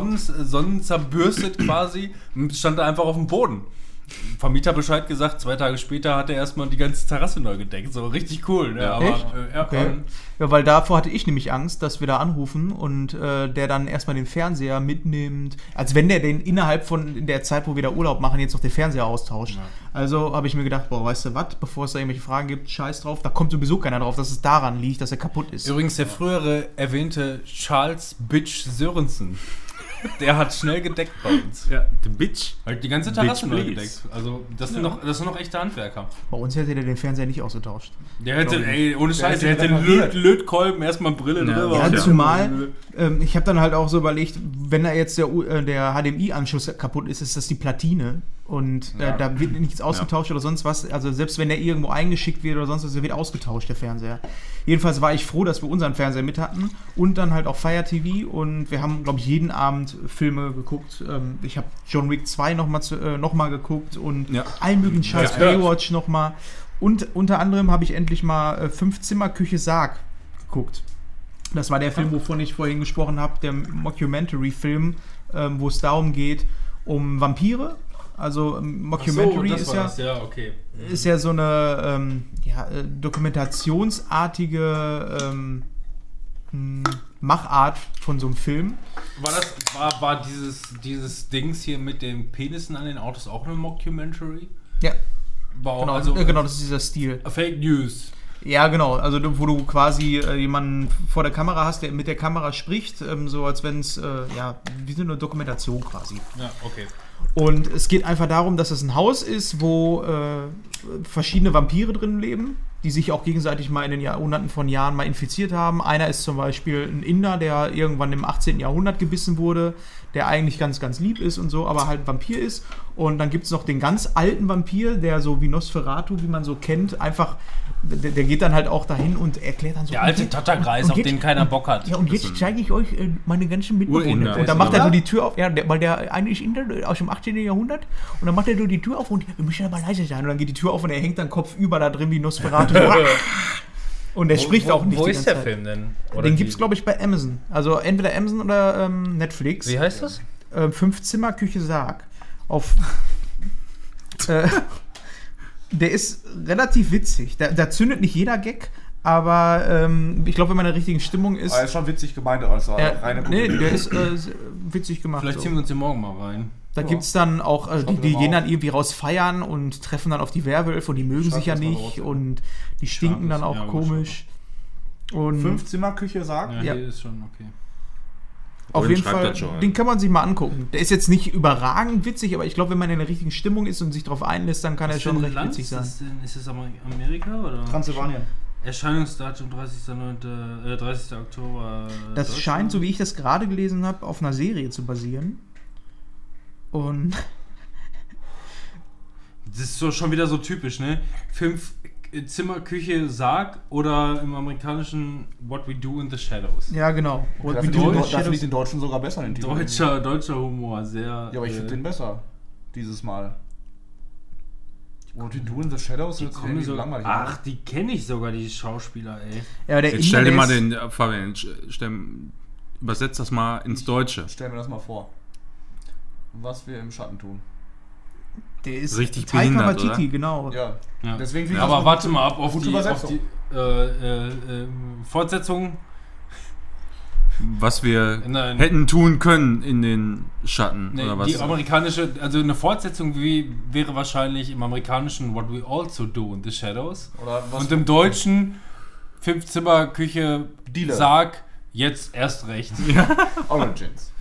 sonnenzerbürstet quasi, stand da einfach auf dem Boden. Vermieter Bescheid gesagt, 2 Tage später hat er erstmal die ganze Terrasse neu gedeckt. So richtig cool. Ne? Ja. Aber, Echt? ja, Okay. Ja, weil davor hatte ich nämlich Angst, dass wir da anrufen und der dann erstmal den Fernseher mitnimmt, als wenn der den innerhalb von in der Zeit, wo wir da Urlaub machen, jetzt noch den Fernseher austauscht. Ja. Also habe ich mir gedacht, boah, weißt du was, bevor es da irgendwelche Fragen gibt, scheiß drauf, da kommt sowieso keiner drauf, dass es daran liegt, dass er kaputt ist. Übrigens der frühere erwähnte Charles Bitch Sörensen, der hat schnell gedeckt bei uns. Ja, the Bitch. Halt die ganze Terrasse Bitch, neu please. gedeckt. Also das sind noch echte Handwerker. Bei uns hätte der den Fernseher nicht ausgetauscht. Der hätte, ey, ohne Scheiß, der hätte hätte den repariert. Lötkolben, erstmal Brille Ja. drüber. Ja, und- zumal, ich habe dann halt auch so überlegt, wenn da jetzt der HDMI-Anschluss kaputt ist, ist das die Platine. Und da wird nichts ausgetauscht oder sonst was. Also selbst wenn der irgendwo eingeschickt wird oder sonst was, der wird ausgetauscht, der Fernseher. Jedenfalls war ich froh, dass wir unseren Fernseher mit hatten und dann halt auch Fire TV. Und wir haben, glaube ich, jeden Abend Filme geguckt. Ich habe John Wick 2 noch mal geguckt und Ja. allen möglichen Scheiß, Ja. Baywatch noch mal. Und unter anderem habe ich endlich mal 5-Zimmer-Küche Sarg geguckt. Das war der Film, wovon ich vorhin gesprochen habe, der Mockumentary-Film, wo es darum geht, um Vampire. Also Mockumentary das ist war ja, das, ja, okay. ist ja so eine dokumentationsartige Machart von so einem Film. War dieses Dings hier mit den Penissen an den Autos auch eine Mockumentary? Ja, War auch, genau, also genau, das ist dieser Stil. Fake News. Ja, genau, also wo du quasi jemanden vor der Kamera hast, der mit der Kamera spricht, so als wenn es, wie so eine Dokumentation quasi. Ja, okay. Und es geht einfach darum, dass es ein Haus ist, wo verschiedene Vampire drin leben. die sich auch gegenseitig mal in den Jahrhunderten von Jahren mal infiziert haben. Einer ist zum Beispiel ein Inder, der irgendwann im 18. Jahrhundert gebissen wurde, der eigentlich ganz, ganz lieb ist und so, aber halt ein Vampir ist. Und dann gibt es noch den ganz alten Vampir, der so wie Nosferatu, wie man so kennt, einfach, der geht dann halt auch dahin und erklärt dann so... Der alte Tatterkreis, auf den keiner Bock hat. Ja, und jetzt zeige ich euch meine ganzen Mitbewohner. Urinder. Und dann macht er so die Tür auf, ja, weil der eine ist Inder aus dem 18. Jahrhundert, und dann macht er so die Tür auf und wir müssen aber leise sein. Und dann geht die Tür auf und er hängt dann kopfüber da drin wie Nosferatu. Und er spricht auch nicht Wo die ist ganze der Zeit. Film denn? Oder Den die- gibt's, glaube ich, bei Amazon. Also entweder Amazon oder Netflix. Wie heißt das? 5 Zimmer, Küche, Sarg. Auf. Der ist relativ witzig. Da zündet nicht jeder Gag, aber ich glaube, wenn man in der richtigen Stimmung ist. Aber ist schon witzig gemeint, also reine Nee, Komödie. der ist witzig gemacht. Vielleicht so. ziehen wir uns den morgen mal rein. Da gibt es dann auch, die Schreibt gehen mal dann auf. irgendwie raus feiern und treffen dann auf die Werwölfe und die mögen Schreibt sich ja das mal nicht raus. und die stinken dann auch Ja, komisch. Und 5-Zimmer-Küche sagt. Ja, Ja. hier ist schon okay. auf Wohin jeden schreibt Fall, das schon? den kann man sich mal angucken. Der ist jetzt nicht überragend witzig, aber ich glaube, wenn man in der richtigen Stimmung ist und sich darauf einlässt, dann kann er schon recht witzig sein. Ist es Amerika oder? Transsilvanien. Erscheinungsdatum 30. Oktober. Das Deutschland? scheint, so wie ich das gerade gelesen habe, auf einer Serie zu basieren. Und Das ist so schon wieder so typisch, ne? 5 Zimmer, Küche, Sarg oder im amerikanischen What We Do in the Shadows. ja, genau. Und Da wie finde du ich, in da Shadows- find ich den Deutschen sogar besser, den Titel. Deutscher Humor, sehr. Ja, aber ich finde den besser. Dieses Mal. What We Do in the Shadows hört sich irgendwie so, langweilig an. ach, die kenne ich sogar, die Schauspieler, ey. ja, der Jetzt stell dir Inder mal ist- den, Fabian, übersetz das mal ins Deutsche. Stell mir das mal vor. Was wir im Schatten tun. Der ist Richtig Taika behindert, Waititi, genau. Ja. Ja. Deswegen finde ich Aber das warte eine mal ab auf gute die Übersetzung. Fortsetzung. Was wir Nein. hätten tun können in den Schatten. Nee, oder was? die amerikanische, also eine Fortsetzung wäre wahrscheinlich im amerikanischen What We Also Do in the Shadows. Oder was? Und im deutschen 5 Zimmer, Küche, Dealer. Sarg, jetzt erst recht. Origins.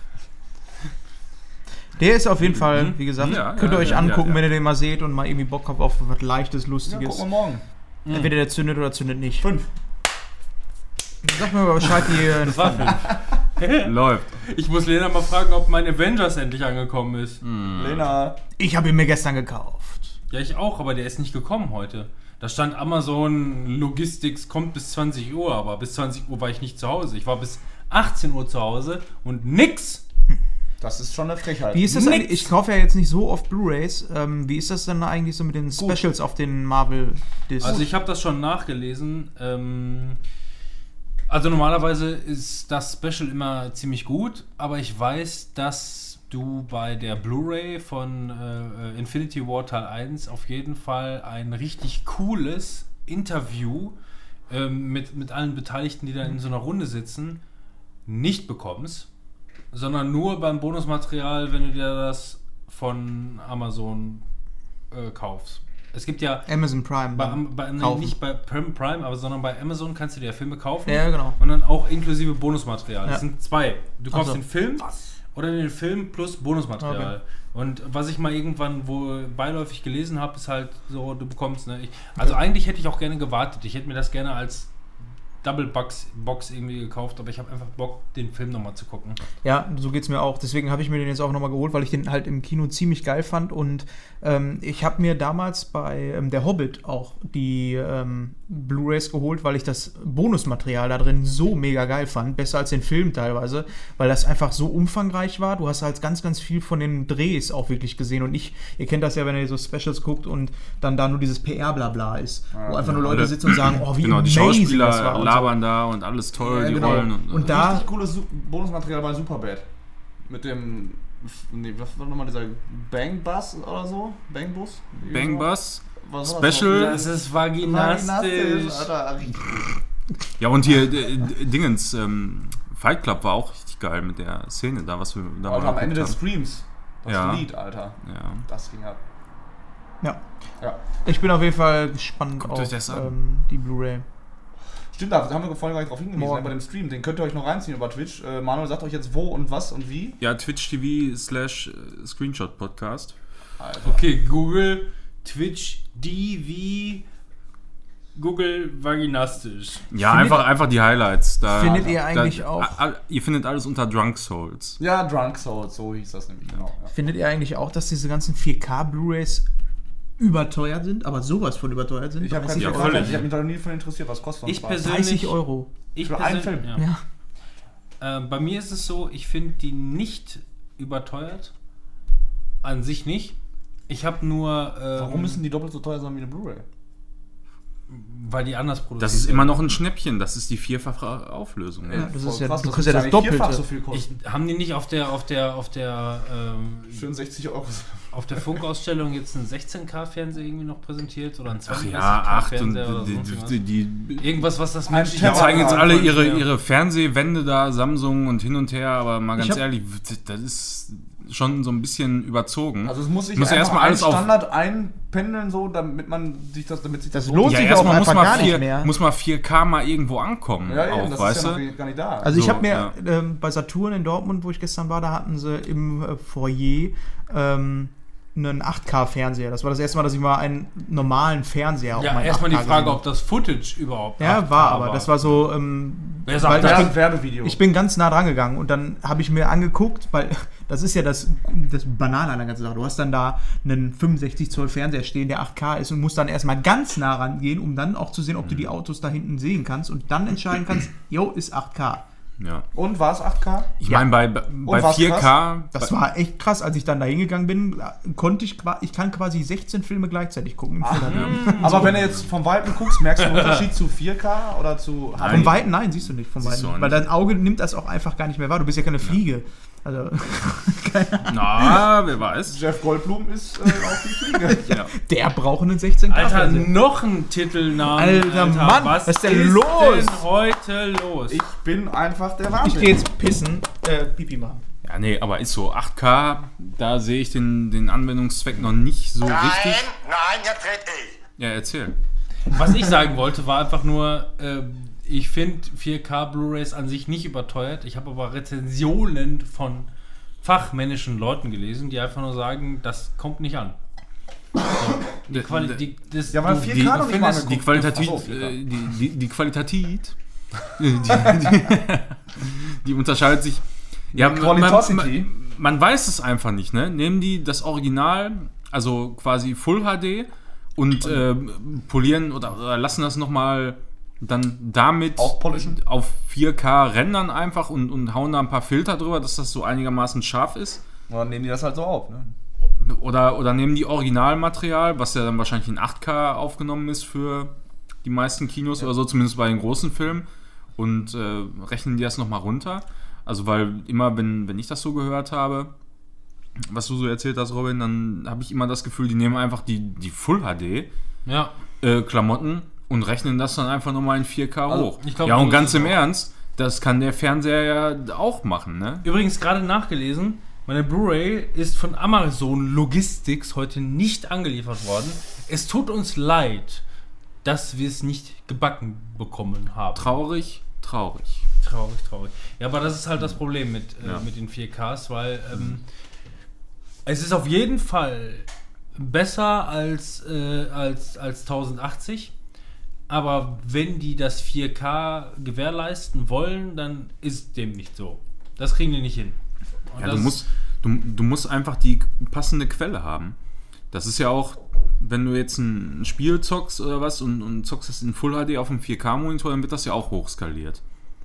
Der ist auf jeden Fall, wie gesagt, Ja, könnt ihr ja, euch ja, angucken, ja. wenn ihr den mal seht und mal irgendwie Bock habt auf was Leichtes, Ja, Lustiges. gucken wir morgen. Entweder der zündet oder zündet nicht. 5. Sag mir mal Bescheid, wie ihr Das war 5. Läuft. Ich muss Lena mal fragen, ob mein Avengers endlich angekommen ist. Lena. Ich habe ihn mir gestern gekauft. Ja, ich auch, aber der ist nicht gekommen heute. Da stand Amazon Logistics kommt bis 20 Uhr, aber bis 20 Uhr war ich nicht zu Hause. Ich war bis 18 Uhr zu Hause und nix. Das ist schon eine Frechheit. Wie ist das Nix. eigentlich? Ich kaufe ja jetzt nicht so oft Blu-Rays. Wie ist das dann eigentlich so mit den Specials auf den Marvel-Discs? Also ich habe das schon nachgelesen. Also normalerweise ist das Special immer ziemlich gut, aber ich weiß, dass du bei der Blu-ray von Infinity War Teil 1 auf jeden Fall ein richtig cooles Interview mit allen Beteiligten, die da in so einer Runde sitzen, nicht bekommst, sondern nur beim Bonusmaterial, wenn du dir das von Amazon kaufst. Es gibt ja Amazon Prime. nee, kaufen. nicht bei Prime, aber sondern bei Amazon kannst du dir Filme kaufen. Ja, genau. Und dann auch inklusive Bonusmaterial. Ja. Das sind 2. Du kaufst Ach so. den Film oder den Film plus Bonusmaterial. Okay. Und was ich mal irgendwann beiläufig gelesen habe, ist halt so, du bekommst, ne, also eigentlich hätte ich auch gerne gewartet. Ich hätte mir das gerne als Double Box irgendwie gekauft, aber ich habe einfach Bock, den Film nochmal zu gucken. Ja, so geht's mir auch. Deswegen habe ich mir den jetzt auch nochmal geholt, weil ich den halt im Kino ziemlich geil fand. Und ich habe mir damals bei Der Hobbit auch die Blu-rays geholt, weil ich das Bonusmaterial da drin so mega geil fand. Besser als den Film teilweise, weil das einfach so umfangreich war. Du hast halt ganz, ganz viel von den Drehs auch wirklich gesehen. Und ihr kennt das ja, wenn ihr so Specials guckt und dann da nur dieses PR-Blabla ist. Wo einfach nur Leute sitzen und sagen, oh, wie Genau, die amazing das Schauspieler war. Und so. labern da und alles toll, Ja, die genau. Rollen. Und da- Richtig cooles Bonusmaterial bei Superbad. Mit dem. Nee, was war nochmal dieser Bang Bus oder so? Bang Bus? Bang Bus, Was war das Special. noch? Das ist vaginastisch. Alter, richtig gut. Ja, und hier Dingens, Fight Club war auch richtig geil mit der Szene da, was wir da Alter, am Ende des geguckt Streams. Das Ja. Lied, Alter. haben. Ja. Das ging ab. Ja. Ja. Ich bin auf jeden Fall gespannt Guckt auf euch das an. die Blu-ray. Stimmt, da haben wir vorhin gar nicht drauf hingewiesen, Morgen. bei dem Stream. Den könnt ihr euch noch reinziehen über Twitch. Manuel sagt euch jetzt wo und was und wie. Ja, Twitch TV / Screenshot Podcast. Alter. Okay, Google, Twitch, DV, Google vaginastisch. Ja, Findet- einfach die Highlights. Findet ihr eigentlich auch- Ihr findet alles unter Drunk Souls. Ja, Drunk Souls, so hieß das nämlich, genau. Ja. Findet ihr eigentlich auch, dass diese ganzen 4K Blu-Rays überteuert sind? Aber sowas von überteuert sind? Ich habe 30 Ja, Euro. völlig. mich da nie von interessiert, was kostet Ich was. persönlich- 30 Euro. Ich Für einen Film? Ja. Ja. Bei mir ist es so, ich finde die nicht überteuert. An sich nicht. Ich habe nur. Warum müssen die doppelt so teuer sein wie eine Blu-ray? Weil die anders produziert Das ist werden. immer noch ein Schnäppchen. Das ist die 4-fache Auflösung. Ja, das Voll ist ja, krass, du dass kriegst ja das eigentlich vierfach Doppelte. so viel kosten. Haben die nicht auf der Für 60 Euro. auf der Funkausstellung jetzt einen 16K-Fernseher irgendwie noch präsentiert oder einen Ach ja, 8 und Fernseher oder sonst irgendwas? die Irgendwas, was das Ein menschliche Terror- Die zeigen jetzt alle Ja. ihre Fernsehwände da, Samsung und hin und her, aber mal ganz ehrlich, das ist schon so ein bisschen überzogen. Also es muss sich Muss einfach erstmal alles auf- Standard einpendeln, so, damit sich das Das lohnt. lohnt ja, sich auch erstmal einfach gar nicht mehr. muss mal 4K mal irgendwo ankommen, Ja, eben, auch, das weißt ist ja du? noch gar nicht da. Also ich So, habe mir bei Saturn in Dortmund, wo ich gestern war, da hatten sie im Foyer einen 8K-Fernseher. Das war das erste Mal, dass ich mal einen normalen Fernseher auf Ja, meinen erstmal die 8K Frage, gesehen ob das Footage überhaupt. habe. Ja, 8K war, aber das war so. Wer sagt weil das? ich ein bin, Werbevideo. ich bin ganz nah dran gegangen und dann habe ich mir angeguckt, weil das ist ja das Banale an der ganzen Sache. Du hast dann da einen 65 Zoll Fernseher stehen, der 8K ist und musst dann erstmal ganz nah rangehen, um dann auch zu sehen, ob du die Autos da hinten sehen kannst und dann entscheiden kannst, jo, ist 8K. Ja. Und war es 8K? Ich Ja. meine, bei war's 4K, Das war echt krass, als ich dann da hingegangen bin, ich kann quasi 16 Filme gleichzeitig gucken im Full HD. Aber wenn du jetzt vom Weiten guckst, merkst du den Unterschied zu 4K oder zu Nein. Vom Weiten, nein, siehst du nicht vom Siehst du Weiten. auch Weil nicht. dein Auge nimmt das auch einfach gar nicht mehr wahr. Du bist ja keine Fliege. Also, na, wer weiß. Jeff Goldblum ist auf die Fliege. Ja. der braucht einen 16K. Alter, Fernseher. noch ein Titelnamen. Alter, Mann, was ist denn los? denn heute los? Ich bin einfach der Ich Wahnsinn. gehe jetzt pissen, Pipi machen. Ja, nee, aber ist so. 8K, da sehe ich den Anwendungszweck noch nicht so richtig. Nein, jetzt red ich. Ja, erzähl. Was ich sagen wollte, war einfach nur, ich finde 4K Blu-rays an sich nicht überteuert. Ich habe aber Rezensionen von fachmännischen Leuten gelesen, die einfach nur sagen, das kommt nicht an. So, Ja, weil 4K noch nicht mal Die angeguckt. Qualitativ, Ach so, 4K. die Qualitativ, die unterscheidet sich. Ja, Qualitosity. man weiß es einfach nicht, ne? Nehmen die das Original, also quasi Full HD und polieren oder lassen das nochmal dann damit Aufpolischen? auf 4K rendern einfach und hauen da ein paar Filter drüber, dass das so einigermaßen scharf ist. Oder nehmen die das halt so auf, ne? Oder nehmen die Originalmaterial, was ja dann wahrscheinlich in 8K aufgenommen ist für die meisten Kinos oder so, zumindest bei den großen Filmen, und rechnen die das nochmal runter. Also weil immer, wenn ich das so gehört habe, was du so erzählt hast, Robin, dann habe ich immer das Gefühl, die nehmen einfach die Full HD Ja. Klamotten und rechnen das dann einfach nochmal in 4K Also, hoch. ich glaub, ja, so und ist ganz es im auch. Ernst, das kann der Fernseher ja auch machen, ne? Übrigens gerade nachgelesen, meine Blu-ray ist von Amazon Logistics heute nicht angeliefert worden. Es tut uns leid, dass wir es nicht gebacken bekommen haben. Traurig. Traurig. Ja, aber das ist halt das Problem mit den 4Ks, weil es ist auf jeden Fall besser als 1080, aber wenn die das 4K gewährleisten wollen, dann ist dem nicht so. Das kriegen die nicht hin. Und Ja, das- du musst einfach die passende Quelle haben. Das ist ja auch, wenn du jetzt ein Spiel zockst oder was und zockst es in Full HD auf einem 4K-Monitor, dann wird das ja auch hochskaliert.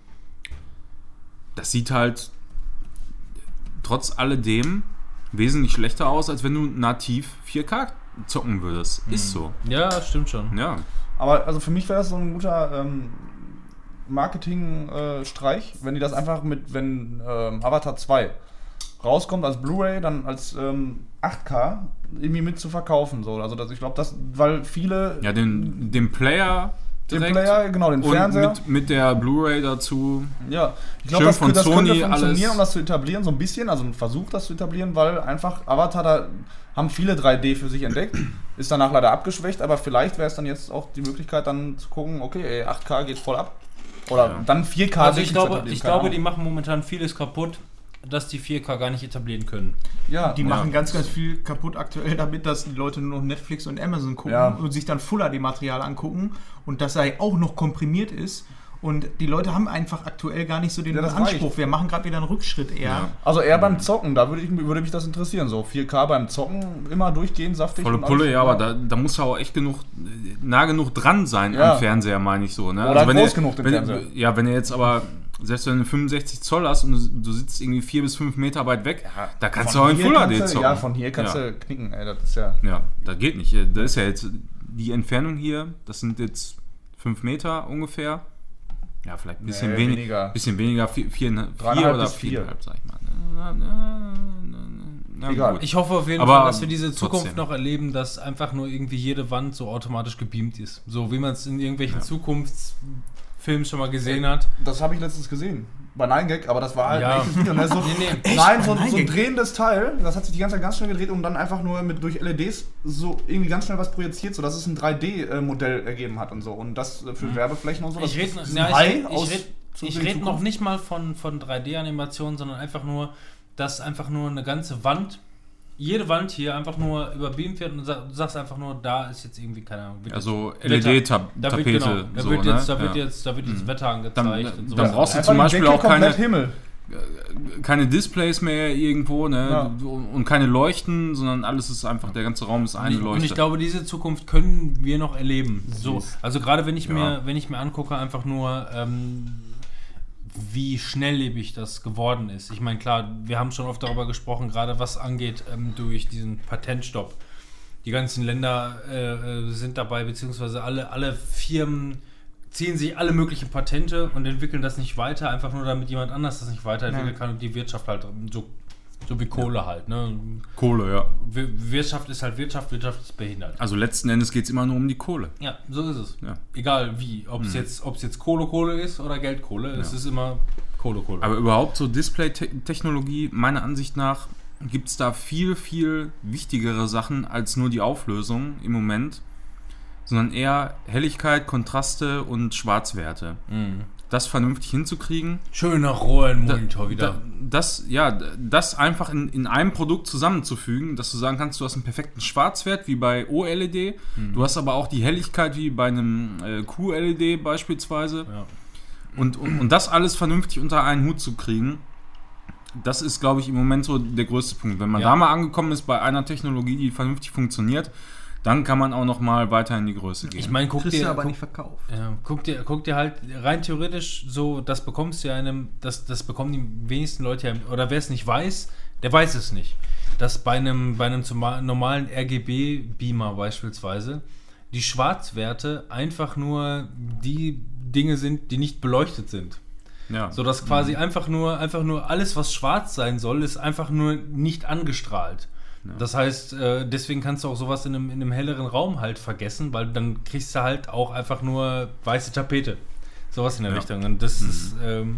Das sieht halt trotz alledem wesentlich schlechter aus, als wenn du nativ 4K zocken würdest. Ist so. Ja, stimmt schon. Ja. Aber also für mich wäre das so ein guter Marketing-Streich, wenn die das einfach wenn Avatar 2 rauskommt als Blu-ray, dann als 8K irgendwie mit zu verkaufen. So. Also ich glaube, weil viele Ja, den Player den direkt Player, genau, den und Fernseher. mit der Blu-ray dazu. Ja, ich Schön glaube, das von könnte Sony funktionieren, alles. um das zu etablieren, so ein bisschen, also ein Versuch, das zu etablieren, weil einfach Avatar, da haben viele 3D für sich entdeckt, ist danach leider abgeschwächt, aber vielleicht wäre es dann jetzt auch die Möglichkeit, dann zu gucken, okay, ey, 8K geht voll ab. Oder Ja. dann 4K. Also wirklich ich zu glaube, etablieren, keine Ahnung. die machen momentan vieles kaputt, dass die 4K gar nicht etablieren können. Ja, Die machen ganz, ganz viel kaputt aktuell damit, dass die Leute nur noch Netflix und Amazon gucken und sich dann Full HD-Material angucken und das sei auch noch komprimiert ist. Und die Leute haben einfach aktuell gar nicht so den das Anspruch. reicht. Wir machen gerade wieder einen Rückschritt eher. Ja. Also eher beim Zocken, da würde mich das interessieren. So 4K beim Zocken, immer durchgehen, saftig. Volle und Pulle, alles. ja, aber da muss ja auch echt nah genug dran sein Ja. am Fernseher, meine ich so. Ne? Oder wenn groß ihr, genug, den wenn, Fernseher. Ja, wenn ihr jetzt aber, selbst wenn du 65 Zoll hast und du sitzt irgendwie 4 bis 5 Meter weit weg, da kannst du auch in Full HD zocken. Ja, von hier kannst du knicken, ey, das ist ja... Ja, das geht nicht. Da ist ja jetzt die Entfernung hier, das sind jetzt 5 Meter ungefähr. Ja, vielleicht ein bisschen weniger. Bisschen weniger, 4 3,5 oder bis 4. 4,5, sag ich mal. Na, Egal. gut. Ich hoffe auf jeden Aber Fall, dass wir diese Zukunft trotzdem. noch erleben, dass einfach nur irgendwie jede Wand so automatisch gebeamt ist. So wie man es in irgendwelchen Zukunftsfilmen schon mal gesehen hat. Das habe ich letztens gesehen. Bei 9gag, aber das war halt Ja. ein echtes Video. Ne? So, Nee. Nein, so Bei ein 9gag? drehendes Teil, das hat sich die ganze Zeit ganz schnell gedreht und dann einfach nur durch LEDs so irgendwie ganz schnell was projiziert, sodass es ein 3D-Modell ergeben hat und so. Und das für Werbeflächen und so. Ich das ist ein Hai aus ich red noch nicht mal von 3D-Animationen, sondern einfach nur, dass einfach nur eine ganze Wand, jede Wand hier einfach nur überbeamt wird und du sagst einfach nur, da ist jetzt irgendwie, keine Ahnung. Also Wetter. LED-Tapete. Da so, wird ne? jetzt Wetter angezeigt. Dann und dann sowas. brauchst du Einfach zum die Beispiel Decke auch komplett Himmel. keine Displays mehr irgendwo, ne? Ja. Und keine Leuchten, sondern alles ist einfach, der ganze Raum ist eine Und Leuchte. ich glaube, diese Zukunft können wir noch erleben. So, Süß. also gerade wenn ich Ja. mir angucke, einfach nur, wie schnelllebig das geworden ist. Ich meine, klar, wir haben schon oft darüber gesprochen, gerade was angeht durch diesen Patentstopp. Die ganzen Länder sind dabei, beziehungsweise alle Firmen ziehen sich alle möglichen Patente und entwickeln das nicht weiter, einfach nur damit jemand anders das nicht weiterentwickeln kann und die Wirtschaft halt so wie Kohle halt. Ne? Kohle, ja. Wirtschaft ist halt Wirtschaft ist behindert. Also letzten Endes geht es immer nur um die Kohle. Ja, so ist es. Ja. Egal wie. Ob es jetzt Kohle ist oder Geldkohle, es ist immer Kohle. Aber überhaupt so Display-Technologie, meiner Ansicht nach, gibt es da viel, viel wichtigere Sachen als nur die Auflösung im Moment, sondern eher Helligkeit, Kontraste und Schwarzwerte. Das vernünftig hinzukriegen. Schöner Röhrenmonitor wieder. Das einfach in einem Produkt zusammenzufügen, dass du sagen kannst, du hast einen perfekten Schwarzwert wie bei OLED, du hast aber auch die Helligkeit wie bei einem QLED beispielsweise. Ja. Und das alles vernünftig unter einen Hut zu kriegen, das ist, glaube ich, im Moment so der größte Punkt. Wenn man da mal angekommen ist bei einer Technologie, die vernünftig funktioniert, dann kann man auch noch mal weiter in die Größe gehen. Ich meine, guck dir verkauft. guck dir halt rein theoretisch so, das bekommst du ja das bekommen die wenigsten Leute ja, oder wer es nicht weiß, der weiß es nicht. Dass bei einem normalen RGB-Beamer beispielsweise die Schwarzwerte einfach nur die Dinge sind, die nicht beleuchtet sind. ja. So dass quasi einfach nur alles, was schwarz sein soll, ist einfach nur nicht angestrahlt. Das heißt, deswegen kannst du auch sowas in einem helleren Raum halt vergessen, weil dann kriegst du halt auch einfach nur weiße Tapete. Sowas in der Richtung. Und das ist,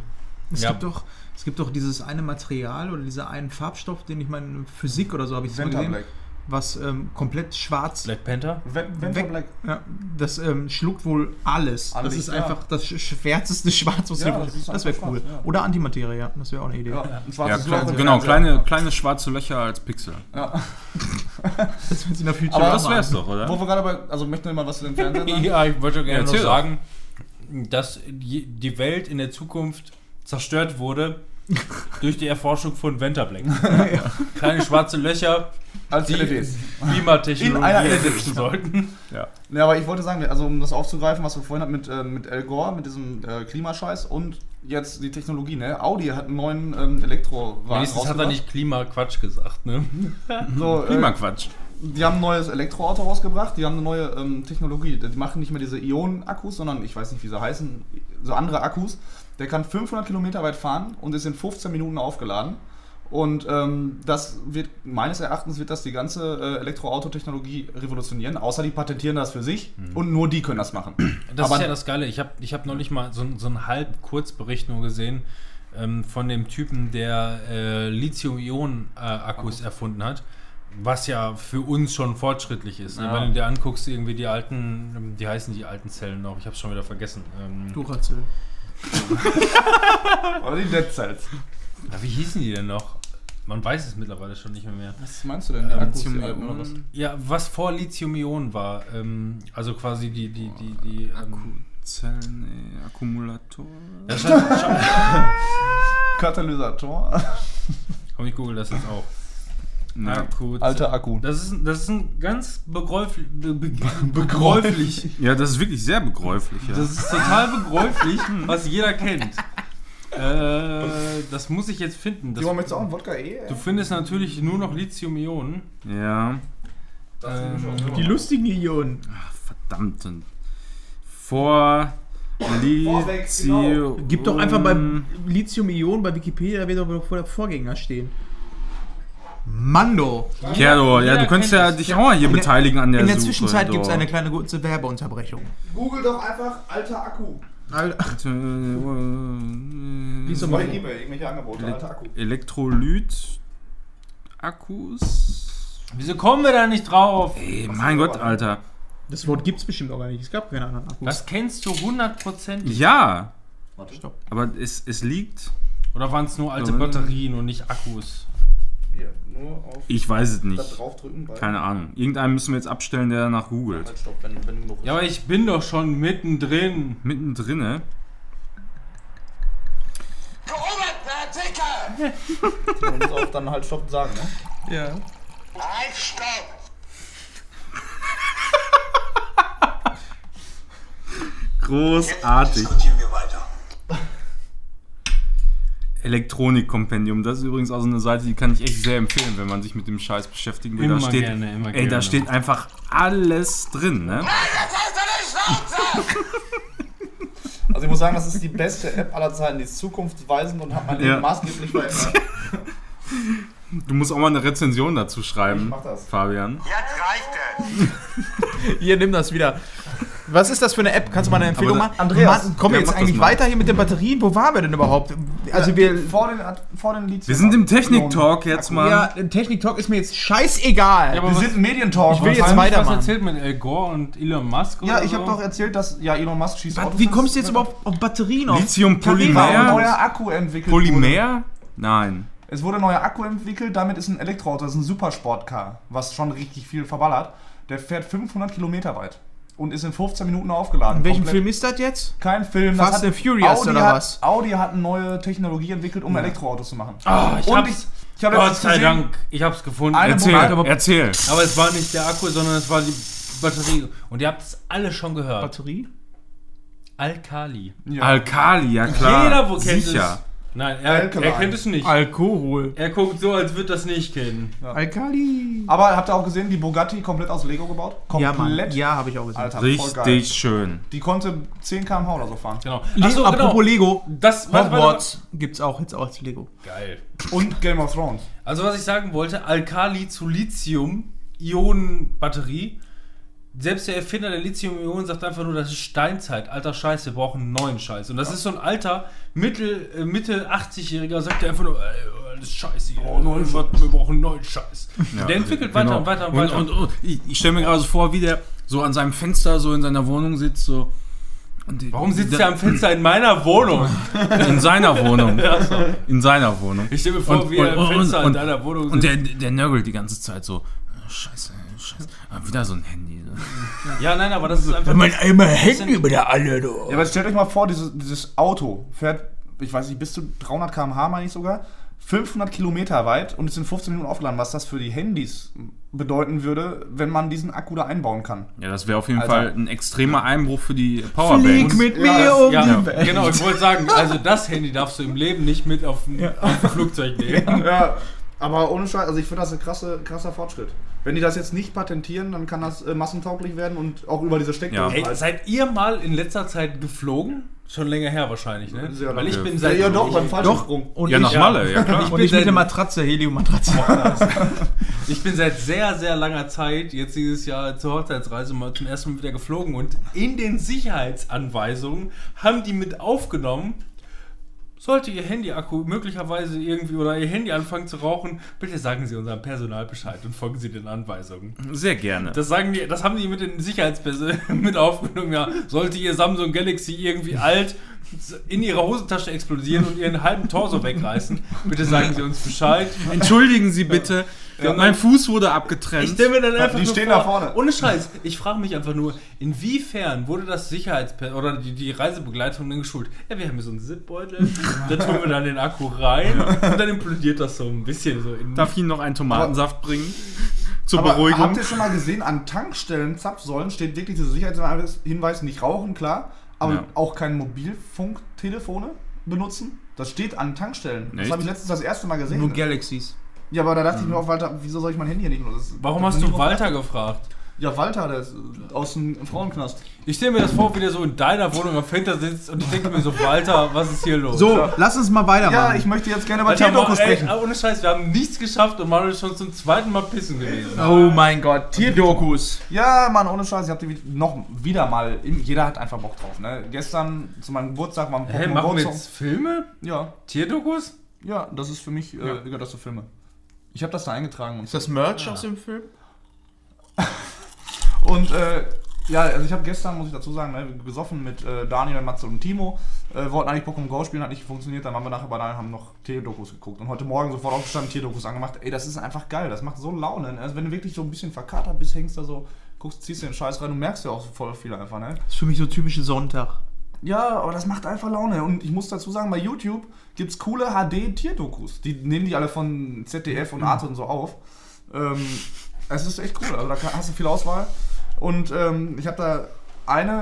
Es gibt doch dieses eine Material oder dieser einen Farbstoff, den ich meine, in Physik oder so habe ich das mal gesehen, Black. was komplett schwarz. Black Panther? Venta Black. Ja, das schluckt wohl alles. Alles, das ist ja. einfach das schwärzeste Schwarz, was Ja, du das ist das wäre einfach cool. schwarz, ja. Oder Antimaterie, ja, das wäre auch eine Idee. Ja, ein Ja, schwarzes Loch im genau, Fernseher. kleine schwarze Löcher als Pixel. Ja. Das wird sich in der Future Aber auch Das machen. wär's doch, oder? Wo wir gerade bei, also möchten wir mal was zu den Fernsehern sagen? Ja, ich wollte gerne noch erzähl doch. sagen, dass die Welt in der Zukunft zerstört wurde durch die Erforschung von Venta Black. Kleine schwarze Löcher, Als die LEDs. Beamer-Technologie In einer LED. ersetzen sollten. Ja. Ja, aber ich wollte sagen, also um das aufzugreifen, was wir vorhin hatten mit Al Gore, mit diesem Klimascheiß und jetzt die Technologie, ne? Audi hat einen neuen Elektrowagen Wenigstens hat er nicht Klimaquatsch gesagt, ne? so, Klimaquatsch. Die haben ein neues Elektroauto rausgebracht, die haben eine neue Technologie. Die machen nicht mehr diese Ionen-Akkus, sondern ich weiß nicht, wie sie heißen, so andere Akkus. Der kann 500 Kilometer weit fahren und ist in 15 Minuten aufgeladen. Und das wird, meines Erachtens, wird das die ganze Elektroauto-Technologie revolutionieren, außer die patentieren das für sich und nur die können das machen. Das Aber ist ja das Geile. Ich hab neulich mal so einen halb-Kurzbericht nur gesehen von dem Typen, der Lithium-Ionen-Akkus erfunden hat. Was ja für uns schon fortschrittlich ist. Ja. Wenn du dir anguckst, irgendwie die alten, wie heißen die alten Zellen noch? Ich hab's schon wieder vergessen. Duracell. Oder die Dead Cells. Ja, wie hießen die denn noch? Man weiß es mittlerweile schon nicht mehr. Was meinst du denn? Die Akkus, die alten, oder was? Ja, was vor Lithium-Ionen war. Also quasi die Akkuzellen, Akkumulator. Ja, schon. Katalysator. Komm, ich google das jetzt auch. Ja. Akku. Alter Akku. Das ist ein ganz begreiflich. Ja, das ist wirklich sehr begreiflich. Ja. Das ist total begreiflich, was jeder kennt. Das muss ich jetzt finden. Das, Simon, möchtest du auch einen Wodka du findest natürlich nur noch Lithium-Ionen. Ja. Die lustigen Ionen. Ach, verdammt. Vor Lithium. Gib doch einfach bei Lithium-Ionen bei Wikipedia, da wird doch vor der Vorgänger stehen. Mando. Kerdo, ja, du könntest ja kennt es. dich auch mal hier beteiligen an der In der Suche. Zwischenzeit gibt es doch. eine kleine kurze Werbeunterbrechung. Google doch einfach alter Akku. Lies doch Bei mal. eBay, irgendwelche Angebote, alter Akku. Elektrolyt-Akkus. Wieso kommen wir da nicht drauf? Ey, mein Gott, Alter. Das Wort gibt es bestimmt auch gar nicht. Es gab keine anderen Akkus. Das kennst du 100%. Ja, Warte, Stopp. aber es liegt. Oder waren es nur alte Mhm. Batterien und nicht Akkus? Hier, nur auf Ich weiß es da nicht. draufdrücken. Bei Keine Ahnung. Irgendeinen müssen wir jetzt abstellen, der danach googelt. Halt, stopp, wenn genug ist. Ja, aber ich bin doch schon mittendrin. Mittendrin, ne? Man muss auch dann halt Stopp sagen, ne? Ja. Halt, stopp! Großartig. Diskutieren wir weiter. Elektronikkompendium. Das ist übrigens auch so eine Seite, die kann ich echt sehr empfehlen, wenn man sich mit dem Scheiß beschäftigen will. Immer Da steht, gerne, immer ey, gerne. da steht einfach alles drin, ne? Also ich muss sagen, das ist die beste App aller Zeiten. Die ist zukunftsweisend und hat mein Leben Ja. maßgeblich verändert. Du musst auch mal eine Rezension dazu schreiben, Ich mach das. Fabian. Jetzt reicht es. Hier, nimm das wieder. Was ist das für eine App? Kannst du mal eine Empfehlung Aber machen? Andreas, Mann, kommen wir ja, jetzt mach das eigentlich mal. weiter hier mit den Batterien? Wo waren wir denn überhaupt? Also wir... vor den Lithium. Wir sind im Technik-Talk jetzt mal. Ja, Technik-Talk ist mir jetzt scheißegal. Ja, aber Wir was- sind im Medientalk. Ich will jetzt Haben die weitermachen. was erzählt mit Al Gore und Elon Musk? Ja, oder ich so? habe doch erzählt, dass Elon Musk schießt Autos. Wie kommst du jetzt überhaupt auf Batterien auf? Lithium-Polymer? Weil ein neuer Akku entwickelt wurde. Polymer? Nein. Es wurde ein neuer Akku entwickelt, damit ist ein Elektroauto, das ist ein Supersportcar, was schon richtig viel verballert. Der fährt 500 Kilometer weit und ist in 15 Minuten aufgeladen. In welchem Komplett. Film ist das jetzt? Kein Film. Fast and Furious Audi oder hat, was? Audi hat eine neue Technologie entwickelt, um Elektroautos zu machen. ich und hab's. ich habe Gott letztens sei gesehen, Dank, ich hab's gefunden. Eine Erzähl, Moment, erzähl. Aber es war nicht der Akku, sondern es war die Batterie. Und ihr habt es alle schon gehört. Batterie? Alkali. Ja. Alkali, ja klar. Jeder kennt Sicher. es. Nein, er Alkaline. kennt es nicht. Alkohol. Er guckt so, als würde das nicht kennen. Alkali. Aber habt ihr auch gesehen, die Bugatti komplett aus Lego gebaut? Ja, Mann. Komplett. Ja, habe ich auch gesehen. Alter, voll geil. Richtig schön. Die konnte 10 km/h oder so fahren. Genau. Achso, apropos Lego. Das warte. Hogwarts gibt's auch jetzt auch als Lego. Geil. Und Game of Thrones. Also was ich sagen wollte, Alkali zu Lithium-Ionen-Batterie. Selbst der Erfinder der Lithium-Ionen sagt einfach nur, das ist Steinzeit. Alter Scheiß, wir brauchen einen neuen Scheiß. Und das ist so ein alter, Mitte 80-Jähriger, sagt der einfach nur, das ist scheiße hier. Wir brauchen einen neuen Scheiß. Ja, Der entwickelt weiter genau. und weiter und weiter. Und ich stelle mir gerade so vor, wie der so an seinem Fenster so in seiner Wohnung sitzt. So. Und Warum sitzt der am Fenster in meiner Wohnung? In seiner Wohnung. In seiner Wohnung. Ich stelle mir vor, wie er am Fenster in deiner Wohnung sitzt. Und der nörgelt die ganze Zeit so. Scheiße. Ah, wieder so ein Handy. Ja, nein, aber das ist einfach... immer Handy über der alle, du. Ja, aber stellt euch mal vor, dieses Auto fährt, ich weiß nicht, bis zu 300 km/h, meine ich sogar, 500 Kilometer weit und ist in 15 Minuten aufgeladen, was das für die Handys bedeuten würde, wenn man diesen Akku da einbauen kann. Ja, das wäre auf jeden Alter. Fall ein extremer Einbruch für die Powerbanks. Flieg mit Ja, mir das- um Ja, die Welt. genau, ich wollte sagen, also das Handy darfst du im Leben nicht mit auf ein Flugzeug nehmen. Ja, aber ohne Scheiß, also ich finde das ein krasser Fortschritt. Wenn die das jetzt nicht patentieren, dann kann das massentauglich werden und auch über diese Steckdose. Hey, seid ihr mal in letzter Zeit geflogen? Schon länger her wahrscheinlich, ne? Sehr Weil ich lange. bin seit... ja, doch, beim ich, Fallschirmsprung. Und Ja, nach ich, Malle, ja klar. und ich mit der Matratze, Helium-Matratze. ich bin seit sehr, sehr langer Zeit, jetzt dieses Jahr zur Hochzeitsreise, mal zum ersten Mal wieder geflogen und in den Sicherheitsanweisungen haben die mit aufgenommen, Sollte Ihr Handy-Akku möglicherweise irgendwie oder Ihr Handy anfangen zu rauchen, bitte sagen Sie unserem Personal Bescheid und folgen Sie den Anweisungen. Sehr gerne. Das haben die mit den Sicherheitspersonen mit aufgenommen. Ja, sollte Ihr Samsung Galaxy irgendwie alt in Ihrer Hosentasche explodieren und Ihren halben Torso wegreißen, bitte sagen Sie uns Bescheid. Entschuldigen Sie bitte, mein Fuß wurde abgetrennt. Ich stelle mir dann einfach Die nur stehen vor, da vorne. ohne Scheiß, ich frage mich einfach nur, inwiefern wurde das oder die Reisebegleitung denn geschult? Ja, wir haben hier so einen Zipbeutel, da tun wir dann den Akku rein und dann implodiert das so ein bisschen so in... Darf ich Ihnen noch einen Tomatensaft bringen? Zur Aber Beruhigung. habt ihr schon mal gesehen, an Tankstellen, Zapfsäulen steht wirklich dieser Sicherheitshinweis, nicht rauchen, klar, aber Ja. auch keine Mobilfunktelefone benutzen? Das steht an Tankstellen. Das Echt? habe ich letztens das erste Mal gesehen. Nur Galaxies. Ja, aber da dachte ich mir auch, Walter, wieso soll ich mein Handy hier nicht benutzen? Warum hast du Walter gefragt? Ja, Walter, der ist aus dem Frauenknast. Ich stelle mir das vor, wie der so in deiner Wohnung am Fenster sitzt und ich denke mir so, Walter, was ist hier los? So, lass uns mal weitermachen. Ja, ich möchte jetzt gerne über Alter, Tierdoku ey, sprechen. ohne Scheiß, wir haben nichts geschafft und Manuel ist schon zum zweiten Mal pissen gewesen. Oh mein Gott, Tierdokus. Ja, Mann, ohne Scheiß, ich hab die noch wieder mal, jeder hat einfach Bock drauf, ne? Gestern zu meinem Geburtstag war ein Hey, machen wir jetzt Filme? Ja, Tierdokus? ja, das ist für mich, gehört das zu Filme. Ich habe das da eingetragen. Ist das Merch aus dem Film? Und ja, also ich habe gestern, muss ich dazu sagen, ne, gesoffen mit Daniel, Matze und Timo. Wollten eigentlich Pokémon Go spielen, hat nicht funktioniert. Dann waren wir nachher bei Daniel, haben noch Tierdokus geguckt. Und heute Morgen sofort aufgestanden, Tierdokus angemacht. Ey, das ist einfach geil, das macht so Laune. Ne? Also wenn du wirklich so ein bisschen verkatert bist, hängst da so, guckst, ziehst den Scheiß rein und merkst ja auch so voll viel einfach, ne? Das ist für mich so typische Sonntag. Ja, aber das macht einfach Laune. Und ich muss dazu sagen, bei YouTube gibt's coole HD-Tierdokus. Die nehmen die alle von ZDF und Arte und so auf. Es ist echt cool, also da hast du viel Auswahl. Und ich habe da ein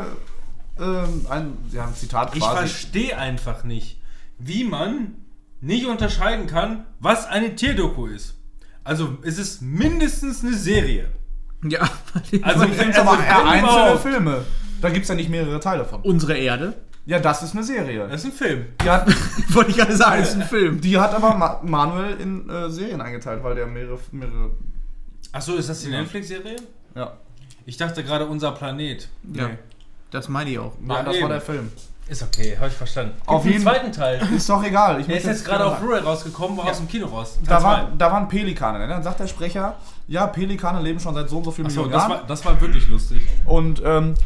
Zitat Ich quasi. verstehe einfach nicht, wie man nicht unterscheiden kann, was eine Tierdoku ist. Also es ist mindestens eine Serie. Ja, Also, aber einzelne überhaupt. Filme. Da gibt's ja nicht mehrere Teile von. unsere Erde. Ja, das ist eine Serie. Das ist ein Film. Die hat, Wollte ich gerade sagen, das ist ein Film. die hat aber Manuel in Serien eingeteilt, weil der mehrere. Achso, ist das die Netflix-Serie? Ja. Ich dachte gerade Unser Planet. Ja, das meine ich auch. Nein, das eben. war der Film. Ist okay, habe ich verstanden. Auf Gibt jeden- einen zweiten Teil. Ist doch egal. Ich Der muss ist jetzt gerade auf Blu-ray rausgekommen, war aus dem Kino raus. Da, Teil zwei. da waren Pelikane. Ne? Dann sagt der Sprecher, ja, Pelikane leben schon seit so und so vielen Achso, Millionen Jahren. das war wirklich lustig. Und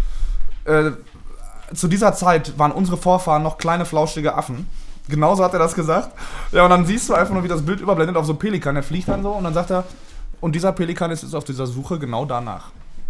zu dieser Zeit waren unsere Vorfahren noch kleine, flauschige Affen. Genauso hat er das gesagt. Ja, und dann siehst du einfach nur, wie das Bild überblendet auf so einen Pelikan. Der fliegt dann so und dann sagt er, und dieser Pelikan ist jetzt auf dieser Suche genau danach.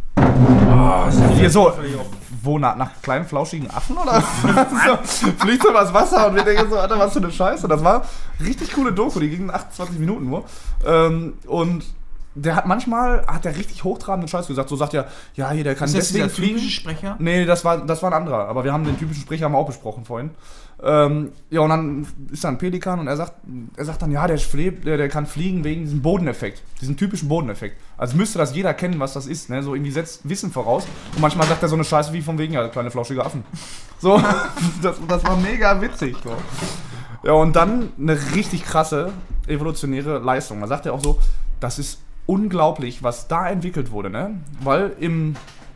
Hier so, wo, nach kleinen, flauschigen Affen oder? So, fliegt so übers Wasser und wir denken so, Alter, was für eine Scheiße. Das war richtig coole Doku, die ging 28 Minuten nur. Und der hat manchmal, der richtig hochtrabenden Scheiß gesagt. So sagt er, ja, hier, der kann Ist das deswegen dieser fliegen. typische Sprecher? Nee, das war ein anderer, aber wir haben den typischen Sprecher haben wir auch besprochen vorhin. Ja, und dann ist da ein Pelikan und er sagt dann, ja, der kann fliegen wegen diesem Bodeneffekt, diesen typischen Bodeneffekt. Also müsste das jeder kennen, was das ist, ne? So irgendwie setzt Wissen voraus. Und manchmal sagt er so eine Scheiße wie von wegen, ja, kleine flauschige Affen. So, das war mega witzig. So. Ja, und dann eine richtig krasse evolutionäre Leistung. Da sagt er auch so, das ist unglaublich, was da entwickelt wurde, ne? Weil im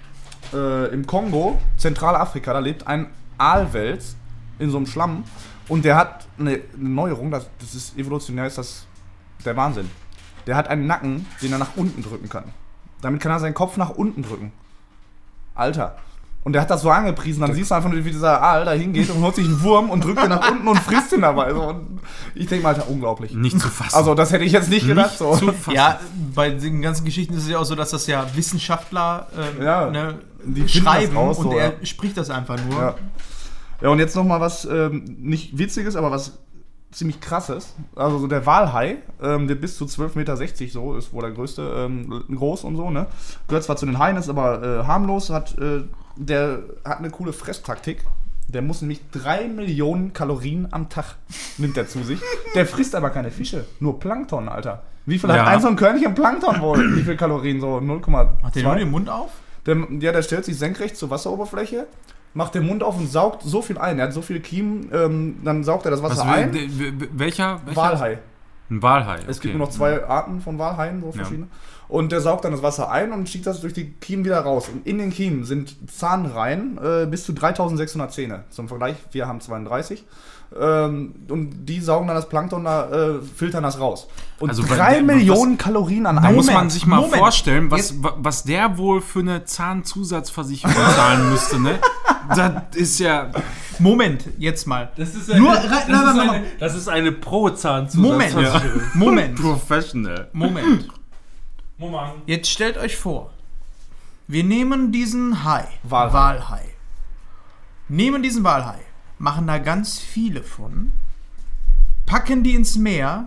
Kongo, Zentralafrika, da lebt ein Aalwels in so einem Schlamm und der hat eine Neuerung, das ist evolutionär, ist das der Wahnsinn. Der hat einen Nacken, den er nach unten drücken kann. Damit kann er seinen Kopf nach unten drücken. Alter. Und der hat das so angepriesen, dann siehst du einfach nur, wie dieser Aal da hingeht und holt sich einen Wurm und drückt den nach unten und frisst ihn dabei. So, und ich denke mal, Alter, unglaublich. Nicht zu fassen. Also das hätte ich jetzt nicht gedacht. So. Ja, bei den ganzen Geschichten ist es ja auch so, dass das ja Wissenschaftler Ja, ne, die finden schreiben das raus, und so, er ja. spricht das einfach nur. Ja. Ja, und jetzt nochmal was nicht Witziges, aber was ziemlich Krasses. Also so der Walhai, der bis zu 12,60 Meter so ist wohl der größte, groß und so, ne? Gehört zwar zu den Haien, ist aber harmlos, der hat eine coole Fresstaktik. Der muss nämlich 3 Millionen Kalorien am Tag nimmt er zu sich. Der frisst aber keine Fische, nur Plankton, Alter. Wie viel Ja. hat ein so ein Körnchen Plankton wohl? Wie viel Kalorien? So 0,2? Macht der nur den Mund auf? Der stellt sich senkrecht zur Wasseroberfläche, macht den Mund auf und saugt so viel ein. Er hat so viele Kiemen, dann saugt er das Wasser ein. Welcher? Walhai. Ein Walhai. Es gibt okay. nur noch 2 Arten von Walhaien, so verschiedene. Und der saugt dann das Wasser ein und schießt das durch die Kiemen wieder raus. Und in den Kiemen sind Zahnreihen bis zu 3600 Zähne. Zum Vergleich, wir haben 32. Und die saugen dann das Plankton, filtern das raus. Und Also, 3 Millionen Kalorien an Da einem muss man sich mal Moment. vorstellen, was der wohl für eine Zahnzusatzversicherung zahlen müsste, ne? Das ist ja... Moment, jetzt mal. Das ist Nur eine Pro-Zahnzusatzversicherung. Moment. Professional. Moment. Moment. Jetzt stellt euch vor, wir nehmen diesen Hai, Walhai. nehmen diesen Walhai, machen da ganz viele von, packen die ins Meer,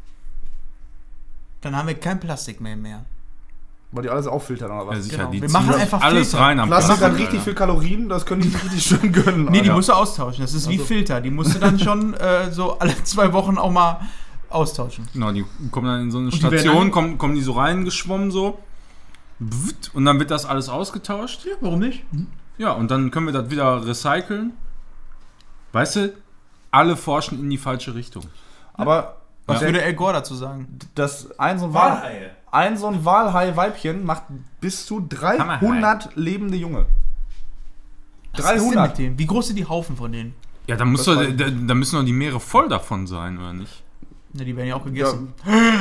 dann haben wir kein Plastik mehr. Weil die alles auffiltern oder was? Ja, sicher, Genau. die Wir machen ziehen einfach alles Filter. rein am Plastik hat Plastik, richtig Alter. viel Kalorien, das können die sich richtig schön gönnen. Nee, die Alter. musst du austauschen. Das ist wie Filter. Die musst du dann schon so alle 2 Wochen auch mal austauschen. Genau, die kommen dann in so eine die werden Station, kommen die so reingeschwommen so. Und dann wird das alles ausgetauscht. Ja, warum nicht? Ja, und dann können wir das wieder recyceln. Weißt du, alle forschen in die falsche Richtung. Aber Was Ja. würde El Gore dazu sagen? ein so ein Walhai-Weibchen macht bis zu 300 lebende Junge. Was ist denn 300. mit denen? Wie groß sind die Haufen von denen? Ja, da müssen Das da müssen doch die Meere voll davon sein, oder nicht? Na, die werden ja auch Ja, gegessen.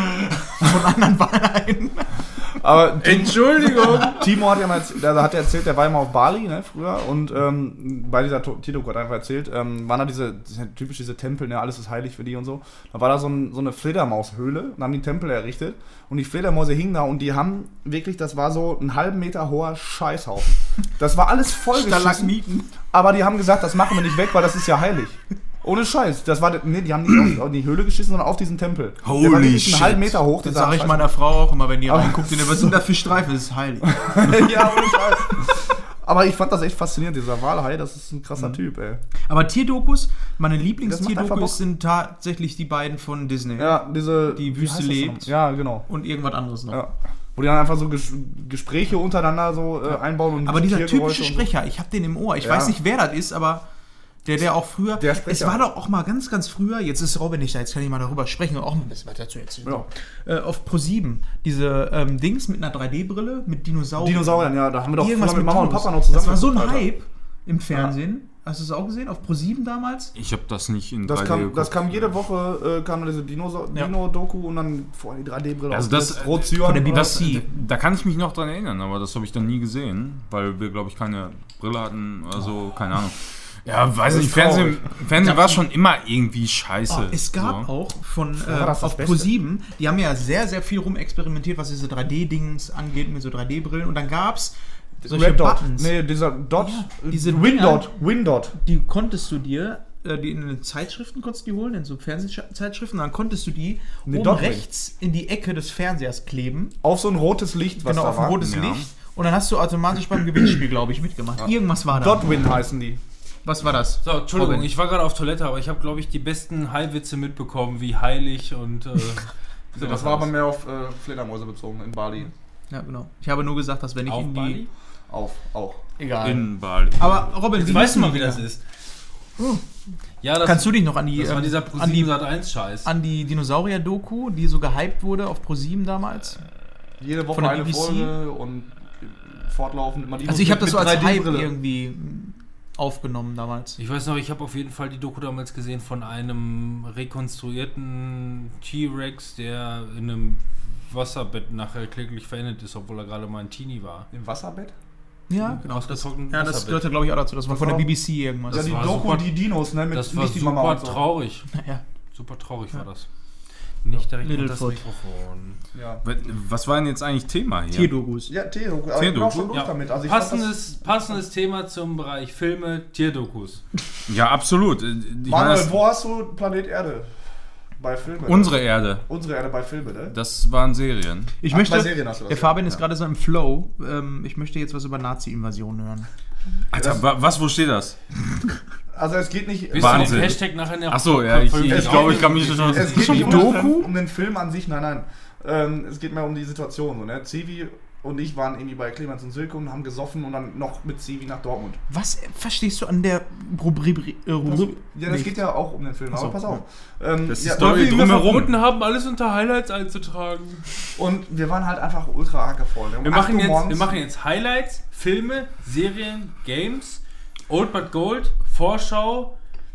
Von anderen Walhaien. aber Entschuldigung! Timo hat ja mal erzählt, der war ja mal auf Bali, ne, früher, und bei dieser Tierdoku hat er einfach erzählt, waren da diese Tempel, ne, alles ist heilig für die und so. Da war da so eine Fledermaushöhle und haben die Tempel errichtet und die Fledermäuse hingen da und die haben wirklich, das war so ein halben Meter hoher Scheißhaufen. Das war alles vollgeschissen, Stalagmiten. aber die haben gesagt, das machen wir nicht weg, weil das ist ja heilig. Ohne Scheiß. Das war, nee, die haben nicht auf die Höhle geschissen, sondern auf diesen Tempel. Der war Holy wirklich shit. einen halben Meter hoch. Das dieser sage ich Scheiß- meiner Frau auch immer, wenn die reinguckt. Was sind da für Streifen? Das ist heilig. Ja, ohne Scheiß. Aber ich fand das echt faszinierend, dieser Walhai, das ist ein krasser Typ, ey. Aber Tierdokus, meine Das macht einfach Lieblingstierdokus Bock. sind tatsächlich die beiden von Disney. Ja, diese... Die wie Wüste heißt das lebt. noch? Ja, genau. Und irgendwas anderes noch. Ja. Wo die dann einfach so Gespräche untereinander so einbauen und Aber dieser Tiergeräusche typische und so. Sprecher, ich habe den im Ohr. Ich Ja. weiß nicht, wer das ist, aber der auch früher. Der Sprecher. Es war doch auch mal ganz, ganz früher. Jetzt ist Robin nicht da, jetzt kann ich mal darüber sprechen und auch ein bisschen was dazu erzählen. Ja. Auf Pro7, diese Dings mit einer 3D-Brille, mit Dinosauriern. Dinosauriern, ja, da haben wir doch Irgendwas früher mit mit Mama und Dinos. Papa noch zusammen Das war so ein geguckt, Alter. Hype im Fernsehen. Hast du es auch gesehen? Auf Pro7 damals? Ich habe das nicht in Das 3D kam, geguckt. das kam jede Woche, kam diese Dino-Doku und dann vorher die 3D-Brille. Also das- Rot-Cyan. von der oder? Das, BBC. da kann ich mich noch dran erinnern, aber das habe ich dann nie gesehen, weil wir, glaube ich, keine Brille hatten oder so, keine Ahnung. Ja, weiß Das nicht, ist traurig. Fernsehen war schon immer irgendwie scheiße. Es gab so. auch von war das auf Beste? Pro7, die haben ja sehr, sehr viel rumexperimentiert, was diese 3D-Dings angeht, mit so 3D-Brillen. Und dann gab es solche Red Dot. Buttons, Nee, dieser Dot. Ja, diese Windot. Windot. die konntest du dir, die in den Zeitschriften konntest du die holen, in so Fernsehzeitschriften, dann konntest du die Nee, oben Dotwing. rechts in die Ecke des Fernsehers kleben, Auf so ein rotes Licht, was genau, da auf ein war. rotes Ja. Licht. Und dann hast du automatisch beim Gewinnspiel, glaube ich, mitgemacht. Irgendwas war da. Dotwin heißen die. Was war das? So, Entschuldigung, Robin. ich war gerade auf Toilette, aber ich habe, glaube ich, die besten Hai-Witze mitbekommen, wie heilig und. Das war aber mehr auf Fledermäuse bezogen in Bali. Ja, genau. Ich habe nur gesagt, dass wenn ich auf in die... Bali. Auch. Egal. In Bali. Aber Robin, Jetzt weißt du mal, wie hießen die das Dinger? ist. Ja, das, Kannst du dich noch an die, das war dieser an die, Pro7 an die Dinosaurier-Doku, die so gehypt wurde auf Pro7 damals? Jede Woche Von der eine BBC? Folge und fortlaufend immer die Also ich habe das so als Hype 3D-Brille. irgendwie aufgenommen damals. Ich weiß noch, ich habe auf jeden Fall die Doku damals gesehen von einem rekonstruierten T-Rex, der in einem Wasserbett nachher kläglich verendet ist, obwohl er gerade mal ein Teenie war. Im Wasserbett? Ja, genau. Ausgetrockneten Ja, das Wasserbett. gehörte glaube ich auch dazu. Das war von der BBC irgendwas. Ja, die war Doku, super- die Dinos, ne? Mit Das war nicht die Mama super und so. traurig. Ja. Super traurig war das. Nicht direkt unter das Littlefoot. Mikrofon. Ja. Was war denn jetzt eigentlich Thema hier? Tierdokus. Ja, Tierdoku. Aber ich bin auch schon durch damit. Also ich fand das, Passendes Thema zum Bereich Filme, Tierdokus. Ja, absolut. Ich meine, Manuel, wo hast du Planet Erde? Bei Filmen. unsere Erde, Unsere Erde bei Filmen, ne? das waren Serien. Ich Ach, möchte, bei Serien hast du das, der ja. Fabian ist Ja. gerade so im Flow. Ich möchte jetzt was über Nazi-Invasion hören. Alter, wo steht das? Also es geht nicht... Wisst ihr Wahnsinn. den Hashtag nachher in der Achso, ja, ich Folge? glaube, ich kann mich schon... Es geht schon nicht Doku? um den Film an sich, nein. Es geht mehr um die Situation. So, ne? Civi und ich waren irgendwie bei Clemens und Silke und haben gesoffen und dann noch mit Zivi nach Dortmund. Was verstehst du an der Rubrik? Ja, das geht ja auch um den Film, aber so, pass auf. Das ist die ja, Story Weil wir drumherum. verboten haben, alles unter Highlights einzutragen. und wir waren halt einfach ultra hackevoll. Ne? Um Wir 8 machen, Uhr jetzt, morgens- wir machen jetzt Highlights, Filme, Serien, Games, Old But Gold, Vorschau,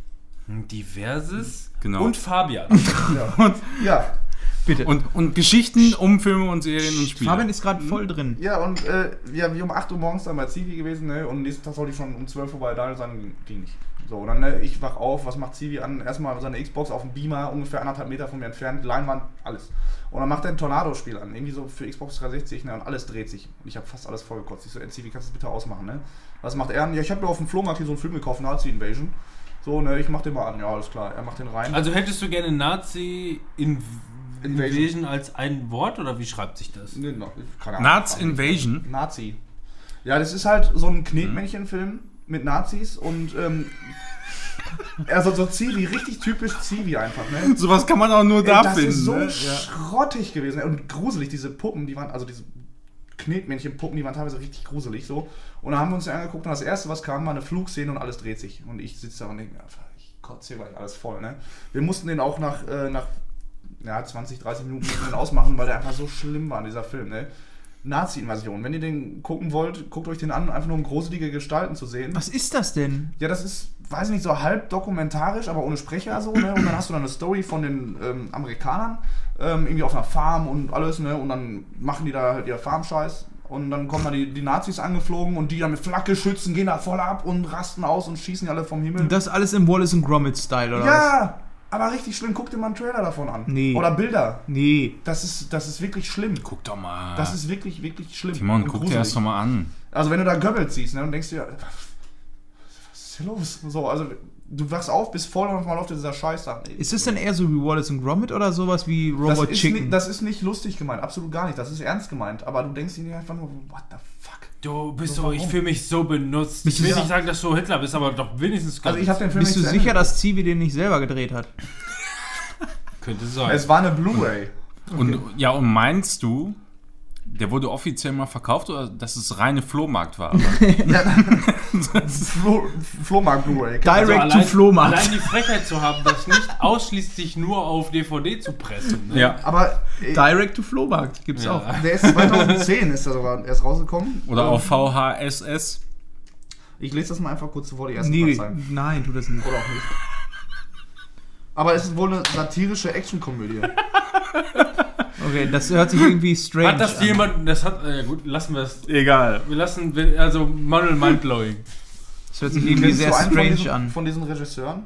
Diverses Genau. und Fabian. Ja, Bitte. Und Geschichten um Filme und Serien und Spiele. Fabian ist gerade voll drin. ja, und wir um 8 Uhr morgens dann bei Zivi gewesen, ne? Und nächsten Tag sollte ich schon um 12 Uhr bei da sein, ging nicht. So, und dann, ne, ich wach auf, was macht Zivi an? Erstmal seine Xbox auf dem Beamer, ungefähr 1,5 Meter von mir entfernt, Leinwand, alles. Und dann macht er ein Tornado-Spiel an, irgendwie so für Xbox 360, ne? Und alles dreht sich. Und ich habe fast alles vollgekotzt. Ich so, Zivi, kannst du das bitte ausmachen, ne? Was macht er? Ja, ich habe mir auf dem Flohmarkt hier so einen Film gekauft, Nazi Invasion. So, ne, ich mach den mal an, ja, alles klar. Er macht den rein. Also hättest du gerne Nazi Invasion als ein Wort oder wie schreibt sich das? Nee, no, keine Ahnung. Nazi Invasion. Nazi. Ja, das ist halt so ein Knetmännchen-Film mit Nazis und also so Zivi, richtig typisch Zivi einfach, ne? Sowas kann man auch nur da Das finden. ist so ne? schrottig gewesen und gruselig, diese Puppen, die waren, also diese Knetmännchen-Puppen, die waren teilweise richtig gruselig so. Und da haben wir uns ja angeguckt und das erste, was kam, war eine Flugszene und alles dreht sich. Und ich sitze da und denke, ich kotze hier gleich alles voll, ne? Wir mussten den auch nach 20, 30 Minuten ausmachen, weil der einfach so schlimm war, dieser Film, ne? Nazi-Invasion. Wenn ihr den gucken wollt, guckt euch den an, einfach nur um gruselige Gestalten zu sehen. Was ist das denn? Ja, das ist, weiß ich nicht, so halb dokumentarisch, aber ohne Sprecher so, ne? Und dann hast du dann eine Story von den Amerikanern, irgendwie auf einer Farm und alles, ne? Und dann machen die da halt ihr Farmscheiß. Und dann kommen da die Nazis angeflogen und die dann mit Flakgeschützen gehen da voll ab und rasten aus und schießen die alle vom Himmel. Und das alles im Wallace & Gromit-Style, oder was? Ja, aber richtig schlimm. Guck dir mal einen Trailer davon an. Nee. Oder Bilder. Nee. Das ist wirklich schlimm. Guck doch mal. Das ist wirklich, wirklich schlimm. Timon, und guck dir gruselig. das doch mal an. Also wenn du da Goebbels siehst, ne, und denkst dir, was ist hier los? So, also du wachst auf, bist voll und mal auf dieser Scheiße an. Ist das denn eher so wie Wallace & Gromit oder sowas wie Robot Chicken? Das ist nicht lustig gemeint, absolut gar nicht. Das ist ernst gemeint. Aber du denkst dir einfach nur, what the fuck? Du bist Warum? so, ich fühle mich so benutzt. Bist Ich will du nicht sagen, dass du Hitler bist, aber doch wenigstens Also ich habe den Film Bist du nicht zu sicher, Ende dass Zivi den nicht selber gedreht hat? könnte sein. Es war eine Blu-ray. Und meinst du, der wurde offiziell mal verkauft oder dass es reine Flohmarkt war? Flohmarkt Blu-ray. Direct to Flohmarkt. Allein die Frechheit zu haben, das nicht ausschließlich nur auf DVD zu pressen. Ne? Ja. Aber Direct to Flohmarkt gibt's Ja. auch. der ist 2010 ist er sogar erst rausgekommen. Oder auf VHSS? Ich lese das mal einfach kurz vor, die ersten Nee, Zeilen. nein, tu das nicht. Oder auch nicht. Aber es ist wohl eine satirische Actionkomödie. Okay, das hört sich irgendwie strange Hat das an. jemand, das hat, gut, lassen wir es. Egal. Wir lassen, also Manuel mindblowing. Das hört sich irgendwie Kennst sehr du einen strange an. von diesen Regisseuren?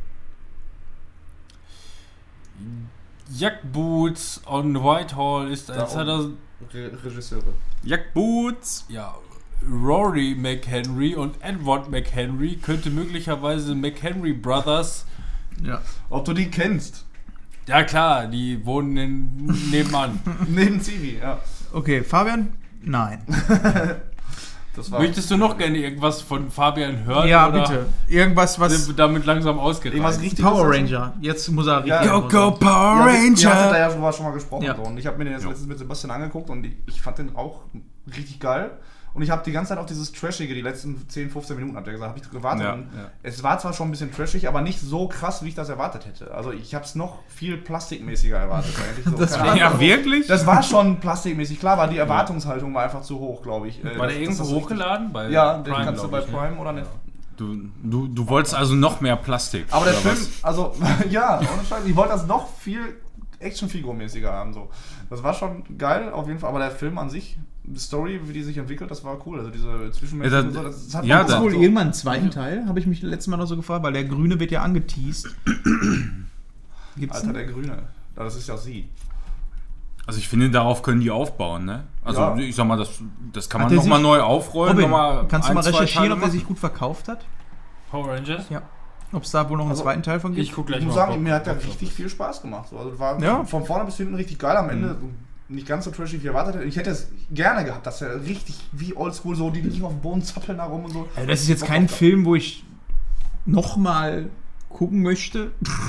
Jackboots on Whitehall ist ein Da 2000. Regisseure. Jackboots. Ja, Rory McHenry und Edward McHenry könnte möglicherweise McHenry Brothers. Ja. Ob du die kennst? Ja klar, die wohnen nebenan. Neben Zivi, ja. Okay, Fabian? Nein. Das war Möchtest du noch gerne irgendwas von Fabian hören? Ja, oder bitte. Irgendwas, Sind was... wir damit langsam ausgereizt? irgendwas richtig Power Ranger. Jetzt muss er richtig... Ja. Go, go, Power Ja, ihr hattet da Ranger! ja schon mal gesprochen. Ja. So. Und ich habe mir den jetzt letztens mit Sebastian angeguckt und ich fand den auch richtig geil. Und ich habe die ganze Zeit auf dieses Trashige, die letzten 10, 15 Minuten, hat er gesagt, habe ich gewartet. Ja, Und ja. es war zwar schon ein bisschen trashig, aber nicht so krass, wie ich das erwartet hätte. Also ich habe es noch viel plastikmäßiger erwartet. Eigentlich so. Das Keine war- Ahnung. Ja, wirklich? Das war schon plastikmäßig, klar, aber die Erwartungshaltung war einfach zu hoch, glaube ich. War der irgendwo hochgeladen? Bei Ja, den Prime, kannst du bei glaub ich, ne? Prime oder nicht. Du wolltest also noch mehr Plastik. Aber der oder Film, was? also ja, ohne Scheiß, ich wollte das noch viel Actionfigur-mäßiger haben. So. Das war schon geil, auf jeden Fall, aber der Film an sich, die Story, wie die sich entwickelt, das war cool. Also diese Zwischenmenschen und so, das hat ja, Bock das- gemacht, Wohl so. irgendwann einen zweiten Teil, habe ich mich letztes Mal noch so gefragt, weil der Grüne wird ja angeteased. Gibt's Alter, einen? der Grüne. Ja, das ist ja sie. Also ich finde, darauf können die aufbauen, ne? Also Ja. ich sag mal, das kann Hat man der nochmal sich- neu aufrollen. Robin, noch mal kannst du ein, mal zwei recherchieren, Teile ob der sich machen? gut verkauft hat? Power Rangers? Ja. Ob es da wohl noch einen Also, zweiten Teil von gibt? Ich guck gleich Ich muss mal. sagen, mir hat der richtig viel Spaß gemacht. So. Also war Ja. von vorne bis hinten richtig geil. Am Ende nicht ganz so trashig, wie ich erwartet hätte. Ich hätte es gerne gehabt, dass er richtig wie oldschool so, die liegen auf dem Boden, zappeln da rum und so. Also das ist jetzt kein Film, wo ich nochmal gucken möchte.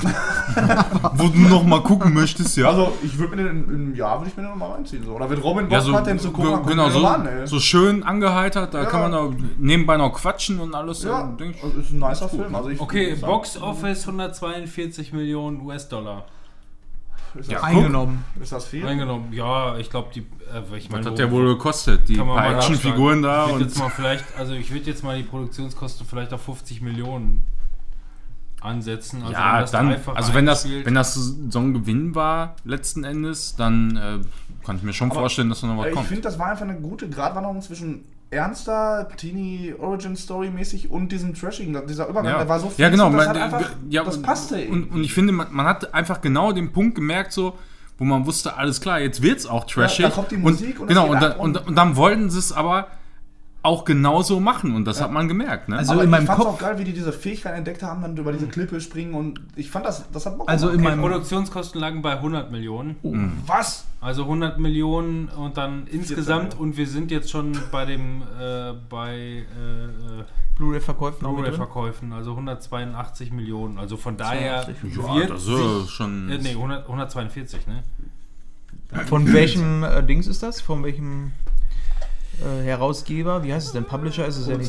Wo du noch mal gucken möchtest, ja. Also, ich würde mir den im Jahr würde ich mir den nochmal reinziehen. So. Oder wenn Robin Ja, Bock so, hat, den zu gucken, dann genau, guck ich den noch mal an, ey. so schön angeheitert, da Ja. kann man da nebenbei noch quatschen und alles. Ja, denk ich. also ist ein nicer Film. Also ich Okay, muss Box sagen, Office 142 Millionen US-Dollar. Ist Ja, das, Eingenommen. ist das viel? Eingenommen. Ja, ich glaube, ich Was meine, hat der wohl gekostet? Die kann man paar mal Actionfiguren da nachschlagen. und. Ich würde jetzt mal die Produktionskosten vielleicht auf 50 Millionen ansetzen. Also Ja, das dann, dreifach also wenn das einspielt. so ein Gewinn war, letzten Endes, dann kann ich mir schon Aber, vorstellen, dass da noch was Ich kommt. finde, das war einfach eine gute Gratwanderung zwischen ernster Teenie-Origin-Story-mäßig und diesem Trashing. Dieser Übergang, der war so Ja, genau. das, Man, hat einfach, das passte und ich finde, man hat einfach genau den Punkt gemerkt, so, wo man wusste, alles klar, jetzt wird's auch trashig. Ja, da kommt die Musik und und es genau, geht ab und dann wollten sie es aber auch genauso machen und das hat man gemerkt. Ne? Also aber in meinem ich fand's Kopf- auch geil, wie die diese Fähigkeit entdeckt haben, dann über diese Klippe springen und ich fand das hat Bock Also gemacht. in Die meinem Produktionskosten lagen bei 100 Millionen. Was? Also 100 Millionen und dann insgesamt Millionen. und wir sind jetzt schon bei dem Blu-ray-Verkäufen auch mit drin. Blu-ray-Verkäufen, also 182 Millionen. Also von daher Ja, wird das sich, ist schon. 142, ne? Von welchem Dings ist das? Von welchem Herausgeber? Wie heißt es denn? Publisher ist es ja nicht.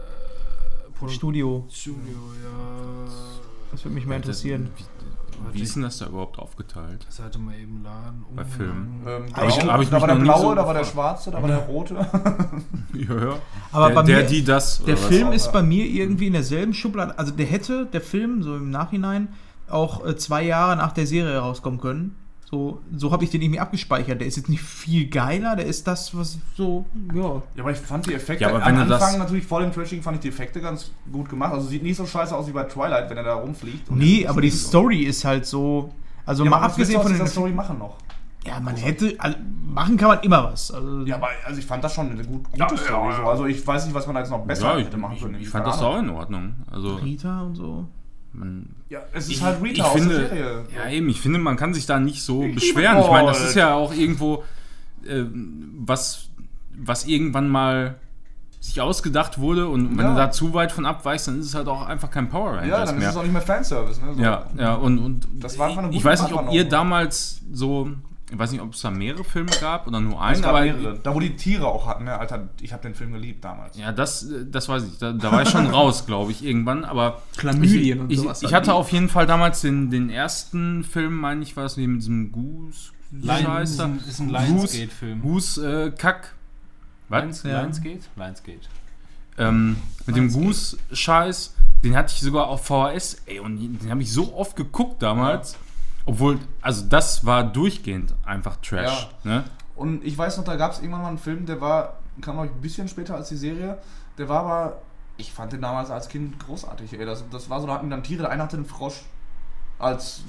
Studio. Studio, ja. Das würde mich mal interessieren. Wie ist denn das da überhaupt aufgeteilt? Seite mal eben laden. Bei Filmen. Hab ich da mich war der noch nie blaue, so da war der gefragt. schwarze, da war der rote. Ja. Aber bei mir, die, das. der oder was? Film auch, ist ja. bei mir irgendwie in derselben Schublade. Also der Film, so im Nachhinein, auch 2 Jahre nach der Serie rauskommen können. So habe ich den irgendwie abgespeichert. Der ist jetzt nicht viel geiler, der ist das, was so, ja. Ja, aber ich fand die Effekte, Ja, aber am wenn du Anfang das- natürlich vor dem Trashing fand ich die Effekte ganz gut gemacht. Also sieht nicht so scheiße aus wie bei Twilight, wenn er da rumfliegt. Und Nee, aber die Story ist halt so. Also ja, mal aber was willst du abgesehen aus von dieser den. Story machen noch. Ja, man hätte. Also, machen kann man immer was. Also, Ja, aber also ich fand das schon eine gute Ja, Story. ja. So. Also ich weiß nicht, was man da jetzt noch besser Ja, hätte machen können. ich fand das auch in Ordnung. Also, Rita und so. Ja, es ist halt Rita ich aus finde, der Serie. ja eben, ich finde, man kann sich da nicht so Ich beschweren. liebe Ich meine, das Gold. ist ja auch irgendwo was irgendwann mal sich ausgedacht wurde und wenn Ja. du da zu weit von abweichst, dann ist es halt auch einfach kein Power Rangers Ja, dann ist mehr. es auch nicht mehr Fanservice. Ne? So. Ja, und Das war einfach eine ich gute weiß nicht, ob Abwandlung. ihr damals so, ich weiß nicht, ob es da mehrere Filme gab oder nur Es einen, gab aber mehrere. Da wo die Tiere auch hatten, ne? Alter, ich habe den Film geliebt damals. ja, das weiß ich. Da war ich schon raus, glaube ich, irgendwann. Aber Chlamydien und ich, sowas. ich hatte auf jeden Fall damals den ersten Film, meine ich, war es mit diesem Goose. Ist ein Lionsgate-Film. Kack. Was? Ja. Lionsgate. Mit dem Goose-Scheiß, den hatte ich sogar auf VHS, ey, und den habe ich so oft geguckt damals. Obwohl, also das war durchgehend einfach Trash. Ne? Und ich weiß noch, da gab es irgendwann mal einen Film, der war, kam glaube ich ein bisschen später als die Serie, der war aber, ich fand den damals als Kind großartig, ey. Das war so, da hatten dann Tiere, der eine hatte einen Frosch als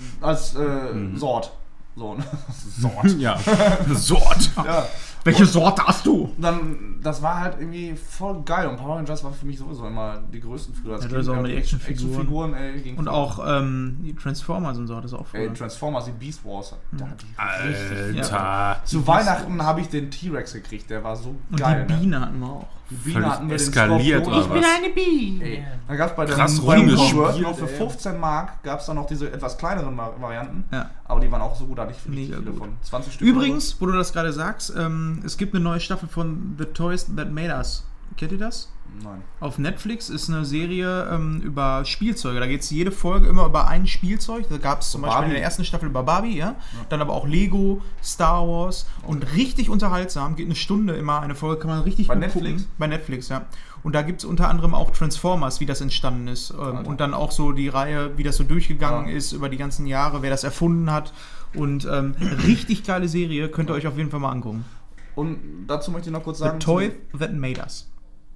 Sort. So, ne? Sort. Ja, Sort. Ja. Welche Sorte hast du? Dann, das war halt irgendwie voll geil und Power Rangers war für mich sowieso immer die größten früher als Ja, Kind. das ist auch mit Actionfiguren. Actionfiguren, ey, ging Und voll. auch die Transformers und so, das ist auch Ey, früher. Transformers, die Beast Wars, da hatte ich Alter. Zu Weihnachten habe ich den T-Rex gekriegt, der war so Und geil. die ne? Biene hatten wir auch. Die Biene Völlig hatten wir, den eskaliert, Skorpion. oder was? eine Biene. Ey, da gab es bei Krass beim rumgespielt, Woolworth noch für ey. 15 Mark gab es dann noch diese etwas kleineren Varianten. Ja. Aber die waren auch so gut, da hatte ich richtig Mega viele gut. von. 20 Stück. Übrigens, wo du das gerade sagst, es gibt eine neue Staffel von The Toys That Made Us. Kennt ihr das? oder so. Nein. Auf Netflix ist eine Serie über Spielzeuge. Da geht es jede Folge immer über ein Spielzeug. Da gab es zum Beispiel Barbie. in der ersten Staffel über Barbie, ja. Dann aber auch Lego, Star Wars und richtig unterhaltsam. Geht eine Stunde immer eine Folge, kann man richtig Bei gut Netflix? gucken. Bei Netflix, ja. Und da gibt es unter anderem auch Transformers, wie das entstanden ist. Und dann auch so die Reihe, wie das so durchgegangen Ja. ist über die ganzen Jahre, wer das erfunden hat. Und richtig geile Serie, könnt ihr euch auf jeden Fall mal angucken. Und dazu möchte ich noch kurz The sagen. Toy That Made Us.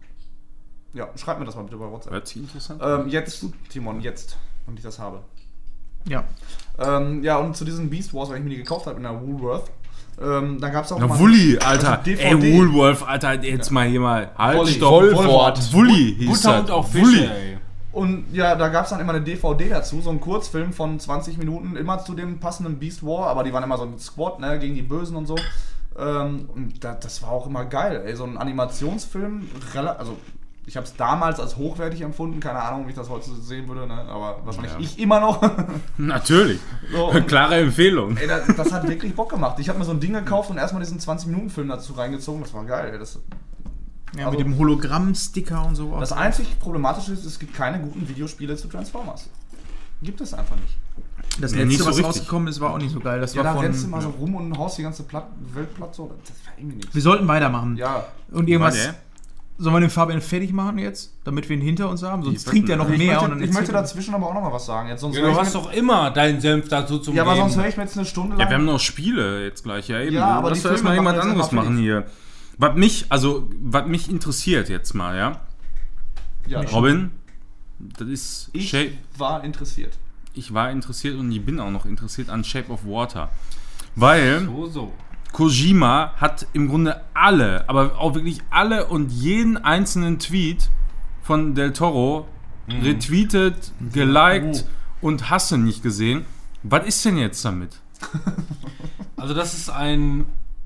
Ja, schreib mir das mal bitte bei WhatsApp. Hört sich interessant. Jetzt, Timon, jetzt, wenn ich das habe. Ja. Ja, und zu diesen Beast Wars, weil ich mir die gekauft habe in der Woolworth, da gab es auch Na, Wully, Alter. also DVD. Ey, Woolworth, Alter, jetzt mal hier mal. Halt, Wolli. stopp. Wollwort. Wully hieß Butter das. und auch Wully. Fische, ey. Und ja, da gab es dann immer eine DVD dazu, so ein Kurzfilm von 20 Minuten, immer zu dem passenden Beast War, aber die waren immer so ein Squad, ne, gegen die Bösen und so. Und das war auch immer geil, ey, so ein Animationsfilm, also Ich habe es damals als hochwertig empfunden, keine Ahnung, wie ich das heute so sehen würde, ne? Aber wahrscheinlich Ja. ich immer noch. Natürlich. So, und, Klare Empfehlung. ey, das hat wirklich Bock gemacht. Ich habe mir so ein Ding gekauft und erstmal diesen 20-Minuten-Film dazu reingezogen. Das war geil. Ey. Ja, Also- mit dem Hologramm-Sticker und so. Das einzig Problematische ist, es gibt keine guten Videospiele zu Transformers. Gibt es einfach nicht. Das Nee, letzte, nicht so was richtig. rausgekommen ist, war auch nicht so geil. Das Ja, war da rennst du von. mal so rum und haust die ganze Welt platt so. Das war irgendwie nichts. Wir sollten weitermachen. Ja, Und irgendwas. Warte. Sollen wir den Fabian fertig machen jetzt? Damit wir ihn hinter uns haben? Sonst Die trinkt er noch ich mehr. möchte, und ich dann möchte erzählt dazwischen aber auch noch mal was sagen. Jetzt, sonst Ja, höre du ich hast mir- doch immer deinen Senf dazu zum ja, aber Geben. sonst höre ich mir jetzt eine Stunde lang. Ja, wir haben noch Spiele jetzt gleich, ja eben. Ja, aber lass die doch erstmal Filme irgendwas machen wir anderes jetzt erstmal machen hier. Was mich interessiert jetzt mal, ja. ja, Robin, das ist ich war interessiert. Ich war interessiert und ich bin auch noch interessiert an Shape of Water. Weil So. Kojima hat im Grunde alle, aber auch wirklich alle und jeden einzelnen Tweet von Del Toro retweetet, geliked und hast du nicht gesehen. Was ist denn jetzt damit? Also das ist ein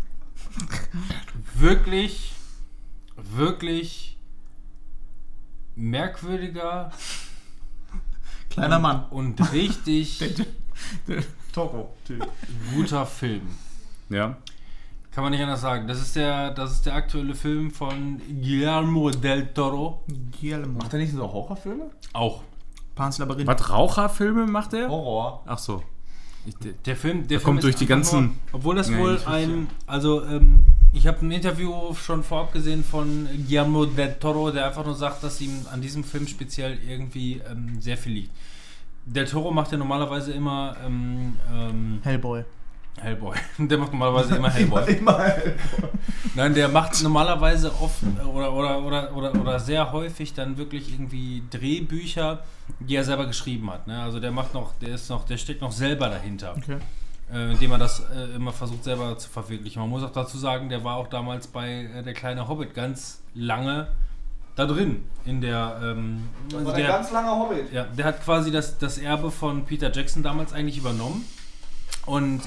wirklich, wirklich merkwürdiger Kleiner Mann. und richtig Toro-Typ. guter Film. Ja. Kann man nicht anders sagen. Das ist der aktuelle Film von Guillermo del Toro. Guillermo. Macht er nicht so Horrorfilme? Auch. Pan's Labyrinth. Was, Raucherfilme macht er? Horror. Ach so. Der Film kommt ist durch die einfach ganzen- nur, obwohl das Nee, wohl nicht ein, also ich habe ein Interview schon vorab gesehen von Guillermo del Toro, der einfach nur sagt, dass ihm an diesem Film speziell irgendwie sehr viel liegt. Del Toro macht ja normalerweise immer Hellboy. Hellboy. Der macht normalerweise immer Hellboy. Immer. Nein, der macht normalerweise oft oder sehr häufig dann wirklich irgendwie Drehbücher, die er selber geschrieben hat. Ne? Also der steckt noch selber dahinter. Okay. Indem er das immer versucht selber zu verwirklichen. Man muss auch dazu sagen, der war auch damals bei Der kleine Hobbit ganz lange da drin. In der, Das war der ganz lange Hobbit. ja, der hat quasi das Erbe von Peter Jackson damals eigentlich übernommen. Und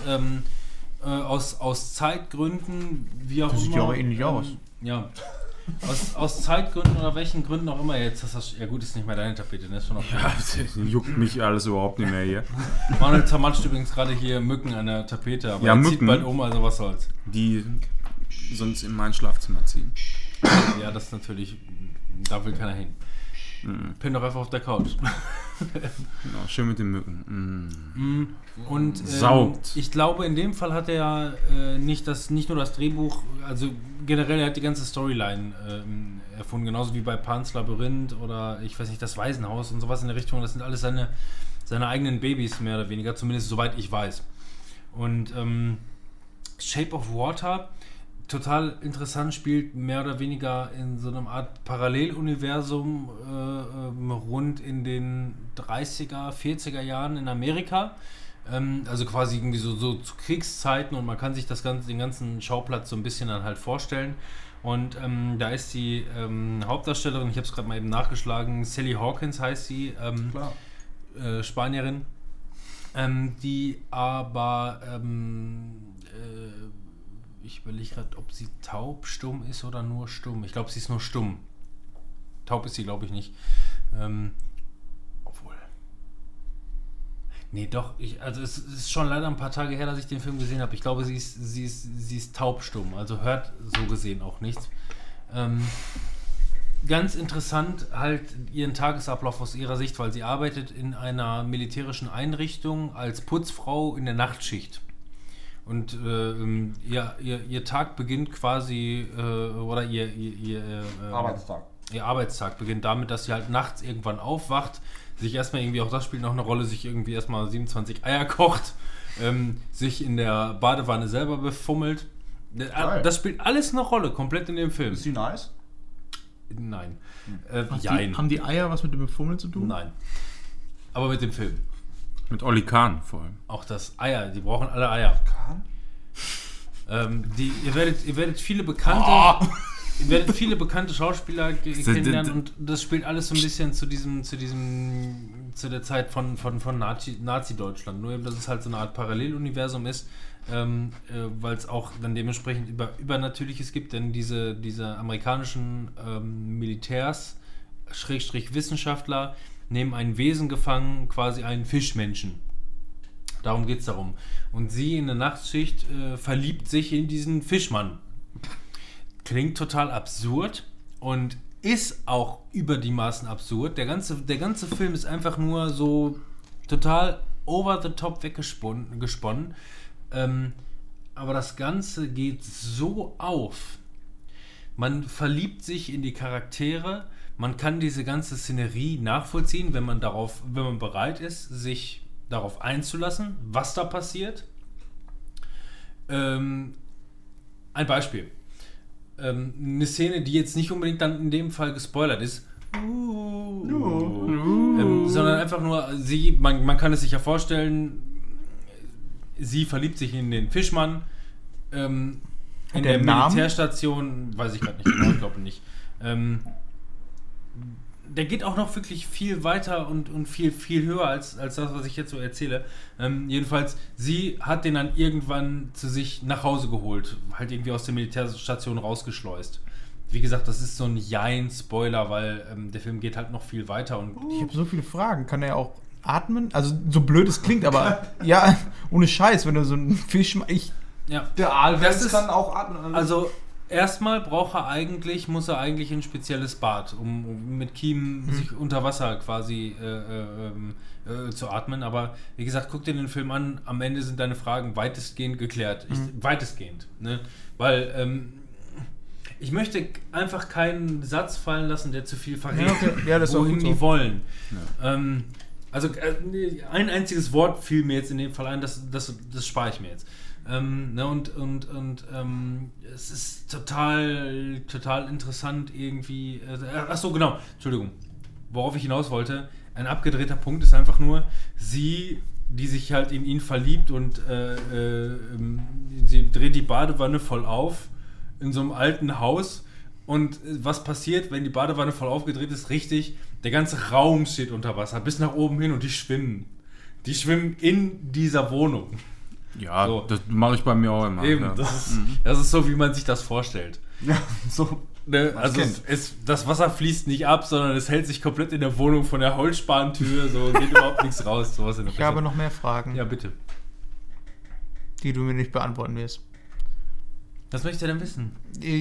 aus Zeitgründen, wie auch Das immer. sieht ja auch ähnlich aus. Ja. Aus Zeitgründen oder welchen Gründen auch immer jetzt. Ja gut, ist nicht mehr deine Tapete, ne? Ist schon noch Ja, juckt mich alles überhaupt nicht mehr hier. Manuel zermatscht übrigens gerade hier Mücken an der Tapete, aber Ja, er zieht Mücken. bald um, also was soll's. Die sonst in mein Schlafzimmer ziehen. Ja, das ist natürlich, da will keiner hin. Penn doch einfach auf der Couch. Genau, schön mit den Mücken. Und Saugt. ich glaube, in dem Fall hat er nicht nur das Drehbuch, also generell er hat die ganze Storyline erfunden, genauso wie bei Pan's Labyrinth oder ich weiß nicht, das Waisenhaus und sowas in der Richtung. Das sind alles seine eigenen Babys, mehr oder weniger, zumindest soweit ich weiß. Und Shape of Water, total interessant, spielt mehr oder weniger in so einer Art Paralleluniversum rund in den 30er, 40er Jahren in Amerika. Also quasi irgendwie so zu Kriegszeiten und man kann sich den ganzen Schauplatz so ein bisschen dann halt vorstellen. Und da ist die Hauptdarstellerin, ich habe es gerade mal eben nachgeschlagen, Sally Hawkins heißt sie, Klar. Spanierin, die aber ich überlege gerade, ob sie taubstumm ist oder nur stumm. Ich glaube, sie ist nur stumm. Taub ist sie, glaube ich, nicht. Obwohl. Nee, doch. Also es ist schon leider ein paar Tage her, dass ich den Film gesehen habe. Ich glaube, sie ist taubstumm. Also hört so gesehen auch nichts. Ganz interessant halt ihren Tagesablauf aus ihrer Sicht, weil sie arbeitet in einer militärischen Einrichtung als Putzfrau in der Nachtschicht. Und ihr Tag beginnt quasi, oder ihr Arbeitstag. Ihr Arbeitstag beginnt damit, dass sie halt nachts irgendwann aufwacht, sich erstmal irgendwie, auch das spielt noch eine Rolle, sich irgendwie erstmal 27 Eier kocht, sich in der Badewanne selber befummelt. Geil. Das spielt alles eine Rolle, komplett in dem Film. Ist die nice? Nein. Die, haben die Eier was mit dem Befummeln zu tun? Nein. Aber mit dem Film. Mit Oli Kahn vor allem. Auch das Eier, die brauchen alle Eier. Kahn? Ihr werdet viele bekannte, ihr werdet viele bekannte Schauspieler kennenlernen und das spielt alles so ein bisschen zu der Zeit von Nazi-Deutschland. Nur eben, dass es halt so eine Art Paralleluniversum ist. weil es auch dann dementsprechend Übernatürliches gibt, denn diese amerikanischen Militärs, Schrägstrich Wissenschaftler, nehmen ein Wesen gefangen, quasi einen Fischmenschen. Darum geht es darum. Und sie in der Nachtschicht verliebt sich in diesen Fischmann. Klingt total absurd und ist auch über die Maßen absurd. Der ganze Film ist einfach nur so total over the top weggesponnen. Aber das Ganze geht so auf. Man verliebt sich in die Charaktere. Man kann diese ganze Szenerie nachvollziehen, wenn man bereit ist, sich darauf einzulassen, was da passiert. Ein Beispiel. Eine Szene, die jetzt nicht unbedingt dann in dem Fall gespoilert ist, sondern einfach nur man kann es sich ja vorstellen, sie verliebt sich in den Fischmann, in der Militärstation, weiß ich gerade nicht genau, ich glaube nicht. Der geht auch noch wirklich viel weiter und viel, viel höher als das, was ich jetzt so erzähle. Jedenfalls, sie hat den dann irgendwann zu sich nach Hause geholt, halt irgendwie aus der Militärstation rausgeschleust. Wie gesagt, das ist so ein Jein-Spoiler, weil der Film geht halt noch viel weiter. Und Ich habe so viele Fragen. Kann er auch atmen? Also, so blöd es klingt, aber ja, ohne Scheiß, wenn du so einen Fisch... Der Aalwels kann auch atmen. Also, erstmal muss er eigentlich in ein spezielles Bad, um mit Kiemen sich unter Wasser quasi zu atmen. Aber wie gesagt, guck dir den Film an. Am Ende sind deine Fragen weitestgehend geklärt. Weitestgehend. Ne? Weil ich möchte einfach keinen Satz fallen lassen, der zu viel verrät, das ist auch wohin gut die so. wollen. Ja. Ein einziges Wort fiel mir jetzt in dem Fall ein, das spare ich mir jetzt. Es ist total interessant irgendwie. Achso, genau, Entschuldigung. Worauf ich hinaus wollte, ein abgedrehter Punkt ist einfach nur, sie, die sich halt in ihn verliebt und sie dreht die Badewanne voll auf in so einem alten Haus. Und was passiert, wenn die Badewanne voll aufgedreht ist? Richtig, der ganze Raum steht unter Wasser, bis nach oben hin und die schwimmen. Die schwimmen in dieser Wohnung. Ja, so. Das mache ich bei mir auch immer. Eben, ja. das ist so, wie man sich das vorstellt. Ja, so. Ne? Also das Wasser fließt nicht ab, sondern es hält sich komplett in der Wohnung von der Holzspantür, so geht überhaupt nichts raus. Sowas in der Ich habe noch mehr Fragen, Ja, bitte. die du mir nicht beantworten wirst. Was möchte er denn wissen?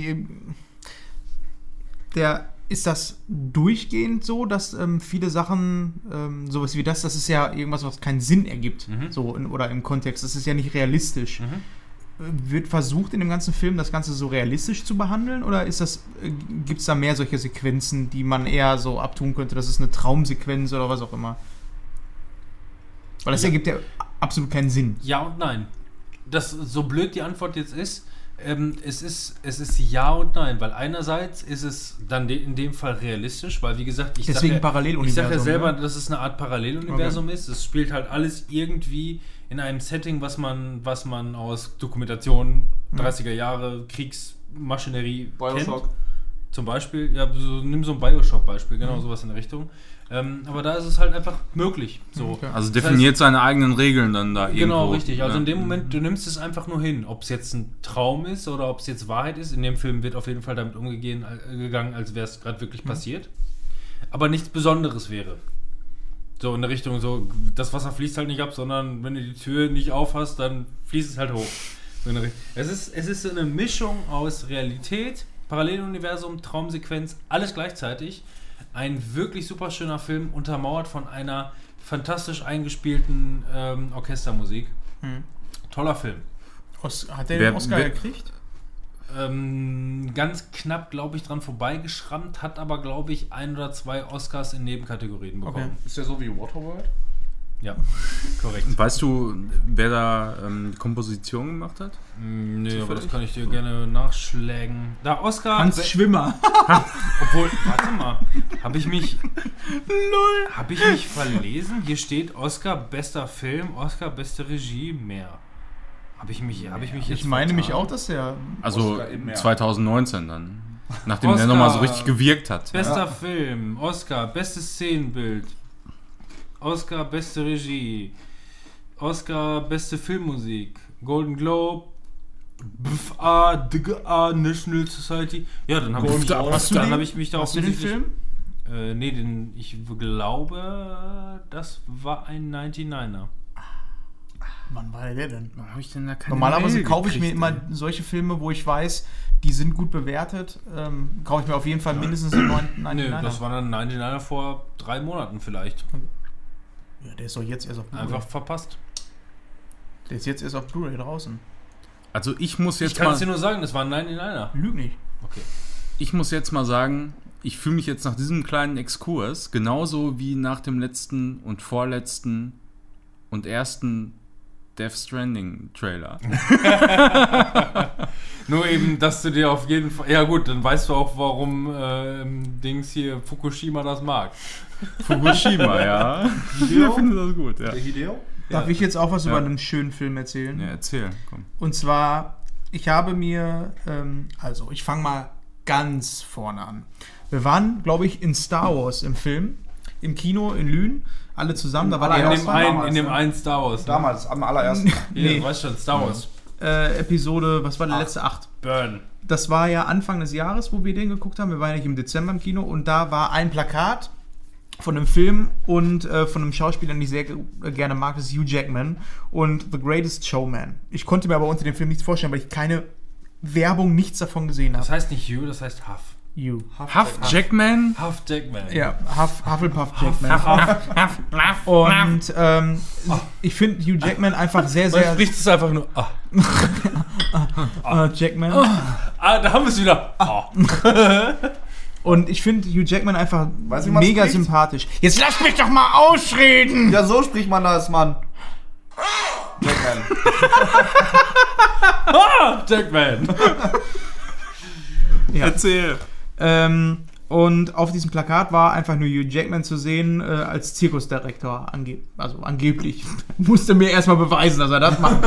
Ist das durchgehend so, dass viele Sachen, sowas wie das ist ja irgendwas, was keinen Sinn ergibt, oder im Kontext, das ist ja nicht realistisch. Wird versucht in dem ganzen Film, das Ganze so realistisch zu behandeln, oder gibt es da mehr solche Sequenzen, die man eher so abtun könnte, das ist eine Traumsequenz oder was auch immer? Weil das ergibt ja absolut keinen Sinn. Ja und nein. So blöd die Antwort jetzt ist, es ist ja und nein, weil einerseits ist es dann in dem Fall realistisch, weil wie gesagt, ich sage ja selber, dass es eine Art Paralleluniversum ist. Es spielt halt alles irgendwie in einem Setting, was man aus Dokumentationen 30er Jahre Kriegsmaschinerie Bioshock kennt. Zum Beispiel, ja, nimm so ein Bioshock-Beispiel, genau sowas in der Richtung. Aber da ist es halt einfach möglich. So. Okay. Also definiert seine eigenen Regeln dann da irgendwo. Genau, richtig. Also in dem Moment, du nimmst es einfach nur hin. Ob es jetzt ein Traum ist oder ob es jetzt Wahrheit ist. In dem Film wird auf jeden Fall damit umgegangen, als wäre es gerade wirklich passiert. Aber nichts Besonderes wäre. So in der Richtung, so das Wasser fließt halt nicht ab, sondern wenn du die Tür nicht aufhast, dann fließt es halt hoch. So es ist so eine Mischung aus Realität, Paralleluniversum, Traumsequenz, alles gleichzeitig. Ein wirklich super schöner Film, untermauert von einer fantastisch eingespielten Orchestermusik. Toller Film. Hat der den Oscar gekriegt? Ganz knapp, glaube ich, dran vorbeigeschrammt, hat aber, glaube ich, 1 oder 2 Oscars in Nebenkategorien bekommen. Okay. Ist der so wie Waterworld? Ja, korrekt. Weißt du, wer da Komposition gemacht hat? Nee, aber das kann ich dir gerne nachschlagen. Da Oscar... Hans Schwimmer. Obwohl, warte mal. Habe ich mich verlesen? Hier steht Oscar bester Film, Oscar beste Regie, mehr. Habe ich mich jetzt Ich meine mich vertan? auch, dass der... Also Oscar im März. 2019 dann. Nachdem Oscar. der nochmal so richtig gewirkt hat. Bester Film, Oscar, bestes Szenenbild, Oscar, beste Regie, Oscar, beste Filmmusik, Golden Globe, BFA, DGA, National Society. Ja, dann habe ich, mich da Hast du den Film? Nee, ich glaube, das war ein 99er. Wann war der denn? Warum habe ich denn da keine Normalerweise Mail kaufe ich mir gekriegt, immer solche Filme, wo ich weiß, die sind gut bewertet. Kaufe ich mir auf jeden Fall mindestens einen 99er. Nee, das war dann ein 99er vor 3 Monaten vielleicht. Ja, der ist doch jetzt erst auf Blu-ray. Einfach verpasst. Der ist jetzt erst auf Blu-ray draußen. Also ich muss Ich jetzt kann es dir mal, nur sagen, das war ein 99er. Lüg nicht. Okay. ich muss jetzt mal sagen, ich fühle mich jetzt nach diesem kleinen Exkurs genauso wie nach dem letzten und vorletzten und ersten Death Stranding Trailer. Nur eben, dass du dir auf jeden Fall... Ja gut, dann weißt du auch, warum Dings hier Fukushima das mag. Fukushima, ja. Ich finde das gut, ja. Der Hideo? Darf ich jetzt auch was Ja. über einen schönen Film erzählen? Ja, erzähl, komm. Und zwar, ich habe mir, ich fange mal ganz vorne an. Wir waren, glaube ich, in Star Wars im Film, im Kino in Lünen, alle zusammen. Da war die In dem einen Star Wars. Ne? Damals, am allerersten. Hier, Nee. du weißt schon, Star Wars. Episode, was war der letzte? 8. Burn. Das war ja Anfang des Jahres, wo wir den geguckt haben. Wir waren ja nicht im Dezember im Kino und da war ein Plakat von einem Film und von einem Schauspieler, den ich sehr gerne mag, das ist Hugh Jackman und The Greatest Showman. Ich konnte mir aber unter dem Film nichts vorstellen, weil ich keine Werbung, nichts davon gesehen Das habe. heißt nicht Hugh, das heißt Huff. Hugh. Huff Jackman? Huff Jackman. Ja, Hufflepuff Jackman. Und ich finde Hugh Jackman einfach sehr, Man sehr... spricht es einfach nur. Jackman. Da haben wir es wieder. Und ich finde Hugh Jackman einfach Weißt du, wie man mega spricht? sympathisch. Jetzt lass mich doch mal ausreden! Ja, so spricht man das, Mann. Jackman. Jackman. Ja. Erzähl. Und auf diesem Plakat war einfach nur Hugh Jackman zu sehen als Zirkusdirektor. Angeblich. Musste mir erstmal beweisen, dass er das machen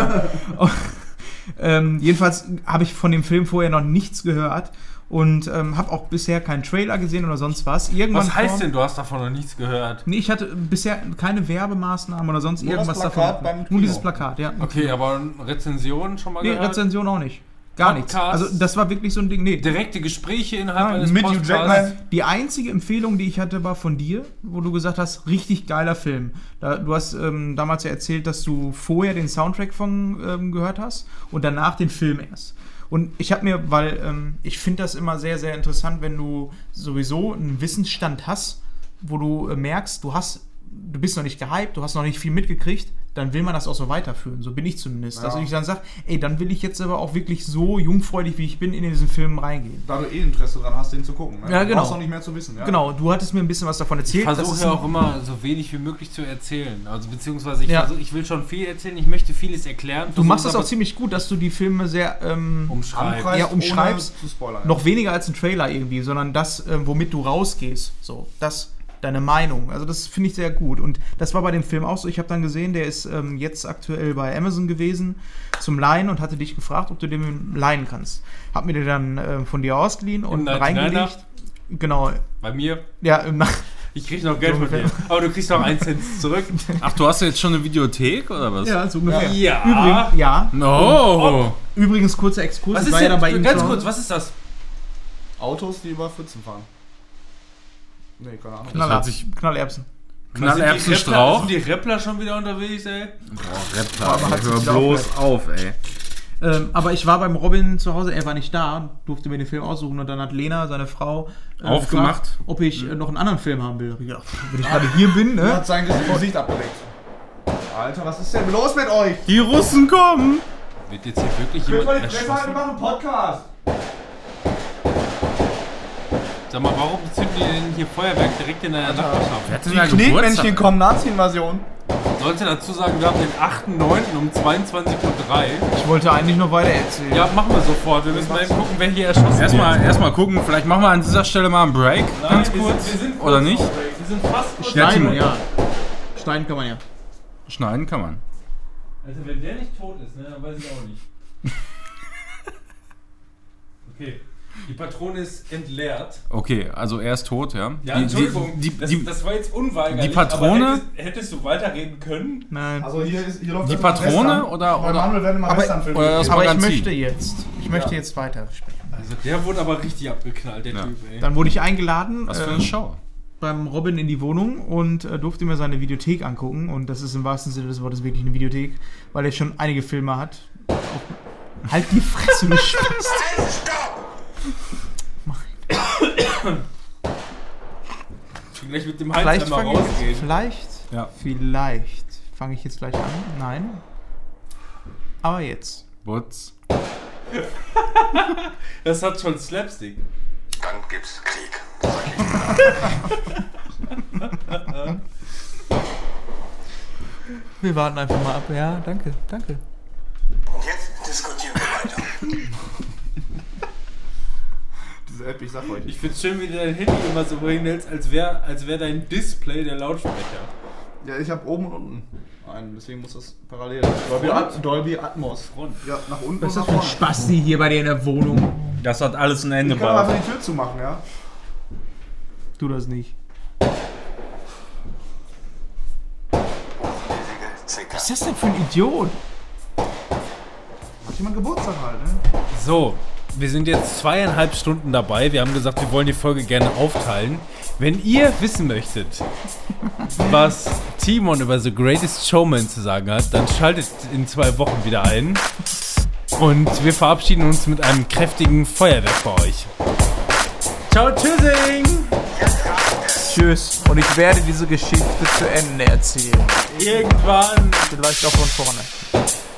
kann. Jedenfalls habe ich von dem Film vorher noch nichts gehört und habe auch bisher keinen Trailer gesehen oder sonst was. Irgendwann Was heißt denn, du hast davon noch nichts gehört? Nee, ich hatte bisher keine Werbemaßnahmen oder sonst Nur irgendwas das Plakat davon. beim Nur Kino. dieses Plakat, ja. Okay, aber Rezensionen schon mal Nee, gehört? Rezension auch nicht. Gar nichts. Podcast? Also das war wirklich so ein Ding. Nee. Direkte Gespräche innerhalb Nein, eines mit Hugh Podcasts. Jackman. Die einzige Empfehlung, die ich hatte, war von dir, wo du gesagt hast, richtig geiler Film. Du hast damals ja erzählt, dass du vorher den Soundtrack von gehört hast und danach den Film erst. Und ich habe mir, weil ich finde das immer sehr, sehr interessant, wenn du sowieso einen Wissensstand hast, wo du merkst, du bist noch nicht gehypt, du hast noch nicht viel mitgekriegt, dann will man das auch so weiterführen. So bin ich zumindest. Ja. Dass ich dann sage, ey, dann will ich jetzt aber auch wirklich so jungfräulich, wie ich bin, in diesen Film reingehen. Da du Interesse dran hast, den zu gucken. Ne? Ja, genau. Du brauchst auch nicht mehr zu wissen. Ja? Genau, du hattest mir ein bisschen was davon Ich erzählt. versuche ist ja ein- auch immer so wenig wie möglich zu erzählen. Also beziehungsweise Ja. ich will schon viel erzählen, ich möchte vieles erklären. Du machst das versuche auch ziemlich gut, dass du die Filme sehr umschreiben. Ja, umschreibst. ohne zu spoilern. noch weniger als ein Trailer irgendwie, sondern das, womit du rausgehst. So, das, deine Meinung. Also das finde ich sehr gut. Und das war bei dem Film auch so. Ich habe dann gesehen, der ist jetzt aktuell bei Amazon gewesen zum Leihen und hatte dich gefragt, ob du den leihen kannst. Hab mir den dann von dir ausgeliehen und 99er? reingelegt. Genau. Bei mir, Ja, im Nach ich krieg noch Geld So von dir. ungefähr. Aber du kriegst noch 1 Cent zurück. Ach, du hast ja jetzt schon eine Videothek oder was? ja, so ungefähr. Ja. Übrigens, ja. No! Übrigens, kurzer Exkurs. Was ich ist war ja denn, dann bei ihm ganz zu Hause. kurz, was ist das? Autos, die über Pfützen fahren. Nee, keine Ahnung. hört sich- Knallerbsen. Knallerbsenstrauch? Sind die Rappler schon wieder unterwegs, ey? Boah, Rappler, Aber hat hör sich bloß auf, ey. Aber ich war beim Robin zu Hause, er war nicht da, durfte mir den Film aussuchen und dann hat Lena, seine Frau, Aufgemacht. gefragt, ob ich noch einen anderen Film haben will. Hab ich gedacht, wenn ich gerade hier bin, Er ne? hat sein Gesicht abgedeckt. Alter, was ist denn los mit euch? Die Russen kommen! Wird jetzt hier wirklich jemand erschossen? machen Podcast. Sag mal, warum zünden die denn hier Feuerwerk direkt in der Nachbarschaft? Die Knetmännchen kommen, Nazi-Invasion. Sollte dazu sagen, wir haben den 8.9. um 22.03 Uhr. Ich wollte eigentlich noch weiter erzählen. Ja, machen wir sofort. Wir müssen mal eben gucken, wer hier erschossen wird. Erstmal gucken, vielleicht machen wir an dieser Stelle mal einen Break, ganz kurz. Wir sind kurz Oder nicht? auf Break. Wir sind fast kurz. Ja, Schneiden, Timo. ja. Schneiden kann man ja. Schneiden kann man. Also wenn der nicht tot ist, ne, dann weiß ich auch nicht. Okay. Die Patrone ist entleert. Okay, also er ist tot, ja? Ja, Entschuldigung, das war jetzt unweigerlich. die Patrone- aber hättest du weiterreden können? Nein. Also hier läuft Die immer Patrone Western. oder- Bei Manuel werden immer aber- Westernfilme oder das gedreht. Aber ich Magazin. möchte jetzt weiter sprechen. Also der wurde aber richtig abgeknallt, der Ja. Typ, ey. Dann wurde ich eingeladen Was für eine Show. beim Robin in die Wohnung und durfte mir seine Videothek angucken. Und das ist im wahrsten Sinne des Wortes wirklich eine Videothek, weil er schon einige Filme hat. Halt die Fresse, du Spast. Gleich mit dem Hals einmal rausgehen. Vielleicht fange ich jetzt gleich an. Nein. Aber jetzt. Butz. Das hat schon Slapstick. Dann gibt's Krieg. Wir warten einfach mal ab. Ja, danke. Und jetzt diskutieren wir weiter. Diese App, ich sag euch. Ich find's schön, wie du dein Handy immer so hinhältst, als wär dein Display der Lautsprecher. Ja, ich habe oben und unten einen, deswegen muss das parallel. Dolby Atmos. Front. Ja, nach unten Was ist und das nach für ein vorne. Spasti hier bei dir in der Wohnung? Das hat alles ein Ende, Ich kann aber einfach die Tür zumachen, ja? Tu das nicht. Riesige Zicker. Was ist das denn für ein Idiot? Hat jemand Geburtstag halt, ne? So, wir sind jetzt 2,5 Stunden dabei. Wir haben gesagt, wir wollen die Folge gerne aufteilen. Wenn ihr wissen möchtet, was Timon über The Greatest Showman zu sagen hat, dann schaltet in 2 Wochen wieder ein. Und wir verabschieden uns mit einem kräftigen Feuerwerk bei euch. Ciao, tschüssing! Tschüss. Und ich werde diese Geschichte zu Ende erzählen. Irgendwann. Vielleicht auch von vorne.